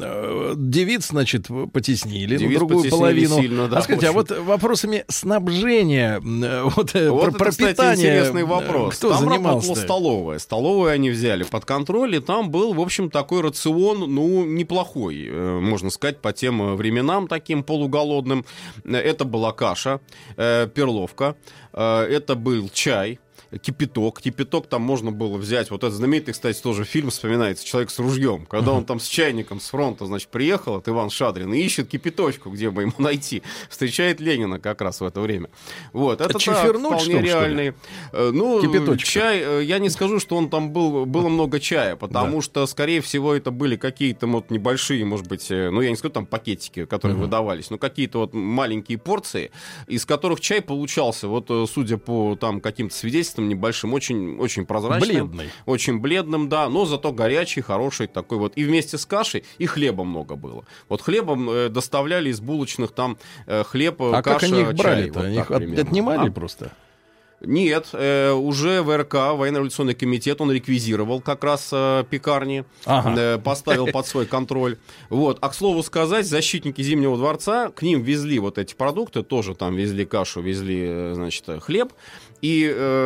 девиц, значит, потеснили, другую половину. Сильно, да, скажите, а вот вопросами снабжения, вот это, пропитания, кстати, интересный вопрос. Кто там занимался? Работала столовая. Столовую они взяли под контроль, и там был, в общем, такой рацион, ну, неплохой, можно сказать, по тем временам, таким полуголодным. Это была каша, перловка, это был чай, кипяток. Кипяток там можно было взять. Вот этот знаменитый, кстати, тоже фильм вспоминается «Человек с ружьем». Когда он там с чайником с фронта, значит, приехал, от Иван Шадрин, и ищет кипяточку, где бы ему найти. Встречает Ленина как раз в это время. Вот. Это вполне реальный. Ну, кипяточек. Чай, я не скажу, что он там было много чая, потому что, скорее всего, это были какие-то вот небольшие, может быть, ну, я не скажу, там пакетики, которые выдавались, но какие-то вот маленькие порции, из которых чай получался, вот, судя по там каким-то свидетельствам, небольшим, очень, очень прозрачным. Бледный. Очень бледным, да, но зато горячий, хороший такой вот. И вместе с кашей, и хлеба много было. Вот хлебом доставляли из булочных там хлеб, каша, как они их брали-то? Вот они их отнимали просто? Нет, уже ВРК, военно-революционный комитет, он реквизировал как раз пекарни, поставил под свой контроль. Вот. А к слову сказать, защитники Зимнего дворца, к ним везли вот эти продукты, тоже там везли кашу, везли, значит, хлеб, и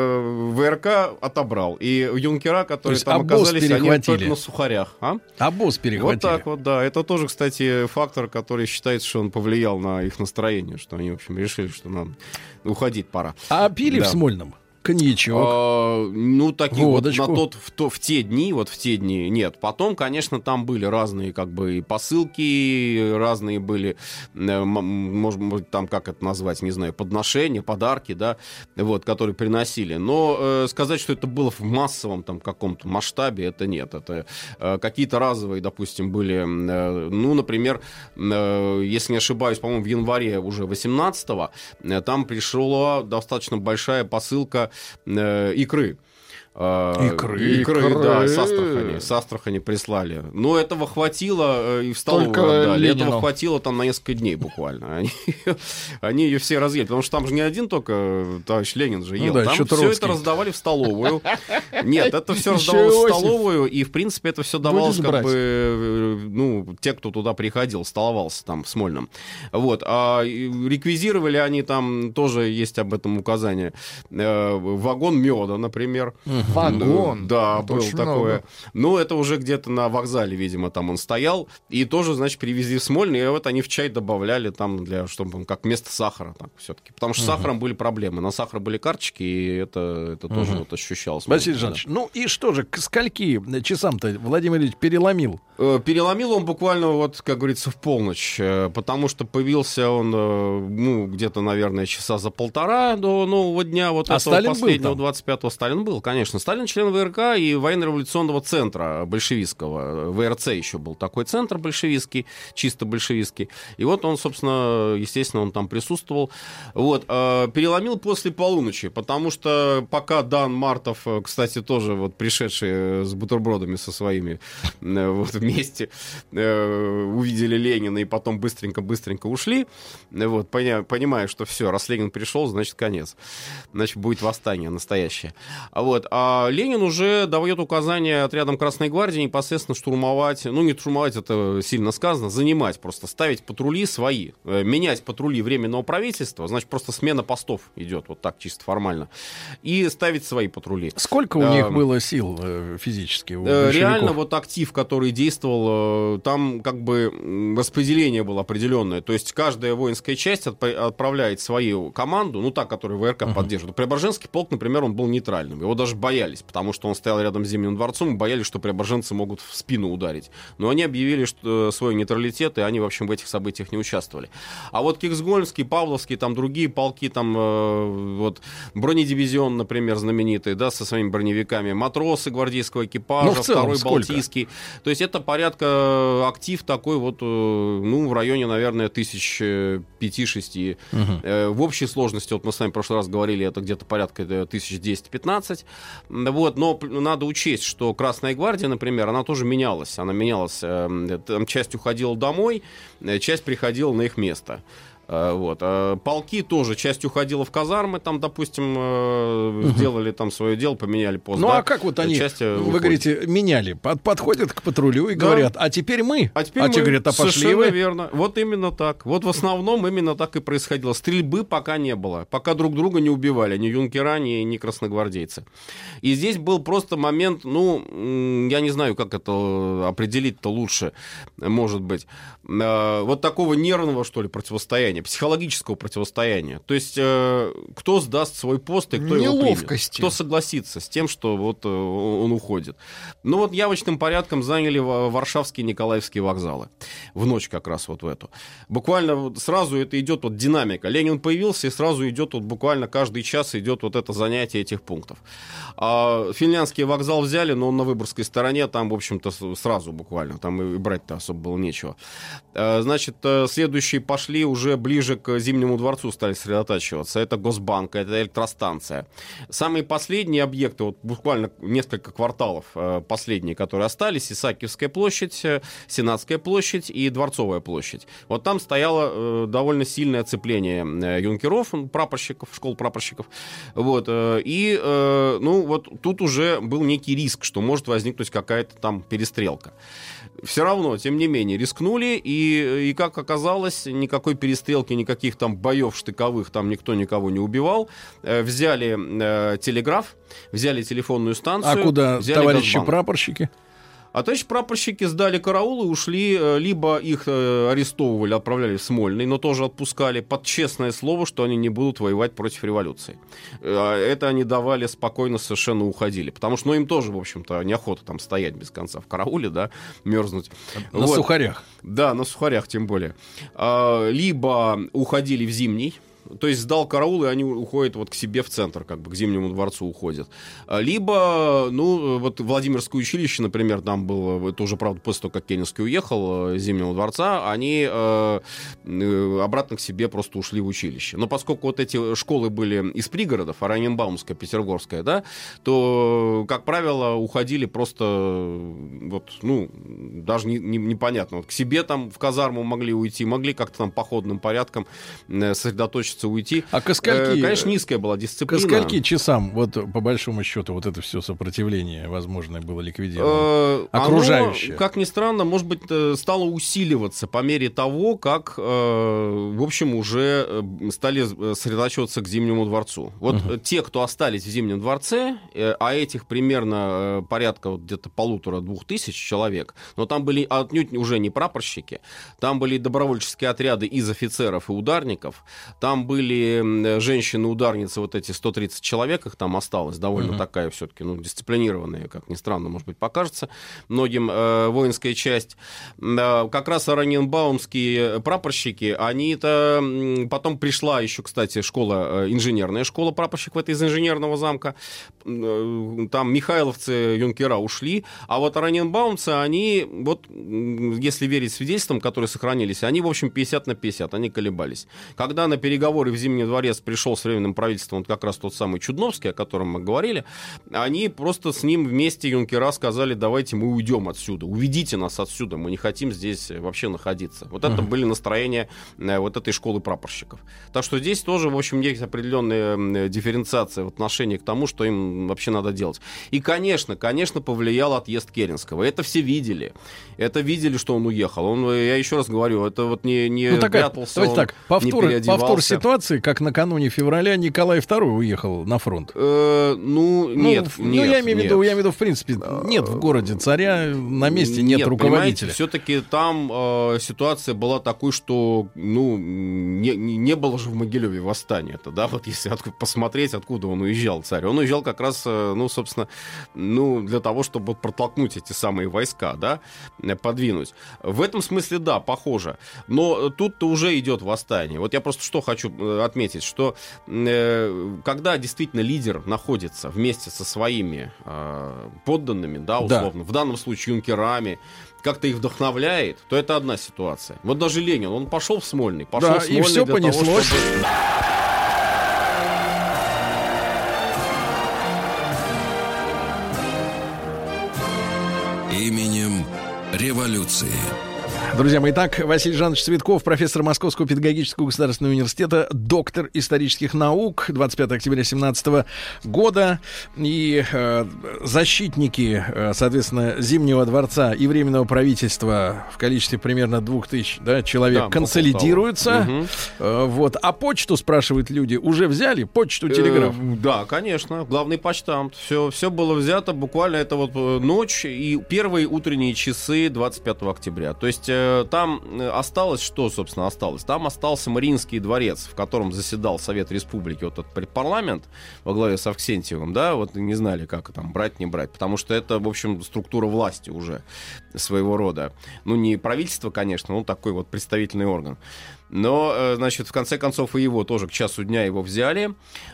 ВРК отобрал. И юнкера, которые там оказались, они только на сухарях. Обоз перехватили. Вот так вот, да. Это тоже, кстати, фактор, который считается, что он повлиял на их настроение, что они, в общем, решили, что нам уходить пора. А пили в Смольном? Коньячок, ну, такие водочку. Вот в те дни нет. Потом, конечно, там были разные, как бы, и посылки, разные были, может быть, там, как это назвать, не знаю, подношения, подарки, да, вот, которые приносили. Но сказать, что это было в массовом там каком-то масштабе, это нет. Это какие-то разовые, допустим, были, ну, например, если не ошибаюсь, по-моему, в январе уже 18-го там пришла достаточно большая посылка икры. Икры, да, с Астрахани прислали. Но этого хватило, и в столовую отдали. Этого хватило там на несколько дней буквально. Они ее все разъели, потому что там же не один только товарищ Ленин же ел. Ну, да, там все это раздавали в столовую. Нет, это все раздавалось в столовую, и в принципе это все давалось как бы, ну, те, кто туда приходил, столовался там в Смольном. Вот. А реквизировали они там, тоже есть об этом указание, вагон меда, например. Вагон. Да, Это было очень такое. много. Ну, это уже где-то на вокзале, видимо, там он стоял. И тоже, значит, привезли в Смольный, и вот они в чай добавляли там, чтобы он как вместо сахара так, все-таки. Потому что с сахаром были проблемы. На сахар были карточки, и это тоже вот ощущалось. Василий Жанович, ну и что же, к скольки часам-то Владимир Ильич переломил? Переломил он буквально, вот, как говорится, в полночь, потому что появился он, ну, где-то, наверное, часа за полтора до нового дня, вот этого Сталин последнего, 25-го. Сталин был, конечно. Сталин член ВРК и военно-революционного центра большевистского. ВРЦ еще был такой центр большевистский, чисто большевистский. И вот он, собственно, естественно, он там присутствовал. Вот. Переломил после полуночи, потому что пока Дан Мартов, кстати, тоже вот пришедший с бутербродами со своими вот вместе, увидели Ленина и потом быстренько ушли, вот, понимая, что все, раз Ленин пришел, значит, конец. Значит, будет восстание настоящее. Вот. А Ленин уже дает указания отрядам Красной гвардии непосредственно штурмовать, ну, не штурмовать, это сильно сказано, занимать просто, ставить патрули свои, менять патрули Временного правительства, значит, просто смена постов идет, вот так, чисто формально, и ставить свои патрули. Сколько у них было сил физически? У реально вот актив, который действовал, там как бы распределение было определенное, то есть каждая воинская часть отправляет свою команду, ну, та, которую ВРК поддерживает. Преображенский полк, например, он был нейтральным, его даже боялись, потому что он стоял рядом с Зимним дворцом, и боялись, что преображенцы могут в спину ударить. Но они объявили свой нейтралитет, и они, в общем, в этих событиях не участвовали. А вот Киксгольмский, Павловский, там другие полки, там вот бронедивизион, например, знаменитый, да, со своими броневиками, матросы гвардейского экипажа, второй Балтийский. То есть это порядка актив такой вот, ну, в районе, наверное, 5-6. В общей сложности, вот мы с вами в прошлый раз говорили, это где-то порядка 1010-15. Вот, но надо учесть, что Красная гвардия, например, она тоже менялась. Она менялась, там часть уходила домой, часть приходила на их место. Вот. Полки тоже, часть уходила в казармы, там, допустим, сделали там свое дело, поменяли пост. Ну, а как вот они, вы говорите, меняли, подходят к патрулю и говорят, а теперь мы. А те говорят, а пошли совершенно вы. Верно. Вот именно так. Вот в основном именно так и происходило. Стрельбы пока не было. Пока друг друга не убивали, ни юнкера, ни красногвардейцы. И здесь был просто момент, ну, я не знаю, как это определить-то лучше, может быть. Вот такого нервного, что ли, противостояния, психологического противостояния. То есть кто сдаст свой пост и кто его примет. Кто согласится с тем, что вот он уходит. Ну вот явочным порядком заняли Варшавские, Николаевские вокзалы. В ночь как раз вот в эту. Буквально вот сразу это идет вот динамика. Ленин появился, и сразу идет вот буквально каждый час идет вот это занятие этих пунктов. А финляндский вокзал взяли, но он на Выборгской стороне, там, в общем-то, сразу буквально. Там и брать-то особо было нечего. Значит, следующие пошли уже ближе к Зимнему дворцу, стали сосредотачиваться. Это Госбанк, это электростанция. Самые последние объекты, вот буквально несколько кварталов последние, которые остались, Исаакиевская площадь, Сенатская площадь и Дворцовая площадь. Вот там стояло довольно сильное оцепление юнкеров, прапорщиков, школ прапорщиков. Вот. И, ну, вот тут уже был некий риск, что может возникнуть какая-то там перестрелка. Все равно, тем не менее, рискнули, и как оказалось, никакой перестрелки, никаких там боев штыковых, там никто никого не убивал. Взяли телеграф, взяли телефонную станцию. А куда товарищи Госбанк. Прапорщики? А товарищи прапорщики сдали караул и ушли, либо их арестовывали, отправляли в Смольный, но тоже отпускали под честное слово, что они не будут воевать против революции. Это они давали спокойно, совершенно уходили. Потому что, ну, им тоже, в общем-то, неохота там стоять без конца в карауле, да, мерзнуть. На сухарях. Да, на сухарях тем более. Либо уходили в Зимний. То есть сдал караул, и они уходят вот к себе в центр, как бы к Зимнему дворцу уходят. Либо, ну, вот Владимирское училище, например, там было, это уже, правда, после того, как Керенский уехал из Зимнего дворца, они обратно к себе просто ушли в училище. Но поскольку вот эти школы были из пригородов, Орanienbaumская, Петергофская, да, то, как правило, уходили просто, вот, ну, даже непонятно. Вот к себе там в казарму могли уйти, могли как-то там походным порядком сосредоточиться хочется уйти. А ко скольки, конечно, низкая была дисциплина. Ко скольки часам, вот по большому счету, вот это все сопротивление возможное было ликвидировано? Окружающее. Оно, как ни странно, может быть, стало усиливаться по мере того, как, в общем, уже стали сосредотачиваться к Зимнему дворцу. Вот те, кто остались в Зимнем дворце, а этих примерно порядка вот где-то 1500-2000 человек, но там были отнюдь уже не прапорщики, там были добровольческие отряды из офицеров и ударников, там были женщины-ударницы, вот эти 130 человек, их там осталось, довольно такая все-таки, дисциплинированная, как ни странно, может быть, покажется многим, воинская часть. Как раз ораньенбаумские прапорщики, они-то... Потом пришла еще, кстати, инженерная школа прапорщиков, это из инженерного замка. Там михайловцы, юнкера ушли, а вот ораньенбаумцы, они, вот, если верить свидетельствам, которые сохранились, они, в общем, 50 на 50, они колебались. Когда на переговоры в Зимний дворец пришел с Временным правительством вот как раз тот самый Чудновский, о котором мы говорили, они просто с ним вместе, юнкера, сказали: давайте мы уйдем отсюда, уведите нас отсюда, мы не хотим здесь вообще находиться. Вот это были настроения вот этой школы прапорщиков. Так что здесь тоже, в общем, есть определенная дифференциация в отношении к тому, что им вообще надо делать. И, конечно, повлиял отъезд Керенского. Это все видели. Это видели, что он уехал. Я еще раз говорю, это вот не прятался, он не переодевался. Повтор ситуации, как накануне февраля Николай II уехал на фронт. Нет. Я имею в виду, в принципе, нет в городе царя, на месте нет руководителя. Все-таки там ситуация была такой, что не было же в Могилеве восстания-то, да, вот если посмотреть, откуда он уезжал, царь. Он уезжал как раз, собственно, для того, чтобы протолкнуть эти самые войска, да, подвинуть. В этом смысле, да, похоже. Но тут-то уже идет восстание. Вот я просто что хочу отметить, что когда действительно лидер находится вместе со своими подданными, да, условно, в данном случае юнкерами, как-то их вдохновляет, то это одна ситуация. Вот даже Ленин, он пошел в Смольный, в Смольный, и все понеслось. Именем революции. Друзья мои, итак, Василий Жанович Цветков, профессор Московского педагогического государственного университета, доктор исторических наук, 25 октября 2017 года. И защитники, соответственно, Зимнего дворца и Временного правительства в количестве примерно 2000 человек консолидируются. Вот. А почту, спрашивают люди, уже взяли? Почту, телеграф? Да, конечно. Главный почтамт. Все было взято. Буквально это вот ночь и первые утренние часы 25 октября. То есть там осталось, что, собственно, осталось? Там остался Мариинский дворец, в котором заседал Совет Республики, вот этот предпарламент во главе с Авксентьевым, да, вот не знали, как там брать, не брать, потому что это, в общем, структура власти уже своего рода. Не правительство, конечно, но такой вот представительный орган. Но, значит, в конце концов и его тоже к часу дня его взяли.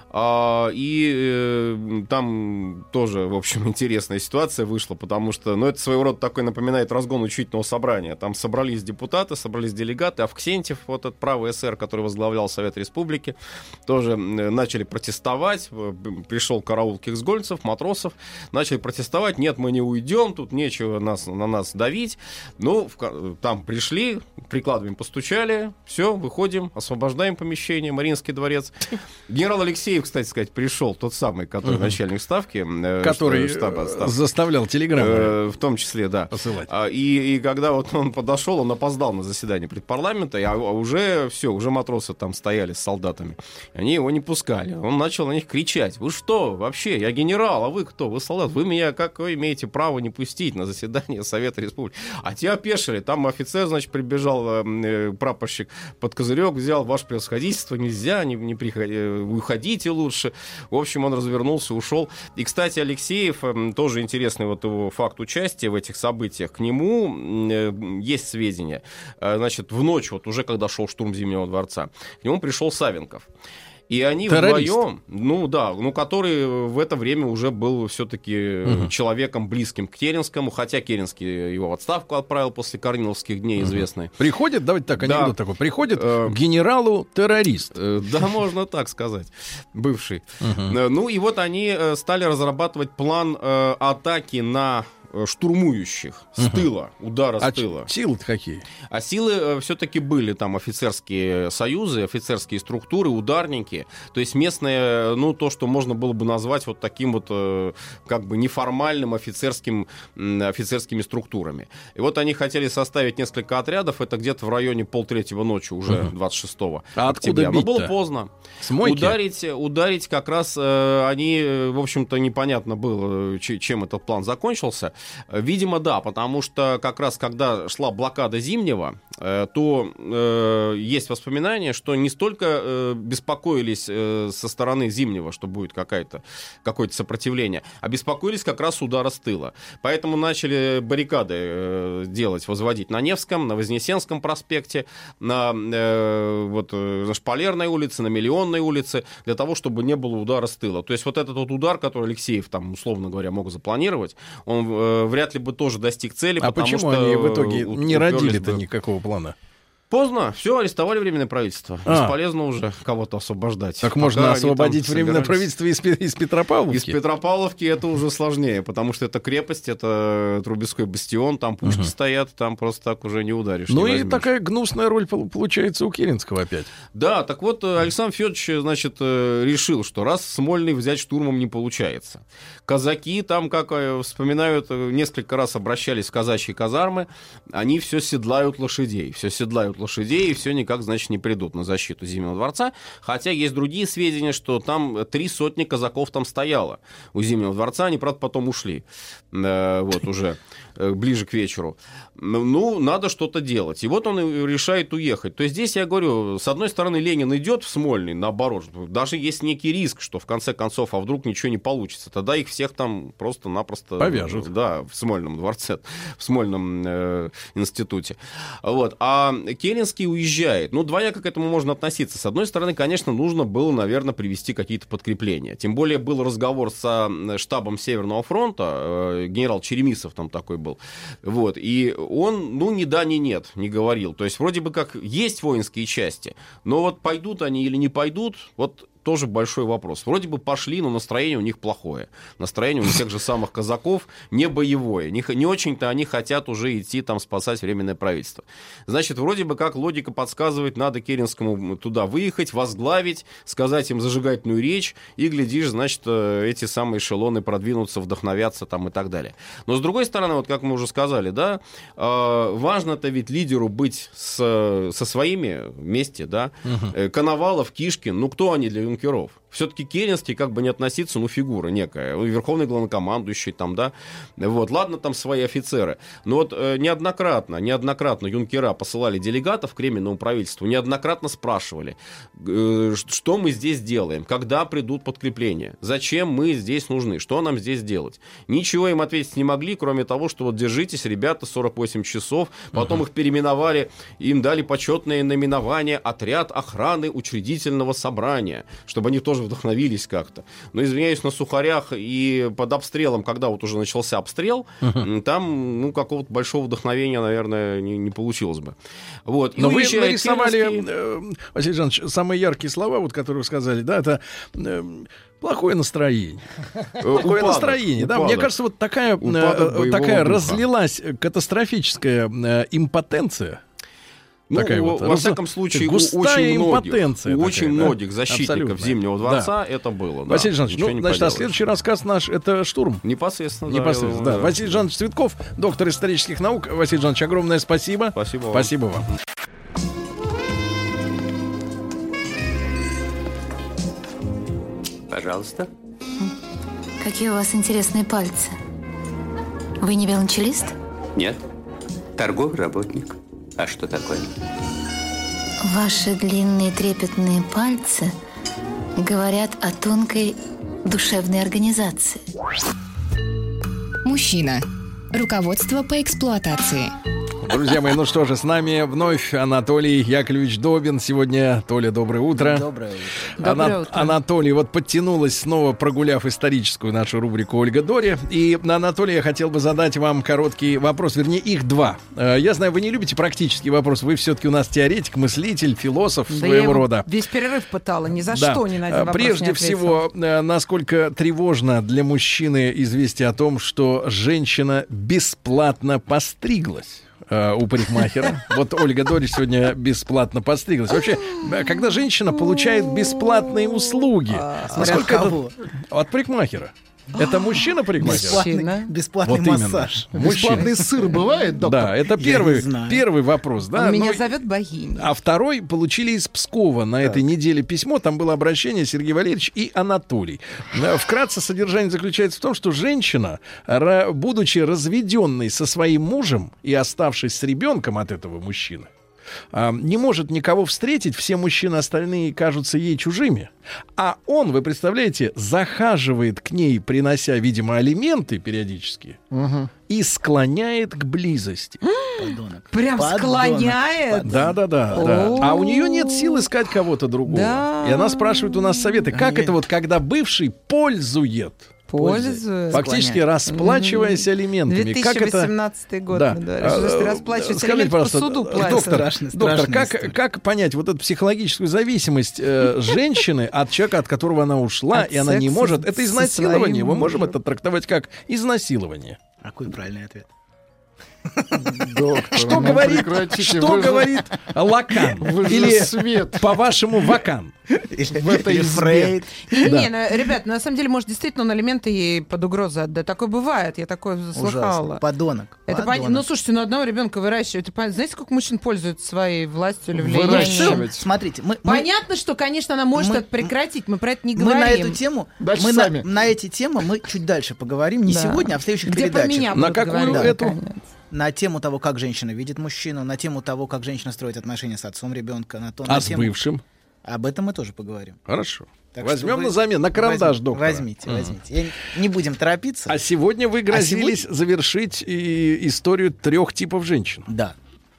И там тоже, в общем, интересная ситуация вышла, потому что, это своего рода такой напоминает разгон учительного собрания. Там собрались депутаты, собрались делегаты. Авксентьев, вот этот правый эсер, который возглавлял Совет Республики, тоже начали протестовать. Пришел караул кирсгольцев, матросов. Начали протестовать. Нет, мы не уйдем, тут нечего на нас давить. Там пришли, прикладами постучали. Все, выходим, освобождаем помещение, Мариинский дворец. Генерал Алексеев, кстати сказать, пришел, тот самый, который начальник ставки. Который заставлял телеграммы. В том числе, да. Посылать. И когда вот он подошел, он опоздал на заседание предпарламента, а уже матросы там стояли с солдатами. Они его не пускали. Он начал на них кричать. Вы что, вообще? Я генерал, а вы кто? Вы солдат. Вы меня какое имеете право не пустить на заседание Совета Республики? А те опешили. Там офицер, значит, прибежал, прапорщик, под козырек взял: ваше превосходительство, нельзя, не приходите, уходите лучше. В общем, он развернулся, ушел. И, кстати, Алексеев, тоже интересный вот его факт участия в этих событиях. К нему есть сведения. Значит, в ночь, вот уже когда шел штурм Зимнего дворца, к нему пришел Савенков. И они вдвоем, который в это время уже был все-таки человеком близким к Керенскому, хотя Керенский его в отставку отправил после Корниловских дней, известный. Приходит, давайте так, анекдот такой, приходит к генералу террорист. Да, можно так сказать, бывший. И вот они стали разрабатывать план атаки на штурмующих с тыла, удара с тыла. Силы-то какие? А силы все-таки были там офицерские союзы, офицерские структуры, ударники. То есть местные, ну, то, что можно было бы назвать вот таким вот как бы неформальным офицерскими структурами. И вот они хотели составить несколько отрядов, это где-то в районе 2:30 ночи уже 26 октября. Но было поздно. Ударить как раз они, в общем-то, непонятно было, чем этот план закончился. Видимо, да, потому что как раз когда шла блокада Зимнего, то есть воспоминания, что не столько беспокоились со стороны Зимнего, что будет какое-то сопротивление, а беспокоились как раз удара с тыла. Поэтому начали баррикады возводить на Невском, на Вознесенском проспекте, на Шпалерной улице, на Миллионной улице, для того, чтобы не было удара с тыла. То есть вот этот вот удар, который Алексеев там, условно говоря, мог запланировать, он вряд ли бы тоже достиг цели. А почему что они в итоге не родили-то никакого плана? Поздно, все, арестовали Временное правительство. Бесполезно уже кого-то освобождать. Так можно освободить Временное правительство из Петропавловки? Из Петропавловки это уже сложнее, потому что это крепость, это Трубецкой бастион, там пушки стоят, там просто так уже не ударишь. Ну и такая гнусная роль получается у Керенского опять. Да, так вот Александр Федорович, значит, решил, что раз Смольный взять штурмом не получается. Казаки там, как вспоминают, несколько раз обращались в казачьи казармы, они все седлают лошадей, и все никак, значит, не придут на защиту Зимнего дворца. Хотя есть другие сведения, что там 300 казаков там стояло у Зимнего дворца. Они, правда, потом ушли. Вот уже ближе к вечеру. Ну, надо что-то делать. И вот он решает уехать. То есть здесь, я говорю, с одной стороны, Ленин идет в Смольный, наоборот. Даже есть некий риск, что в конце концов, а вдруг ничего не получится. Тогда их всех там просто-напросто... повяжут. Да, в Смольном дворце, в Смольном институте. Вот. А Керенский уезжает. Ну, двояко к этому можно относиться. С одной стороны, конечно, нужно было, наверное, привести какие-то подкрепления. Тем более был разговор со штабом Северного фронта. Генерал Черемисов там такой был. Вот. И он, ну, ни да, ни нет, не говорил. То есть вроде бы как есть воинские части, но вот пойдут они или не пойдут, вот тоже большой вопрос. Вроде бы пошли, но настроение у них плохое. Настроение у тех же самых казаков не боевое. Не очень-то они хотят уже идти там спасать Временное правительство. Значит, вроде бы как логика подсказывает, надо Керенскому туда выехать, возглавить, сказать им зажигательную речь, и, глядишь, значит, эти самые эшелоны продвинутся, вдохновятся там и так далее. Но, с другой стороны, вот как мы уже сказали, да, важно-то ведь лидеру быть со своими вместе, да. Коновалов, Кишкин, ну кто они для юнкеров? Все-таки Керенский, как бы не относиться, ну, фигура некая. Верховный главнокомандующий там, да. Вот, ладно, там свои офицеры. Но вот неоднократно юнкера посылали делегатов к Временному правительству, неоднократно спрашивали, что мы здесь делаем, когда придут подкрепления, зачем мы здесь нужны, что нам здесь делать. Ничего им ответить не могли, кроме того, что вот держитесь, ребята, 48 часов, потом их переименовали, им дали почетное наименование «Отряд охраны учредительного собрания», чтобы они тоже вдохновились как-то. Но, извиняюсь, на Сухарях и под обстрелом, когда вот уже начался обстрел, там, ну, какого-то большого вдохновения, наверное, не получилось бы. Вот. Но вы нарисовали, Василий Жанович, самые яркие слова, вот, которые вы сказали, да, это плохое настроение. Плохое настроение, да. Мне кажется, вот такая разлилась катастрофическая импотенция. Ну, во всяком случае, у очень многих защитников Зимнего дворца это было. Да. Василий Жанович, значит, а следующий рассказ наш — это «Штурм». Непосредственно. Да. Василий Жанович Цветков, доктор исторических наук. Василий Жанович, огромное спасибо. Спасибо вам. Пожалуйста. Какие у вас интересные пальцы. Вы не велончелист? Нет. Торговый работник. А что такое? Ваши длинные трепетные пальцы говорят о тонкой душевной организации. Мужчина. Руководство по эксплуатации. Друзья мои, ну что же, с нами вновь Анатолий Яковлевич Добин. Сегодня, Толя, доброе утро. Доброе утро. Доброе утро. Анатолий, вот подтянулась снова, прогуляв историческую нашу рубрику «Ольга Дори». И, Анатолий, я хотел бы задать вам короткий вопрос, вернее, их два. Я знаю, вы не любите практический вопрос, вы все-таки у нас теоретик, мыслитель, философ своего рода. Весь перерыв пытала, ни за что ни на один вопрос Прежде не ответила. всего, насколько тревожно для мужчины известие о том, что женщина бесплатно постриглась у парикмахера. Вот Ольга Дорич сегодня бесплатно постриглась. Вообще, когда женщина получает бесплатные услуги, насколько это... От парикмахера. Это мужчина-парикмахер? Бесплатный массаж. Бесплатный сыр бывает, доктор? Да, это первый вопрос. Да? Он меня зовет богиней. А второй получили из Пскова на этой неделе письмо. Там было обращение Сергей Валерьевич и Анатолий. Вкратце содержание заключается в том, что женщина, будучи разведенной со своим мужем и оставшись с ребенком от этого мужчины, не может никого встретить, все мужчины остальные кажутся ей чужими. А он, вы представляете, захаживает к ней, принося, видимо, алименты периодически, и склоняет к близости. Прям склоняет? Да. А у нее нет сил искать кого-то другого. Да. И она спрашивает у нас советы, как это вот, когда бывший пользует. Фактически расплачиваясь алиментами. 2018 год. Да. Расплачиваясь алиментами по суду платят. Доктор, как понять вот эту психологическую зависимость женщины от человека, от которого она ушла, и она не может? Это изнасилование. Мы можем это трактовать как изнасилование. Какой правильный ответ? Доктор, что говорит Лакан? Или, по-вашему, Вакан? Или Фрейд? Ребят, на самом деле, может, действительно он алименты ей под угрозу отдать. Такое бывает, я такое слыхала. Подонок. Ну, слушайте, одного ребенка выращивать. Знаете, сколько мужчин пользуются своей властью или влиянием? Смотрите, понятно, что, конечно, она может это прекратить. Мы про это не говорим. Мы на эти темы мы чуть дальше поговорим. Не сегодня, а в следующих передачах. На какую эту? На тему того, как женщина видит мужчину, на тему того, как женщина строит отношения с отцом ребенка. С бывшим? Об этом мы тоже поговорим. Хорошо. Возьмем на замену, на карандаш, доктор. Возьмите. Не будем торопиться. А сегодня вы грозились завершить историю 3 типов женщин. Да.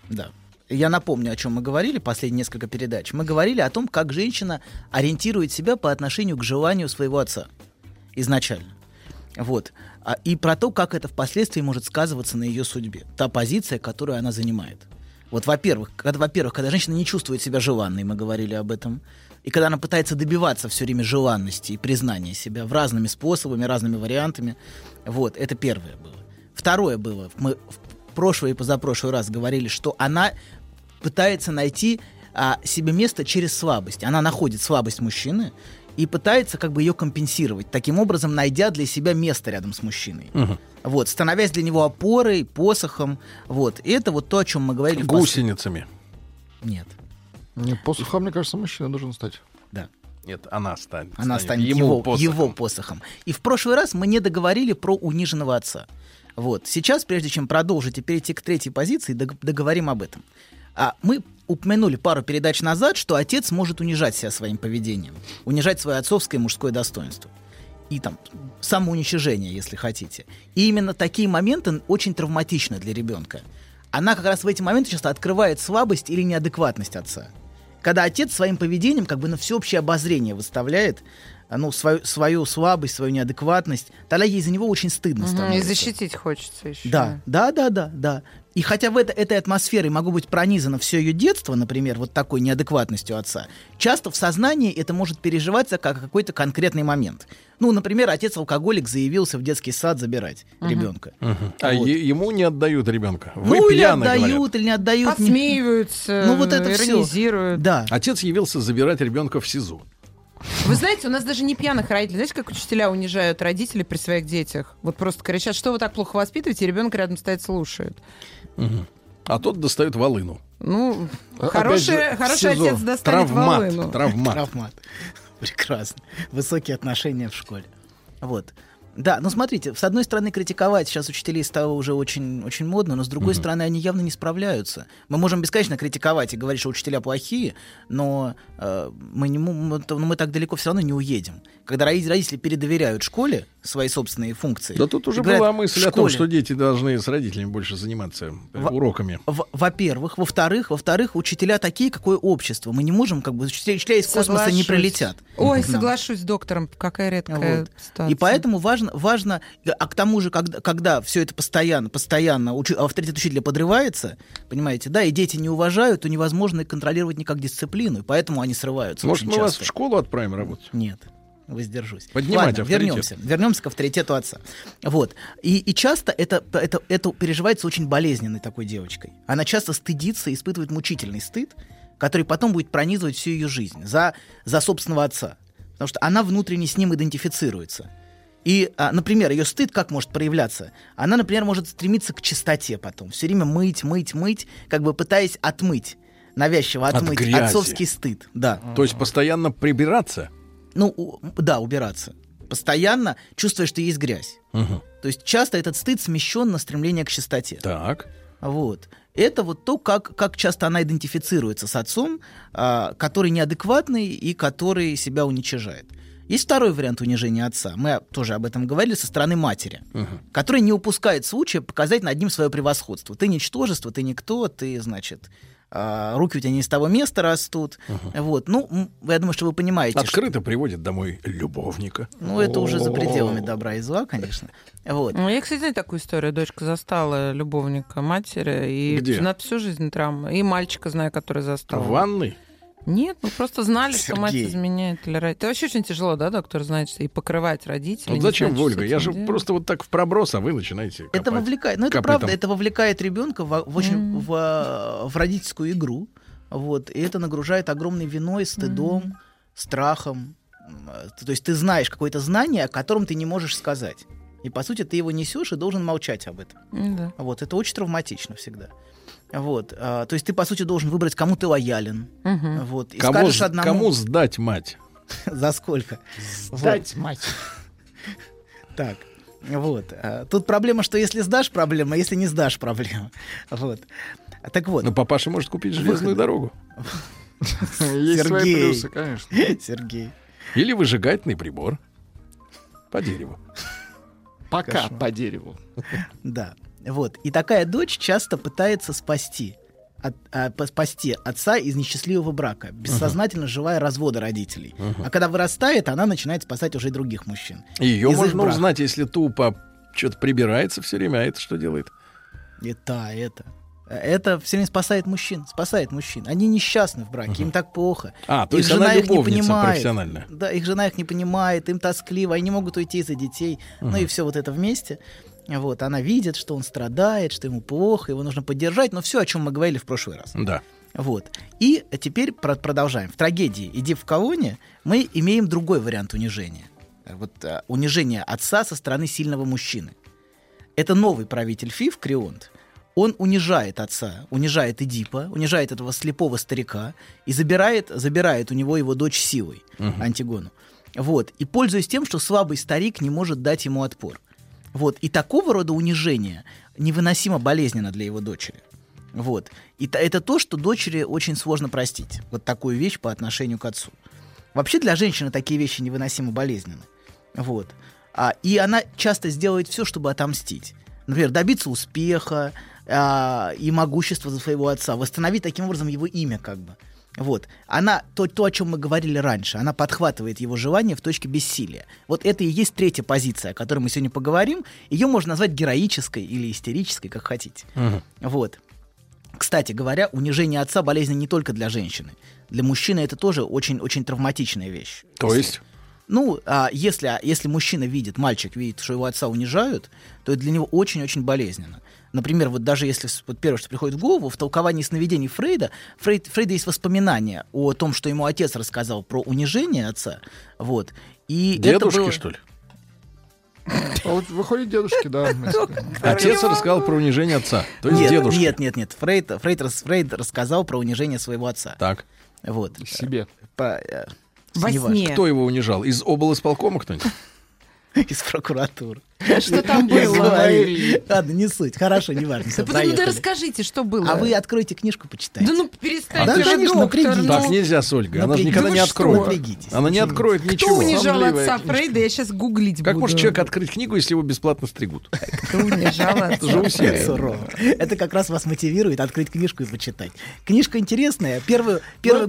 Я напомню, о чем мы говорили последние несколько передач. Мы говорили о том, как женщина ориентирует себя по отношению к желанию своего отца. Изначально. Вот. И про то, как это впоследствии может сказываться на ее судьбе. Та позиция, которую она занимает. Вот, во-первых, когда женщина не чувствует себя желанной, мы говорили об этом, и когда она пытается добиваться все время желанности и признания себя разными способами, разными вариантами, вот, это первое было. Второе было, мы в прошлый и позапрошлый раз говорили, что она пытается найти себе место через слабость. Она находит слабость мужчины и пытается как бы ее компенсировать, таким образом найдя для себя место рядом с мужчиной. Вот, становясь для него опорой, посохом. Вот. И это вот то, о чем мы говорили. Гусеницами. Нет. Не, посохом, мне кажется, мужчина должен стать. Да. Нет, она станет его посохом. И в прошлый раз мы не договорили про униженного отца. Вот. Сейчас, прежде чем продолжить и перейти к 3-й позиции, договорим об этом. Мы упомянули пару передач назад, что отец может унижать себя своим поведением, унижать свое отцовское и мужское достоинство. И там самоуничижение, если хотите. И именно такие моменты очень травматичны для ребенка. Она как раз в эти моменты часто открывает слабость или неадекватность отца. Когда отец своим поведением как бы на всеобщее обозрение выставляет свою слабость, свою неадекватность, тогда ей за него очень стыдно становится. И защитить хочется еще. Да. И хотя в этой атмосфере могло быть пронизано все ее детство, например, вот такой неадекватностью отца, часто в сознании это может переживаться как какой-то конкретный момент. Ну, например, отец-алкоголик заявился в детский сад забирать ребенка. А ему не отдают ребенка. Или отдают, или не отдают. Подсмеиваются, вот это иронизируют. Все. Да. Отец явился забирать ребенка в СИЗО. Вы знаете, у нас даже не пьяных родителей. Знаете, как учителя унижают родителей при своих детях? Вот просто кричат, что вы так плохо воспитываете, и ребенок рядом стоит, слушает. А тот достает волыну. Ну, хороший отец достанет волыну. Травмат. Прекрасно. Высокие отношения в школе. Вот. Да, ну смотрите, с одной стороны, критиковать сейчас учителей стало уже очень, очень модно, но с другой стороны, они явно не справляются. Мы можем бесконечно критиковать и говорить, что учителя плохие, но мы так далеко все равно не уедем. Когда родители передоверяют школе, свои собственные функции. Да тут уже говорят, была мысль о том, что дети должны с родителями больше заниматься уроками. Во-первых. Во-вторых, учителя такие, какое общество. Мы не можем, как бы, учителя из космоса не прилетят. Ой, соглашусь с доктором, какая редкая ситуация. И поэтому важно, а к тому же, когда все это постоянно авторитет учителя подрывается, понимаете, да, и дети не уважают, то невозможно их контролировать никак дисциплину, и поэтому они срываются. Может, мы вас в школу отправим работать? Нет. Воздержусь. Поднимать авторитет. Вернемся к авторитету отца. Вот. И часто это переживается очень болезненной такой девочкой. Она часто стыдится, испытывает мучительный стыд, который потом будет пронизывать всю ее жизнь за собственного отца. Потому что она внутренне с ним идентифицируется. И, например, ее стыд как может проявляться? Она, например, может стремиться к чистоте потом. Все время мыть, как бы пытаясь навязчиво отмыть отцовский стыд. Да. То есть постоянно прибираться? Убираться. Постоянно чувствуя, что есть грязь. Угу. То есть часто этот стыд смещен на стремление к чистоте. Так. Вот. Это вот то, как часто она идентифицируется с отцом, который неадекватный и который себя уничижает. Есть второй вариант унижения отца. Мы тоже об этом говорили со стороны матери, которая не упускает случая показать над ним свое превосходство. Ты ничтожество, ты никто, ты, значит... руки у тебя не из того места растут. Вот. Я думаю, что вы понимаете. Открыто приводит домой любовника. Это уже за пределами добра и зла, конечно. Вот. Я, кстати, знаю такую историю. Дочка застала любовника матери. И где? На всю жизнь травма. И мальчика знаю, который застал. В ванной? Нет, мы просто знали, Сергей. что мать изменяет или родитель. Это вообще очень тяжело, да, доктор, знать, что и покрывать родителей. Вот зачем, Ольга? Я же просто вот так в проброс, а вы начинаете копать. Это вовлекает, это правда, это вовлекает ребенка в родительскую игру. Вот, и это нагружает огромной виной, стыдом, страхом. То есть ты знаешь какое-то знание, о котором ты не можешь сказать. И, по сути, ты его несешь и должен молчать об этом. Да. Вот, это очень травматично всегда. Вот, то есть ты, по сути, должен выбрать, кому ты лоялен. Вот, и скажешь одному... Кому сдать мать? За сколько? Сдать мать. Так, вот. Тут проблема, что если сдашь, проблема, а если не сдашь, проблема. Вот. Так вот. Но папаша может купить железную дорогу. Есть свои плюсы, конечно. Сергей. Или выжигательный прибор. По дереву. Пока по дереву. Да. Вот. И такая дочь часто пытается спасти отца из несчастливого брака, бессознательно желая развода родителей. А когда вырастает, она начинает спасать уже других мужчин. Ее можно узнать, если тупо что-то прибирается все время, а это что делает? Это все время спасает мужчин. Они несчастны в браке, им так плохо. То есть она любовница профессиональная. Да, их жена их не понимает, им тоскливо, они могут уйти за детей. И все вот это вместе. Вот, она видит, что он страдает, что ему плохо, его нужно поддержать, но все, о чем мы говорили в прошлый раз. Да. Вот. И теперь продолжаем. В трагедии «Иди в колонне» мы имеем другой вариант унижения. Унижение отца со стороны сильного мужчины. Это новый правитель Фив, Крионт. Он унижает отца, унижает Эдипа, унижает этого слепого старика и забирает у него его дочь силой, Антигону. Вот. И пользуясь тем, что слабый старик не может дать ему отпор. Вот. И такого рода унижение невыносимо болезненно для его дочери. Вот. И это то, что дочери очень сложно простить. Вот такую вещь по отношению к отцу. Вообще для женщины такие вещи невыносимо болезненны. Вот. И она часто сделает все, чтобы отомстить. Например, добиться успеха и могущества за своего отца, восстановить таким образом его имя как бы. Вот. Она, то, о чем мы говорили раньше, она подхватывает его желание в точке бессилия. Вот это и есть третья позиция, о которой мы сегодня поговорим. Ее можно назвать героической или истерической, как хотите. Вот. Кстати говоря, унижение отца болезненно не только для женщины. Для мужчины это тоже очень-очень травматичная вещь. То есть? Если мужчина видит, мальчик видит, что его отца унижают, то это для него очень-очень болезненно. Например, вот даже если первое, что приходит в голову, в толковании сновидений Фрейда есть воспоминания о том, что ему отец рассказал про унижение отца. Вот. И дедушки, это было... что ли? Выходит, дедушки, да. Отец рассказал про унижение отца. То есть дедушки. Нет. Фрейд рассказал про унижение своего отца. Так. Вот. Себе. Во сне. Кто его унижал? Из облисполкома кто-нибудь? Из прокуратуры. Что там было? Ладно, не суть. Хорошо, не важно. Да расскажите, что было. А вы откройте книжку, почитайте. Да ну перестаньте. Да, конечно, напрягитесь. Так нельзя с Ольгой. Она же никогда не откроет. Напрягитесь. Она не откроет ничего. Кто унижал отца Фрейда? Я сейчас гуглить буду. Как может человек открыть книгу, если его бесплатно стригут? Кто унижал отца? Это же усилие. Сурово. Это как раз вас мотивирует открыть книжку и почитать. Книжка интересная. Первую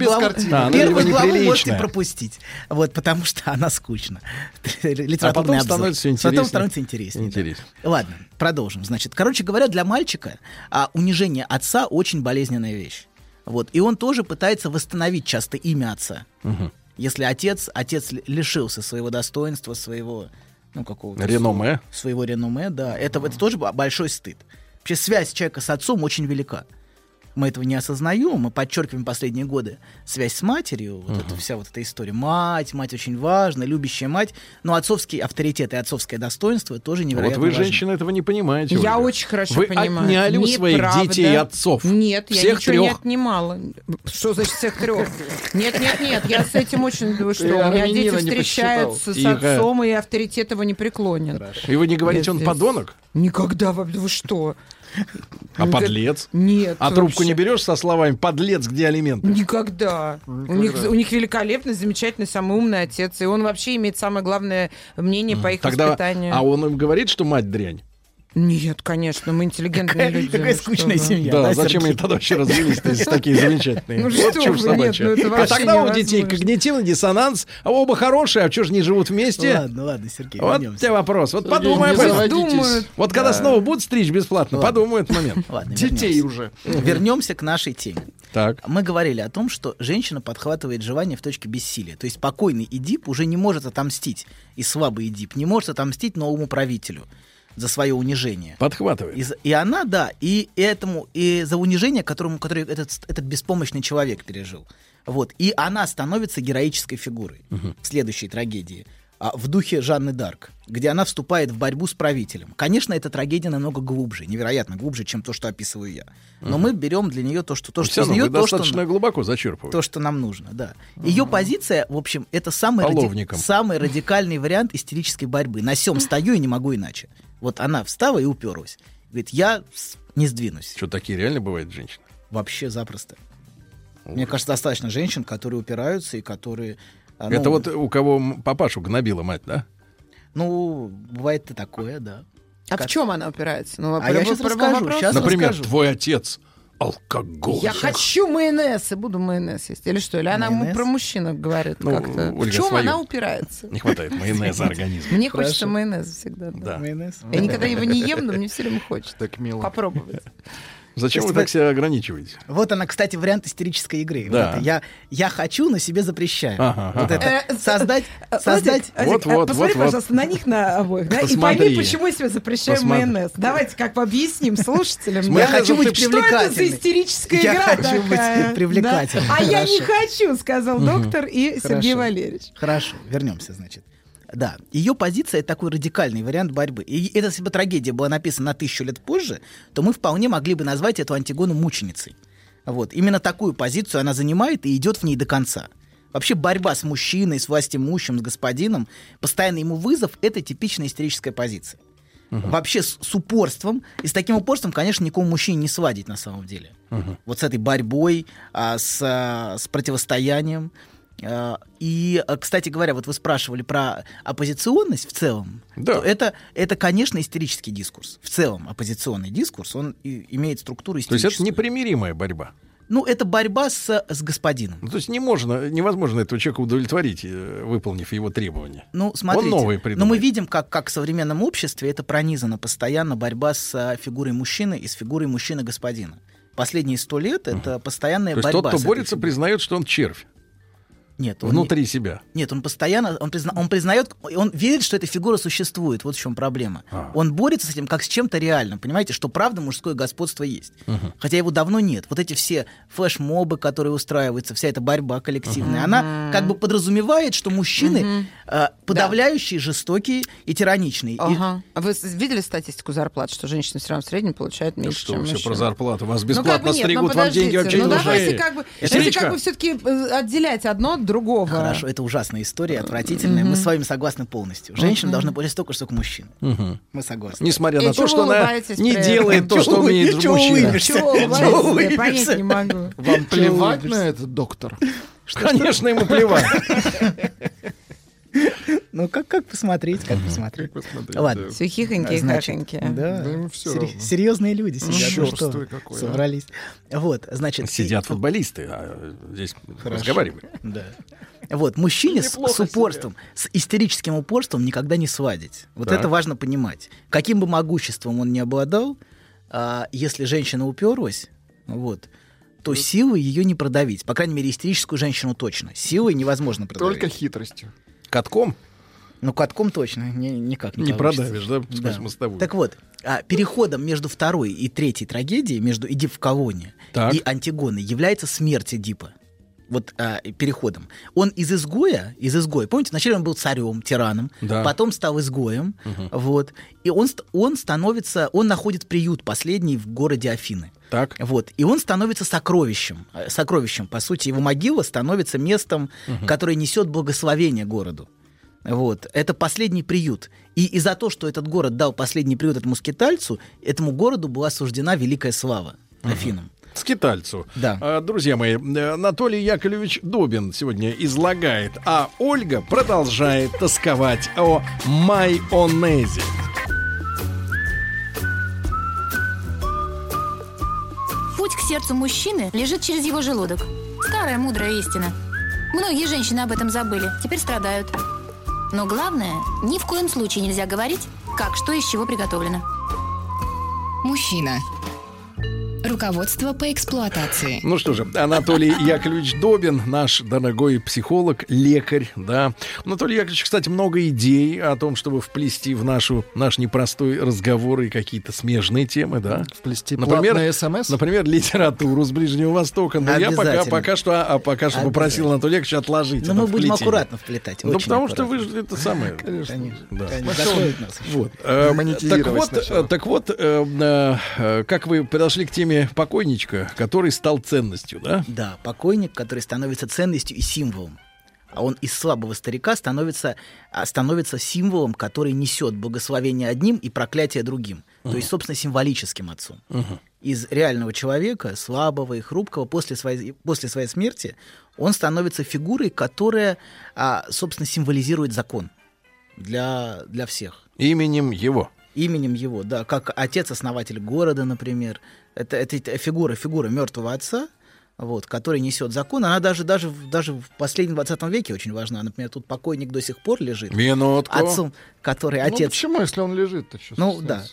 главу можете пропустить. Вот, потому что она скучна. Литературный обзор. Потом становится интереснее. Ладно, продолжим. Значит, короче говоря, для мальчика унижение отца очень болезненная вещь. Вот. И он тоже пытается восстановить часто имя отца. Если отец лишился своего достоинства, своего какого-то реноме. Своего реноме, да. Это тоже большой стыд. Вообще связь человека с отцом очень велика. Мы этого не осознаем, мы подчеркиваем последние годы связь с матерью, вся эта история. Мать очень важна, любящая мать, но отцовский авторитет и отцовское достоинство тоже невероятно Вот вы, важны. женщины, этого не понимаете. Я Ольга. очень хорошо вы понимаю. Вы отняли у своих детей отцов. Нет, всех я ничего трех. не отнимала. Что значит всех трех? Нет, я с этим очень... Что, у меня дети встречаются с отцом, и авторитет его не преклонен. И вы не говорите, он подонок? Никогда, вы что? А подлец? Нет. А трубку не берешь со словами «подлец, где алименты»? Никогда. У них великолепный, замечательный, самый умный отец. И он вообще имеет самое главное мнение по их воспитанию. А он им говорит, что мать дрянь? Нет, конечно, мы интеллигентные люди. Какая скучная семья. Да, зачем они тогда вообще развелись-то, если такие замечательные? Ну что вы, нет, это вообще А тогда у детей когнитивный диссонанс, а оба хорошие, а что же не живут вместе? Ладно, Сергей, вот тебе вопрос. Вот подумай об этом. Вот когда снова будут стричь бесплатно, подумай этот момент. Детей уже. Вернемся к нашей теме. Так. Мы говорили о том, что женщина подхватывает желание в точке бессилия. То есть покойный Эдип уже не может отомстить, и слабый Эдип не может отомстить новому правителю за свое унижение. Подхватывает. И она, да, и за унижение, которое этот беспомощный человек пережил. Вот. И она становится героической фигурой в следующей трагедии. В духе Жанны д'Арк, где она вступает в борьбу с правителем. Конечно, эта трагедия намного глубже, невероятно глубже, чем то, что описываю я. Но мы берем для нее то, что из нее достаточно глубоко зачерпываете. То, что нам нужно, да. Ее позиция, в общем, это самый радикальный вариант истерической борьбы. На сём стою и не могу иначе. Вот она встала и уперлась. Говорит, я не сдвинусь. Что, такие реально бывают женщины? Вообще запросто. Мне кажется, достаточно женщин, которые упираются и которые... Это вот у кого папашу гнобила мать, да? Ну, бывает и такое, да. А в чем она упирается? Я сейчас расскажу. Например, твой отец алкоголь. Я хочу майонез, и буду майонез есть. Или что? Или она про мужчину говорит как-то. В чем она упирается? Не хватает майонеза организма. Мне хочется майонеза всегда. Да. Я никогда его не ем, но мне все время хочется. Так мило. Попробовать. Зачем вы так себя ограничиваете? Вот она, кстати, вариант истерической игры. Да. Вот я хочу, но себе запрещаю. Это создать. Посмотри, пожалуйста, на них на обоих, да, и пойми, почему я себе запрещаю майонез. Давайте как бы объясним слушателям. Я хочу быть привлекательной. Что это за истерическая игра такая? Я хочу быть привлекательной. А я не хочу, сказал доктор и Сергей Валерьевич. Хорошо, вернемся, значит. Да, ее позиция — это такой радикальный вариант борьбы. И это, если бы трагедия была написана на 1000 лет позже, то мы вполне могли бы назвать эту Антигону мученицей. Вот. Именно такую позицию она занимает и идет в ней до конца. Вообще борьба с мужчиной, с властимущим, с господином, постоянный ему вызов — это типичная истерическая позиция. Вообще с упорством, и с таким упорством, конечно, никому мужчине не сладить на самом деле. Вот с этой борьбой, с противостоянием. И, кстати говоря, вот вы спрашивали про оппозиционность в целом. Да. Это, конечно, истерический дискурс. В целом оппозиционный дискурс, он имеет структуру истерическую. То есть это непримиримая борьба? Ну, это борьба с господином. Ну, то есть невозможно этого человека удовлетворить, выполнив его требования. Ну, смотрите, он новый придумает. Но мы видим, как в современном обществе это пронизано постоянно борьба с фигурой мужчины и с фигурой мужчины-господина. Последние 100 лет это постоянная борьба. То есть тот, кто борется, признает, что он червь. Нет, внутри себя. Нет, он постоянно, он признает, он верит, что эта фигура существует. Вот в чем проблема. Он борется с этим как с чем-то реальным. Понимаете, что правда мужское господство есть. Хотя его давно нет. Вот эти все флешмобы, которые устраиваются, вся эта борьба коллективная, она как бы подразумевает, что мужчины подавляющие, жестокие и тираничные. А вы видели статистику зарплат, что женщины все равно в среднем получают меньше, чем мужчины? Все про зарплату. Вас бесплатно стригут, вам деньги вообще не нужны. Давайте как бы все-таки отделять одно от другого. Хорошо, это ужасная история, отвратительная. Мы с вами согласны полностью. Женщины должны платить столько, сколько мужчин. Мы согласны. Несмотря на то, что она не делает то, что умеет мужчина. Чего улыбаетесь? Понять не могу. Вам плевать на это, доктор? Конечно, ему плевать. Ну, как посмотреть, Ладно. Все хихонькие, хахонькие. Да, серьезные люди сидят. Что собрались. Вот, значит... Сидят футболисты, а здесь разговаривают. Да. Вот, мужчине с упорством, с истерическим упорством никогда не свадить. Вот это важно понимать. Каким бы могуществом он ни обладал, если женщина уперлась, вот, то силой ее не продавить. По крайней мере, истерическую женщину точно. Силой невозможно продавить. Только хитростью. Катком? Ну, катком точно никак не продавишь, да? Сквозь мостовую. Так вот, переходом между второй и третьей трагедией, между Эдип в Кавоне и Антигоной, является смерть Эдипа. Вот переходом. Он из изгоя, помните, вначале он был царем, тираном, потом стал изгоем, вот, и он находит приют последний в городе Афины. Так. Вот, и он становится сокровищем, по сути, его могила становится местом, которое несет благословение городу. Вот, это последний приют. И за то, что этот город дал последний приют этому скитальцу, этому городу была суждена великая слава Афинам. Скитальцу. Да. Друзья мои, Анатолий Яковлевич Добин сегодня излагает, а Ольга продолжает тосковать о майонезе. Путь к сердцу мужчины лежит через его желудок. Старая мудрая истина. Многие женщины об этом забыли, теперь страдают. Но главное, ни в коем случае нельзя говорить, как что из чего приготовлено. Мужчина. Руководство по эксплуатации. Ну что же, Анатолий Яковлевич Добин, наш дорогой психолог, лекарь, да. Анатолий Яковлевич, кстати, много идей о том, чтобы вплести в наш непростой разговор и какие-то смежные темы, да. Вплести платные СМС. Например, литературу с Ближнего Востока. Но я пока что попросил Анатолия Яковлевича отложить. Но мы будем аккуратно вплетать. Ну, потому что вы же это самое. Конечно. Так вот, как вы подошли к теме покойничка, который стал ценностью, да? Да, покойник, который становится ценностью и символом. А он из слабого старика становится символом, который несет благословение одним и проклятие другим. То есть, собственно, символическим отцом. Из реального человека, слабого и хрупкого, после своей смерти, он становится фигурой, которая, собственно, символизирует закон для всех. Именем его, да, как отец-основатель города, например. Это фигура мертвого отца, вот, который несет закон. Она даже в последнем 20 веке очень важна. Например, тут покойник до сих пор лежит. Минутку. Отцом, который отец. Ну почему, если он лежит-то? Ну да.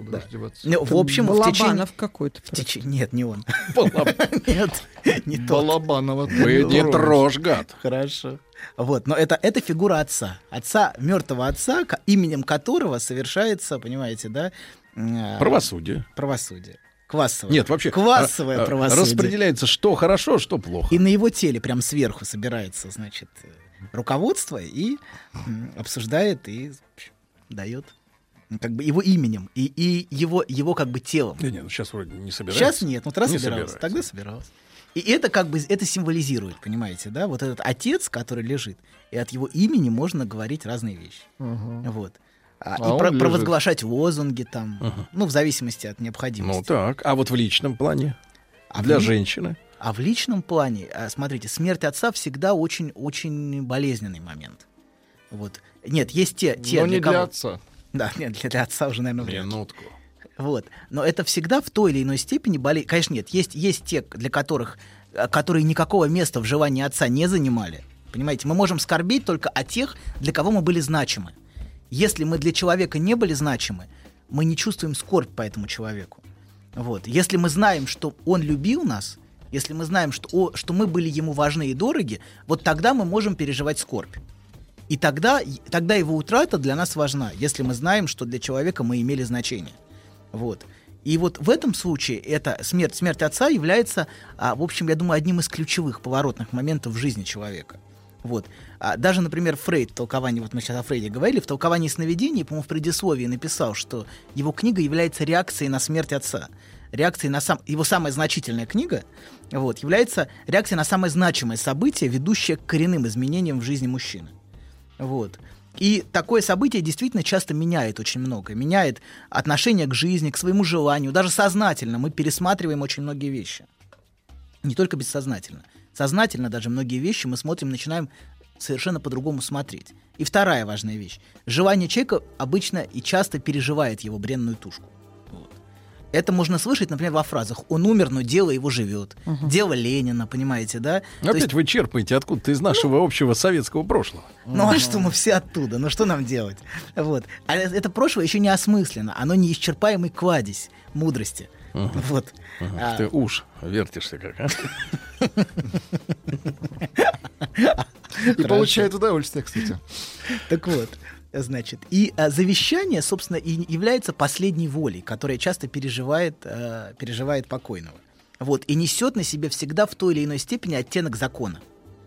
Ну, в общем, Балабанов какой-то. Нет, не он. Нет, не тот. Балабанова. Вы не трожь, гад. Хорошо. Вот, но это фигура отца, мертвого отца, именем которого совершается, понимаете, да? Правосудие. Квасовое. Нет, вообще квасовое правосудие. Распределяется, что хорошо, что плохо. И на его теле прям сверху собирается, значит, руководство и обсуждает и дает как бы его именем и его как бы телом. Нет, сейчас вроде не собирается. Сейчас нет, тогда собирался. Тогда собирался. И это как бы это символизирует, понимаете, да? Вот этот отец, который лежит, и от его имени можно говорить разные вещи. Вот. Провозглашать лозунги там, ну, в зависимости от необходимости. Ну так, а вот в личном плане? Для женщины? А в личном плане, смотрите, смерть отца всегда очень-очень болезненный момент. Вот. Нет, есть те но не для отца. Да, нет, для отца уже, наверное, минутку. Вот. Но это всегда в той или иной степени болезнь. Конечно, нет, есть те, для которые никакого места в желании отца не занимали. Понимаете, мы можем скорбеть только о тех, для кого мы были значимы. Если мы для человека не были значимы, мы не чувствуем скорбь по этому человеку. Вот. Если мы знаем, что он любил нас, если мы знаем, что мы были ему важны и дороги, вот тогда мы можем переживать скорбь. И тогда его утрата для нас важна, если мы знаем, что для человека мы имели значение. Вот. И вот в этом случае эта смерть отца является, в общем, я думаю, одним из ключевых поворотных моментов в жизни человека. Вот. Даже, например, Фрейд в толковании, вот мы сейчас о Фрейде говорили, в толковании сновидений, по-моему, в предисловии написал, что его книга является реакцией на смерть отца. реакцией на его самая значительная книга, вот, является реакцией на самое значимое событие, ведущее к коренным изменениям в жизни мужчины. Вот. И такое событие действительно часто меняет очень много. Меняет отношение к жизни, к своему желанию. Даже сознательно мы пересматриваем очень многие вещи. Не только бессознательно. Сознательно даже многие вещи мы смотрим, начинаем совершенно по-другому смотреть. И вторая важная вещь. Желание человека обычно и часто переживает его бренную тушку. Вот. Это можно слышать, например, во фразах «он умер, но дело его живет», «дело Ленина», понимаете, да? Опять вы черпаете откуда-то из нашего общего советского прошлого. Ну а что, мы все оттуда, ну что нам делать? Вот. А это прошлое еще не осмысленно, оно неисчерпаемый кладезь мудрости. Вот. Ты уж вертишься как, а? И получает удовольствие, кстати. Так вот, значит, и завещание, собственно, и является последней волей, которая часто переживает покойного. Вот, и несет на себе всегда в той или иной степени оттенок закона.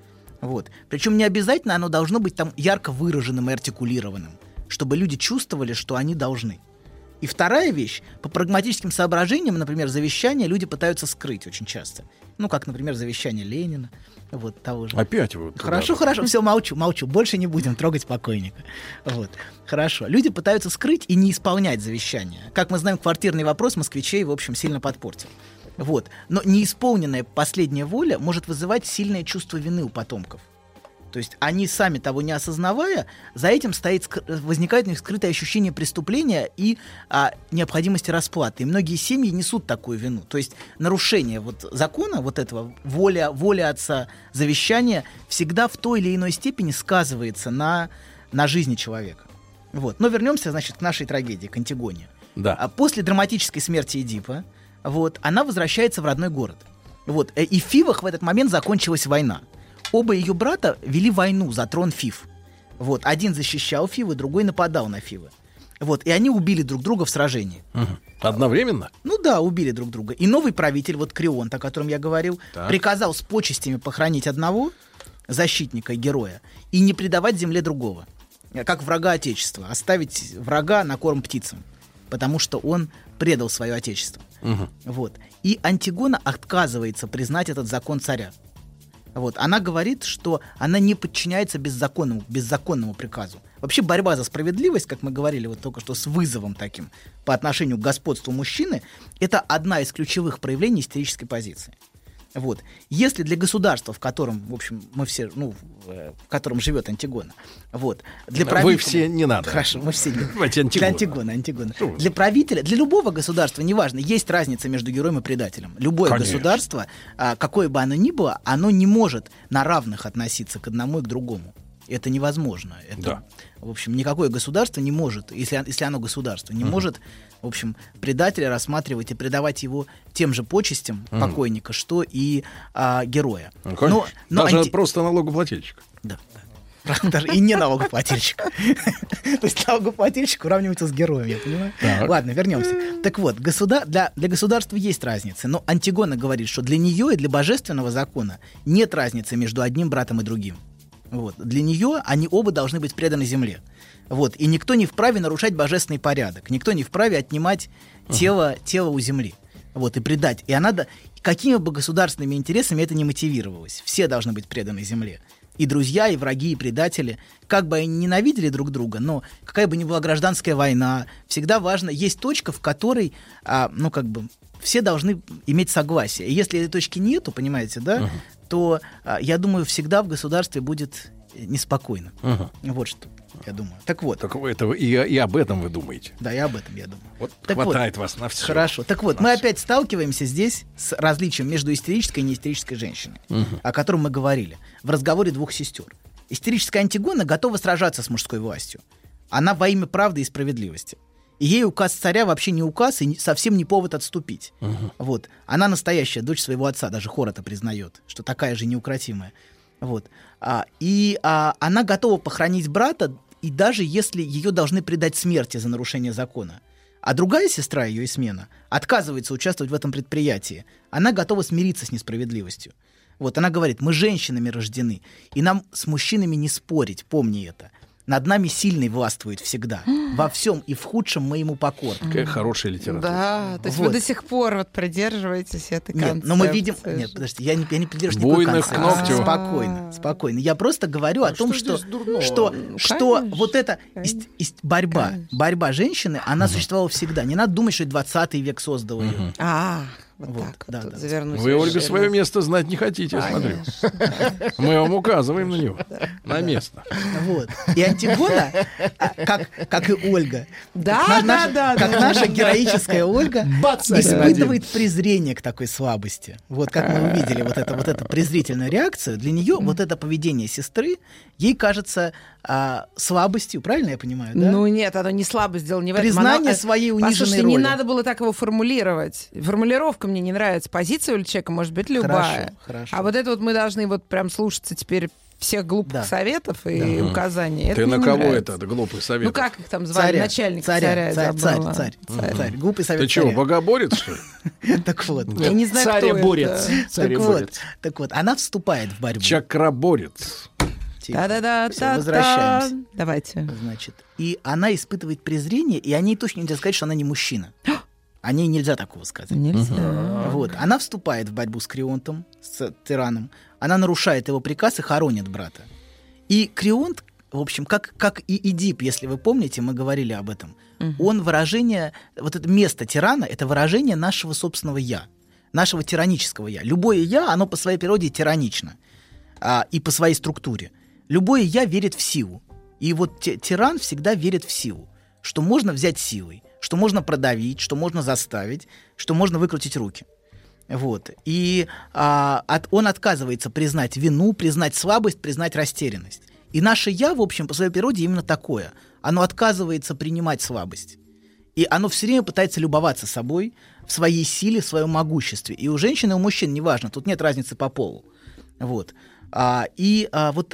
Вот. Причем не обязательно оно должно быть там ярко выраженным и артикулированным, чтобы люди чувствовали, что они должны. И вторая вещь, по прагматическим соображениям, например, завещание люди пытаются скрыть очень часто. Ну, как, например, завещание Ленина, вот того же. Опять вот. Хорошо, все, молчу, больше не будем трогать покойника. Вот, хорошо. Люди пытаются скрыть и не исполнять завещание. Как мы знаем, квартирный вопрос москвичей, в общем, сильно подпортил. Вот. Но неисполненная последняя воля может вызывать сильное чувство вины у потомков. То есть они сами того не осознавая, за этим возникает у них скрытое ощущение преступления и необходимости расплаты. И многие семьи несут такую вину. То есть нарушение вот закона, вот этого воля отца, завещания, всегда в той или иной степени сказывается на жизни человека. Вот. Но вернемся, значит, к нашей трагедии, к Антигоне. Да. После драматической смерти Эдипа вот, она возвращается в родной город. Вот. И в Фивах в этот момент закончилась война. Оба ее брата вели войну за трон Фив. Вот. Один защищал Фивы, другой нападал на Фивы. Вот. И они убили друг друга в сражении. Одновременно? Ну да, убили друг друга. И новый правитель, вот Крионт, о котором я говорил, приказал с почестями похоронить одного защитника, героя, и не предавать земле другого. Как врага Отечества. Оставить врага на корм птицам. Потому что он предал свое Отечество. Вот. И Антигона отказывается признать этот закон царя. Вот. Она говорит, что она не подчиняется беззаконному приказу. Вообще борьба за справедливость, как мы говорили вот только что, с вызовом таким по отношению к господству мужчины, это одна из ключевых проявлений исторической позиции. Вот. Если для государства, в котором, в общем, мы все, в котором живет Антигона, вот, для правителя... Вы все не надо. Хорошо, мы все не... Для Антигона. Для правителя, для любого государства, неважно, есть разница между героем и предателем. Любое государство, какое бы оно ни было, оно не может на равных относиться к одному и к другому. Это невозможно. Это, в общем, никакое государство не может, если оно государство, не может, в общем, предателя рассматривать и предавать его тем же почестям покойника, что и героя. Но даже просто налогоплательщик. Да. Даже и не налогоплательщик. То есть налогоплательщик уравнивается с героем, я понимаю. Ладно, вернемся. Так вот, для государства есть разница, но Антигона говорит, что для нее и для божественного закона нет разницы между одним братом и другим. Вот. Для нее они оба должны быть преданы земле. Вот. И никто не вправе нарушать божественный порядок. Никто не вправе отнимать тело у земли. Вот, и предать. И она, какими бы государственными интересами это ни мотивировалось, все должны быть преданы земле. И друзья, и враги, и предатели. Как бы они ненавидели друг друга, но какая бы ни была гражданская война, всегда важно, есть точка, в которой, все должны иметь согласие. И если этой точки нету, понимаете, да, то, я думаю, всегда в государстве будет неспокойно. Вот что я думаю. Так вот. Так и об этом вы думаете. Да, и об этом я думаю. Вот хватает вас на все. Хорошо. Так вот, мы опять сталкиваемся здесь с различием между истерической и неистерической женщиной, о котором мы говорили в разговоре двух сестер. Истерическая Антигона готова сражаться с мужской властью. Она во имя правды и справедливости. И ей указ царя вообще не указ и совсем не повод отступить. Вот. Она настоящая дочь своего отца, даже Хор это признает, что такая же неукротимая. Вот. Она готова похоронить брата, и даже если ее должны предать смерти за нарушение закона. А другая сестра, ее Исмена, отказывается участвовать в этом предприятии. Она готова смириться с несправедливостью. Вот. Она говорит, мы женщинами рождены, и нам с мужчинами не спорить, помни это. Над нами сильный властвует всегда. Во всем и в худшем мы ему покорны. Какая хорошая литература. Да, то есть вы до сих пор вот придерживаетесь этой концепции. Нет, но мы видим... Нет, подождите, я не придерживаюсь никакой концепции. Спокойно. Я просто говорю о том, что вот эта борьба женщины, она существовала всегда. Не надо думать, что 20 век создал ее. Вот так вот завернуть. Вы, Ольга, свое место знать не хотите, я смотрю. Мы вам указываем на него, на место. Вот. И Антигона, как и Ольга, как наша героическая Ольга, испытывает презрение к такой слабости. Вот как мы увидели вот эту презрительную реакцию, для нее вот это поведение сестры, ей кажется слабостью, правильно я понимаю? Да? Ну нет, оно не слабость, дело не в этом. Признание своей униженной роли. Не надо было так его формулировать. Формулировка мне не нравится. Позиция у человека может быть любая. Хорошо. А вот это вот мы должны вот прям слушаться теперь всех глупых советов и указаний. Ты на кого это глупый совет? Ну как их там звали? Начальник царя. Царь. Глупый совет. Ты что, богоборец, что ли? Так вот. Я не знаю, кто это. Так вот, она вступает в борьбу. Чакраборец. Возвращаемся. Давайте. Значит, и она испытывает презрение, и о ней точно нельзя сказать, что она не мужчина. О ней нельзя такого сказать. Нельзя. Вот. Она вступает в борьбу с Крионтом, с тираном. Она нарушает его приказ и хоронит брата. И Крионт, в общем, как и Эдип, если вы помните, мы говорили об этом, он выражение, вот это место тирана, это выражение нашего собственного «я», нашего тиранического «я». Любое «я», оно по своей природе тиранично и по своей структуре. Любое «я» верит в силу. И вот тиран всегда верит в силу, что можно взять силой, что можно продавить, что можно заставить, что можно выкрутить руки. Вот. И он отказывается признать вину, признать слабость, признать растерянность. И наше «я», в общем, по своей природе именно такое. Оно отказывается принимать слабость. И оно все время пытается любоваться собой, в своей силе, в своем могуществе. И у женщин, и у мужчин, неважно, тут нет разницы по полу. Вот. И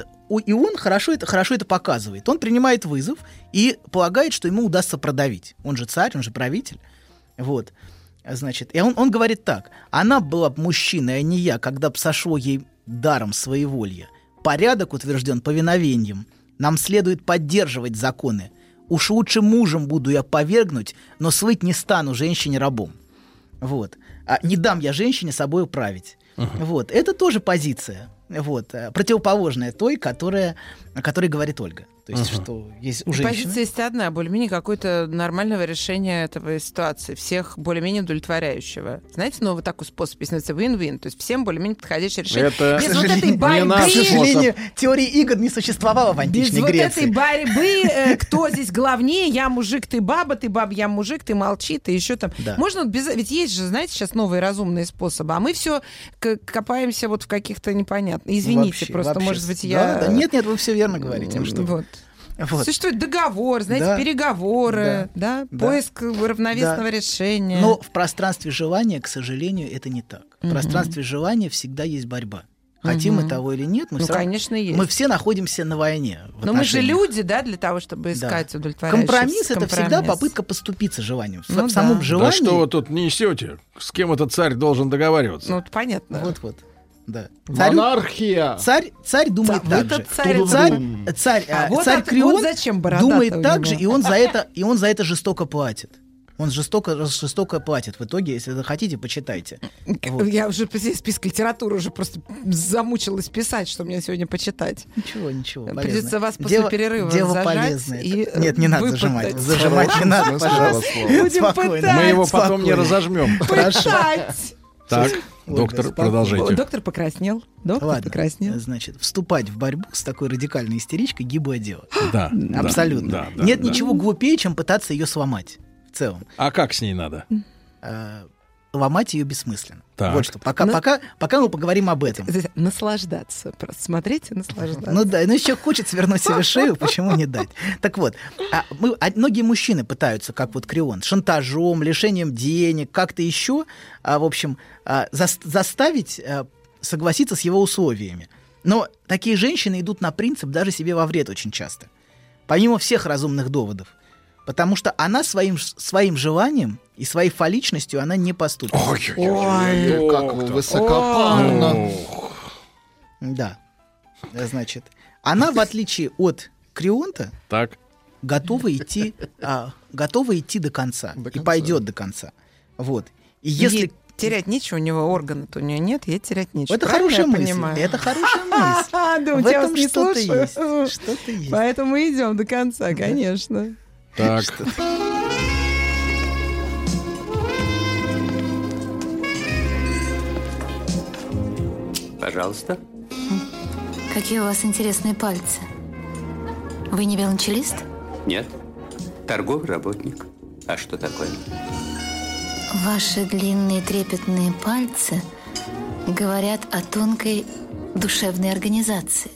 он хорошо это показывает. Он принимает вызов и полагает, что ему удастся продавить. Он же царь, он же правитель. Вот. Значит, и он говорит так. Она была б мужчиной, а не я, когда б сошло ей даром своеволья. Порядок утвержден повиновением. Нам следует поддерживать законы. Уж лучше мужем буду я повергнуть, но слыть не стану женщине рабом. Вот. Не дам я женщине собой править. Вот. Это тоже позиция. Вот, противоположная той, о которой говорит Ольга. То есть, что есть у женщины... Позиция есть одна, более-менее какое-то нормального решения этой ситуации, всех более-менее удовлетворяющего. Знаете, новый такой способ, если это win-win, то есть всем более-менее подходящее решение. Это, без вот этой борьбы... К сожалению, теории игр не существовало в античной Греции. Без вот этой борьбы, кто здесь главнее, я мужик, ты баба, я мужик, ты молчи, ты еще там... Да. Можно без... Ведь есть же, знаете, сейчас новые разумные способы, а мы все копаемся вот в каких-то непонятных... Извините, просто, может быть, я... Да, нет, вы все верно говорите. Вот. Существует договор, знаете, переговоры, поиск равновесного решения. Но в пространстве желания, к сожалению, это не так. В пространстве желания всегда есть борьба. Хотим мы того или нет, конечно, есть. Мы все находимся на войне. Но мы же люди, для того, чтобы искать удовлетворяющий компромисс. Это всегда попытка поступиться желанием. В самом желании... Да что вы тут несете? С кем этот царь должен договариваться? Ну, понятно. Вот. Да. Монархия. Царь думает так же. Царь Крион думает так же, и он за это жестоко платит. Он жестоко платит. В итоге, если вы хотите, почитайте. Вот. Я уже список литературы уже просто замучилась писать, что мне сегодня почитать. Ничего. Придется вас после перерыва зажать. Полезное. Нет, не надо зажимать. Зажимать не надо, пожалуйста. Будем пытать. Мы его потом не разожмем. Пытать. Так, доктор, продолжайте. Доктор покраснел. Значит, вступать в борьбу с такой радикальной истеричкой гиблое дело. Да. Абсолютно. Нет ничего глупее, чем пытаться ее сломать. В целом. А как с ней надо? Ломать ее бессмысленно. Так. Вот что. Пока мы поговорим об этом. Наслаждаться. Просто смотрите, наслаждаться. Ну да, еще хочет свернуть себе шею, почему не дать? Так вот, многие мужчины пытаются, как вот Крион, шантажом, лишением денег, как-то еще, в общем, заставить согласиться с его условиями. Но такие женщины идут на принцип даже себе во вред очень часто. Помимо всех разумных доводов. Потому что она своим желанием и своей фаличностью она не поступит. Ой, как высокопарно. Да. Значит, она, в отличие от Крионта готова идти до конца. И пойдет до конца. Вот. И если... Терять нечего, у него органа-то у нее нет, ей терять нечего. Это хорошая мысль. Это хорошая мысль. Да, в этом что-то есть. Что-то есть. Поэтому мы идем до конца, конечно. Так. Пожалуйста. Какие у вас интересные пальцы. Вы не велончелист? Нет. Торговый работник. А что такое? Ваши длинные трепетные пальцы говорят о тонкой душевной организации.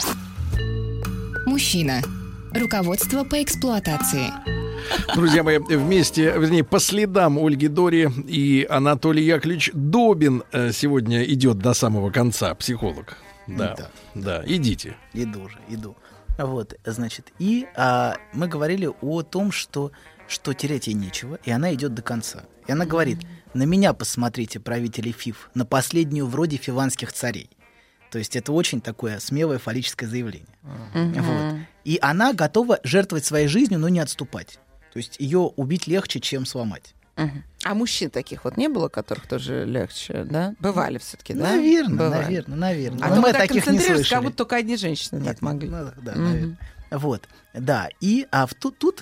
Мужчина. Руководство по эксплуатации. Друзья мои, по следам Ольги Дори и Анатолий Яковлевич Добин сегодня идет до самого конца, психолог. Да, идите. Иду. Вот, значит, и мы говорили о том, что терять ей нечего, и она идет до конца. И она говорит: на меня посмотрите, правители Фив, на последнюю вроде фиванских царей. То есть это очень такое смелое фаллическое заявление. Вот. И она готова жертвовать своей жизнью, но не отступать. То есть ее убить легче, чем сломать. А мужчин таких вот не было, которых тоже легче, да? Бывали все-таки, да? Наверное. А но то мы так таких не слышали. Как будто только одни женщины так могли. Наверное. Вот, да. И тут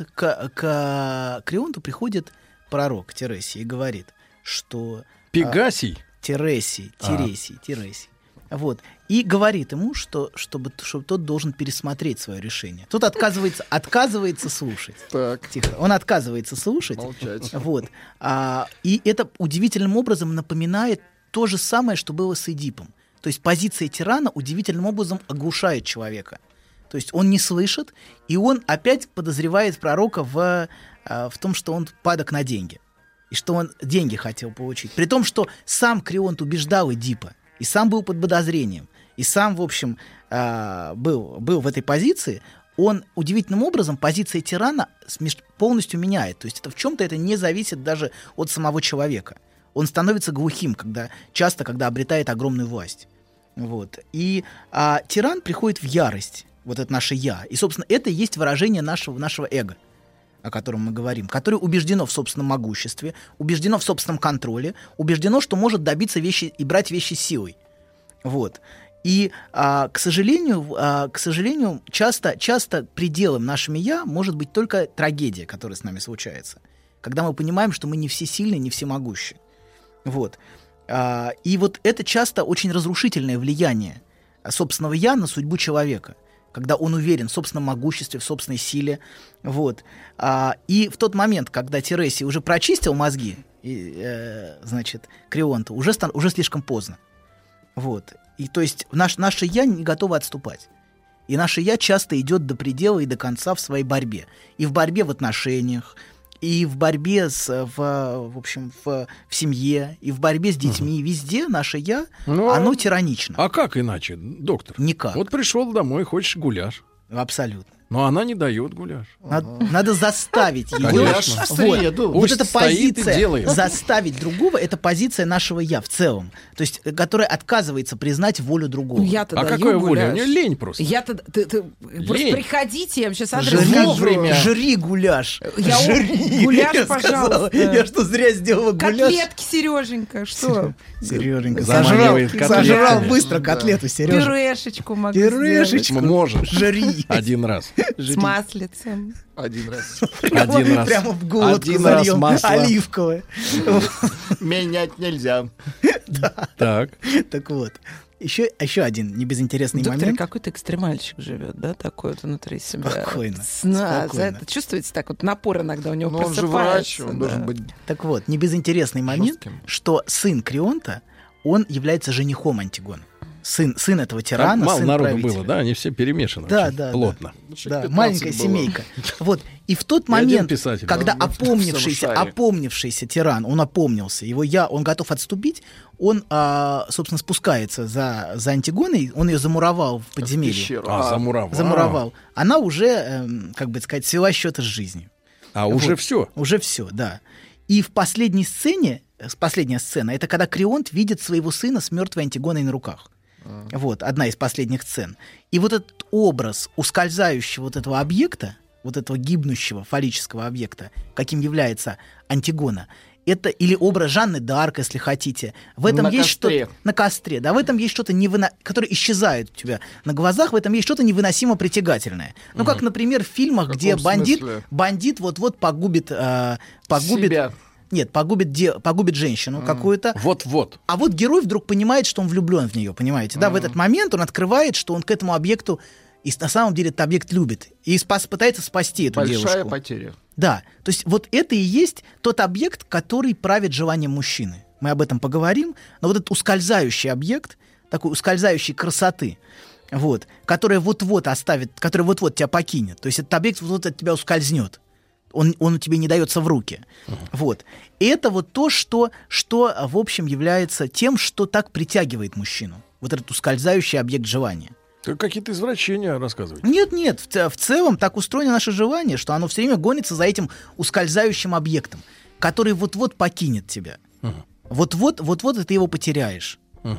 к Крионту приходит пророк Тересий и говорит, что... Пегасий? Тересий. Вот. И говорит ему, чтобы тот должен пересмотреть свое решение. Тот отказывается слушать. Так. Тихо. Он отказывается слушать. Молчать. Вот. И это удивительным образом напоминает то же самое, что было с Эдипом. То есть позиция тирана удивительным образом оглушает человека. То есть он не слышит, и он опять подозревает пророка в том, что он падок на деньги. И что он деньги хотел получить. При том, что сам Крионт убеждал Эдипа, и сам был под подозрением, и сам, в общем, был в этой позиции, он удивительным образом позиция тирана полностью меняет. То есть в чем-то это не зависит даже от самого человека. Он становится глухим, когда обретает огромную власть. Вот. И тиран приходит в ярость. Вот это наше «я». И, собственно, это и есть выражение нашего эго, о котором мы говорим, которое убеждено в собственном могуществе, убеждено в собственном контроле, убеждено, что может добиться вещи и брать вещи силой. Вот. И, к сожалению, часто пределом нашими «я» может быть только трагедия, которая с нами случается, когда мы понимаем, что мы не всесильны, не всемогущи. Вот. И вот это часто очень разрушительное влияние собственного «я» на судьбу человека, когда он уверен в собственном могуществе, в собственной силе. Вот. И в тот момент, когда Тересий уже прочистил мозги, Крионту, уже слишком поздно. Вот. И то есть наше «я» не готово отступать. И наше «я» часто идет до предела и до конца в своей борьбе. И в борьбе в отношениях, и в борьбе в семье, и в борьбе с детьми. Везде наше «я», оно тиранично. А как иначе, доктор? Никак. Вот пришел домой, хочешь гуляш. Абсолютно. Но она не дает гуляш. Надо заставить ее. Гуляш в среду. Вот эта позиция заставить другого, это позиция нашего «я» в целом. То есть, которая отказывается признать волю другого. А какая воля? У нее лень просто. Просто приходите, я вам сейчас адрес вовремя. Жри гуляш. Гуляш, пожалуйста. Я что, зря сделала гуляш? Котлетки, Сереженька, что? Сереженька сожрал быстро котлету, Сережа. Пюрешечку могу сделать. Можешь. Жри. Один раз. С маслицем. Один раз. Прямо в голову зальем оливковое. Менять нельзя. Так. Так вот. Еще один небезынтересный момент. Доктор, какой-то экстремальщик живет, да, такой вот внутри себя. Спокойно. Это чувствуете так вот напор иногда у него просыпается. Он же врач, он должен быть. Так вот, небезынтересный момент, что сын Крионта, он является женихом Антигоны. Сын этого тирана, мало сын народу правителя. было, да? Они все перемешаны. Плотно. Да, маленькая семейка. Вот. И в тот момент, когда опомнившийся тиран, он опомнился, он готов отступить, он, собственно, спускается за Антигоной, он ее замуровал в подземелье. Замуровал. Она уже, свела счеты с жизнью. Уже все? Уже все, да. И в последняя сцена, это когда Крионт видит своего сына с мертвой Антигоной на руках. Вот, одна из последних сцен. И вот этот образ ускользающего вот этого объекта, вот этого гибнущего фаллического объекта, каким является Антигона, это или образ Жанны д'Арк, если хотите. В этом есть что-то на костре, да, в этом есть что-то которое исчезает у тебя на глазах, в этом есть что-то невыносимо притягательное. Ну, как, например, в фильмах, где бандит вот-вот погубит себя. Нет, погубит женщину какую-то. Вот-вот. А вот герой вдруг понимает, что он влюблен в нее, понимаете? Да, в этот момент он открывает, что он к этому объекту, и на самом деле этот объект любит, и пытается спасти эту девушку. Большая потеря. Да, то есть вот это и есть тот объект, который правит желанием мужчины. Мы об этом поговорим, но вот этот ускользающий объект, такой ускользающей красоты, вот, который вот-вот тебя покинет, то есть этот объект вот-вот от тебя ускользнет. Он тебе не дается в руки. Вот. И это вот то, что, в общем, является тем, что так притягивает мужчину. Вот этот ускользающий объект желания. Ты какие-то извращения рассказываете. Нет. В целом так устроено наше желание, что оно все время гонится за этим ускользающим объектом, который вот-вот покинет тебя. Вот-вот ты его потеряешь.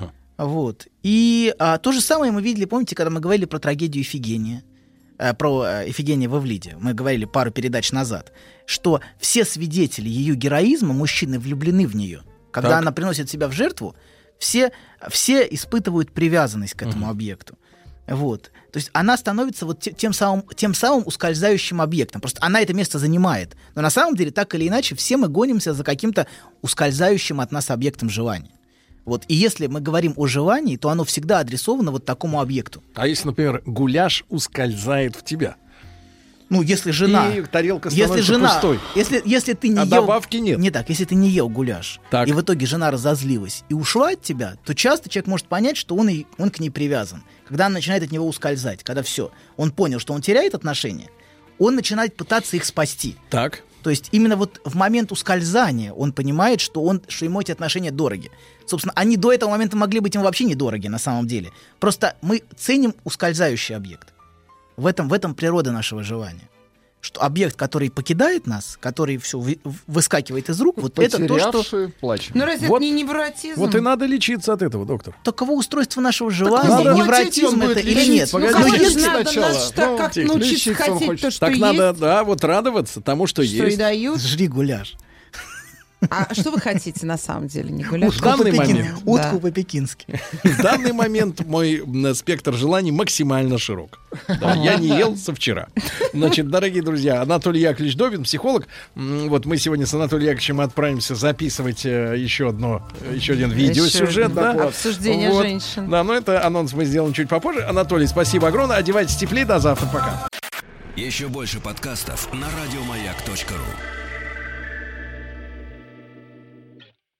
Вот. И то же самое мы видели, помните, когда мы говорили про трагедию Ифигения, про Ифигения в Эвлиде, мы говорили пару передач назад, что все свидетели ее героизма, мужчины, влюблены в нее. Когда она приносит себя в жертву, все испытывают привязанность к этому объекту. Вот. То есть она становится вот тем самым ускользающим объектом. Просто она это место занимает. Но на самом деле, так или иначе, все мы гонимся за каким-то ускользающим от нас объектом желания. Вот. И если мы говорим о желании, то оно всегда адресовано вот такому объекту. А если, например, гуляш ускользает в тебя? Ну, если жена... И тарелка становится пустой. Если ты не ел... добавки нет. Не так. Если ты не ел гуляш, и в итоге жена разозлилась и ушла от тебя, то часто человек может понять, что он к ней привязан. Когда она начинает от него ускользать, когда все, он понял, что он теряет отношения, он начинает пытаться их спасти. Так. То есть именно вот в момент ускользания он понимает, что ему эти отношения дороги. Собственно, они до этого момента могли быть ему вообще недороги на самом деле. Просто мы ценим ускользающий объект. В этом природа нашего желания. Что объект, который покидает нас, который все выскакивает из рук, вот это то, что... плачем. Ну разве это не невротизм? Вот и надо лечиться от этого, доктор. Таково устройство нашего желания, невротизм это или нет? Надо как научиться хотеть то, что есть. Так надо, да, вот радоваться тому, что есть. Что и дают. Жри гуляш. А что вы хотите на самом деле? Не гулять? Утку по-пекински. В данный момент мой спектр желаний максимально широк. Да, я не ел со вчера. Значит, дорогие друзья, Анатолий Яковлевич Добин, психолог. Вот мы сегодня с Анатолием Яковлевичем отправимся записывать еще один видеосюжет. Обсуждение женщин. Да, но это анонс мы сделаем чуть попозже. Анатолий, спасибо огромное. Одевайтесь теплее. До завтра. Пока. Еще больше подкастов на радиомаяк.ру.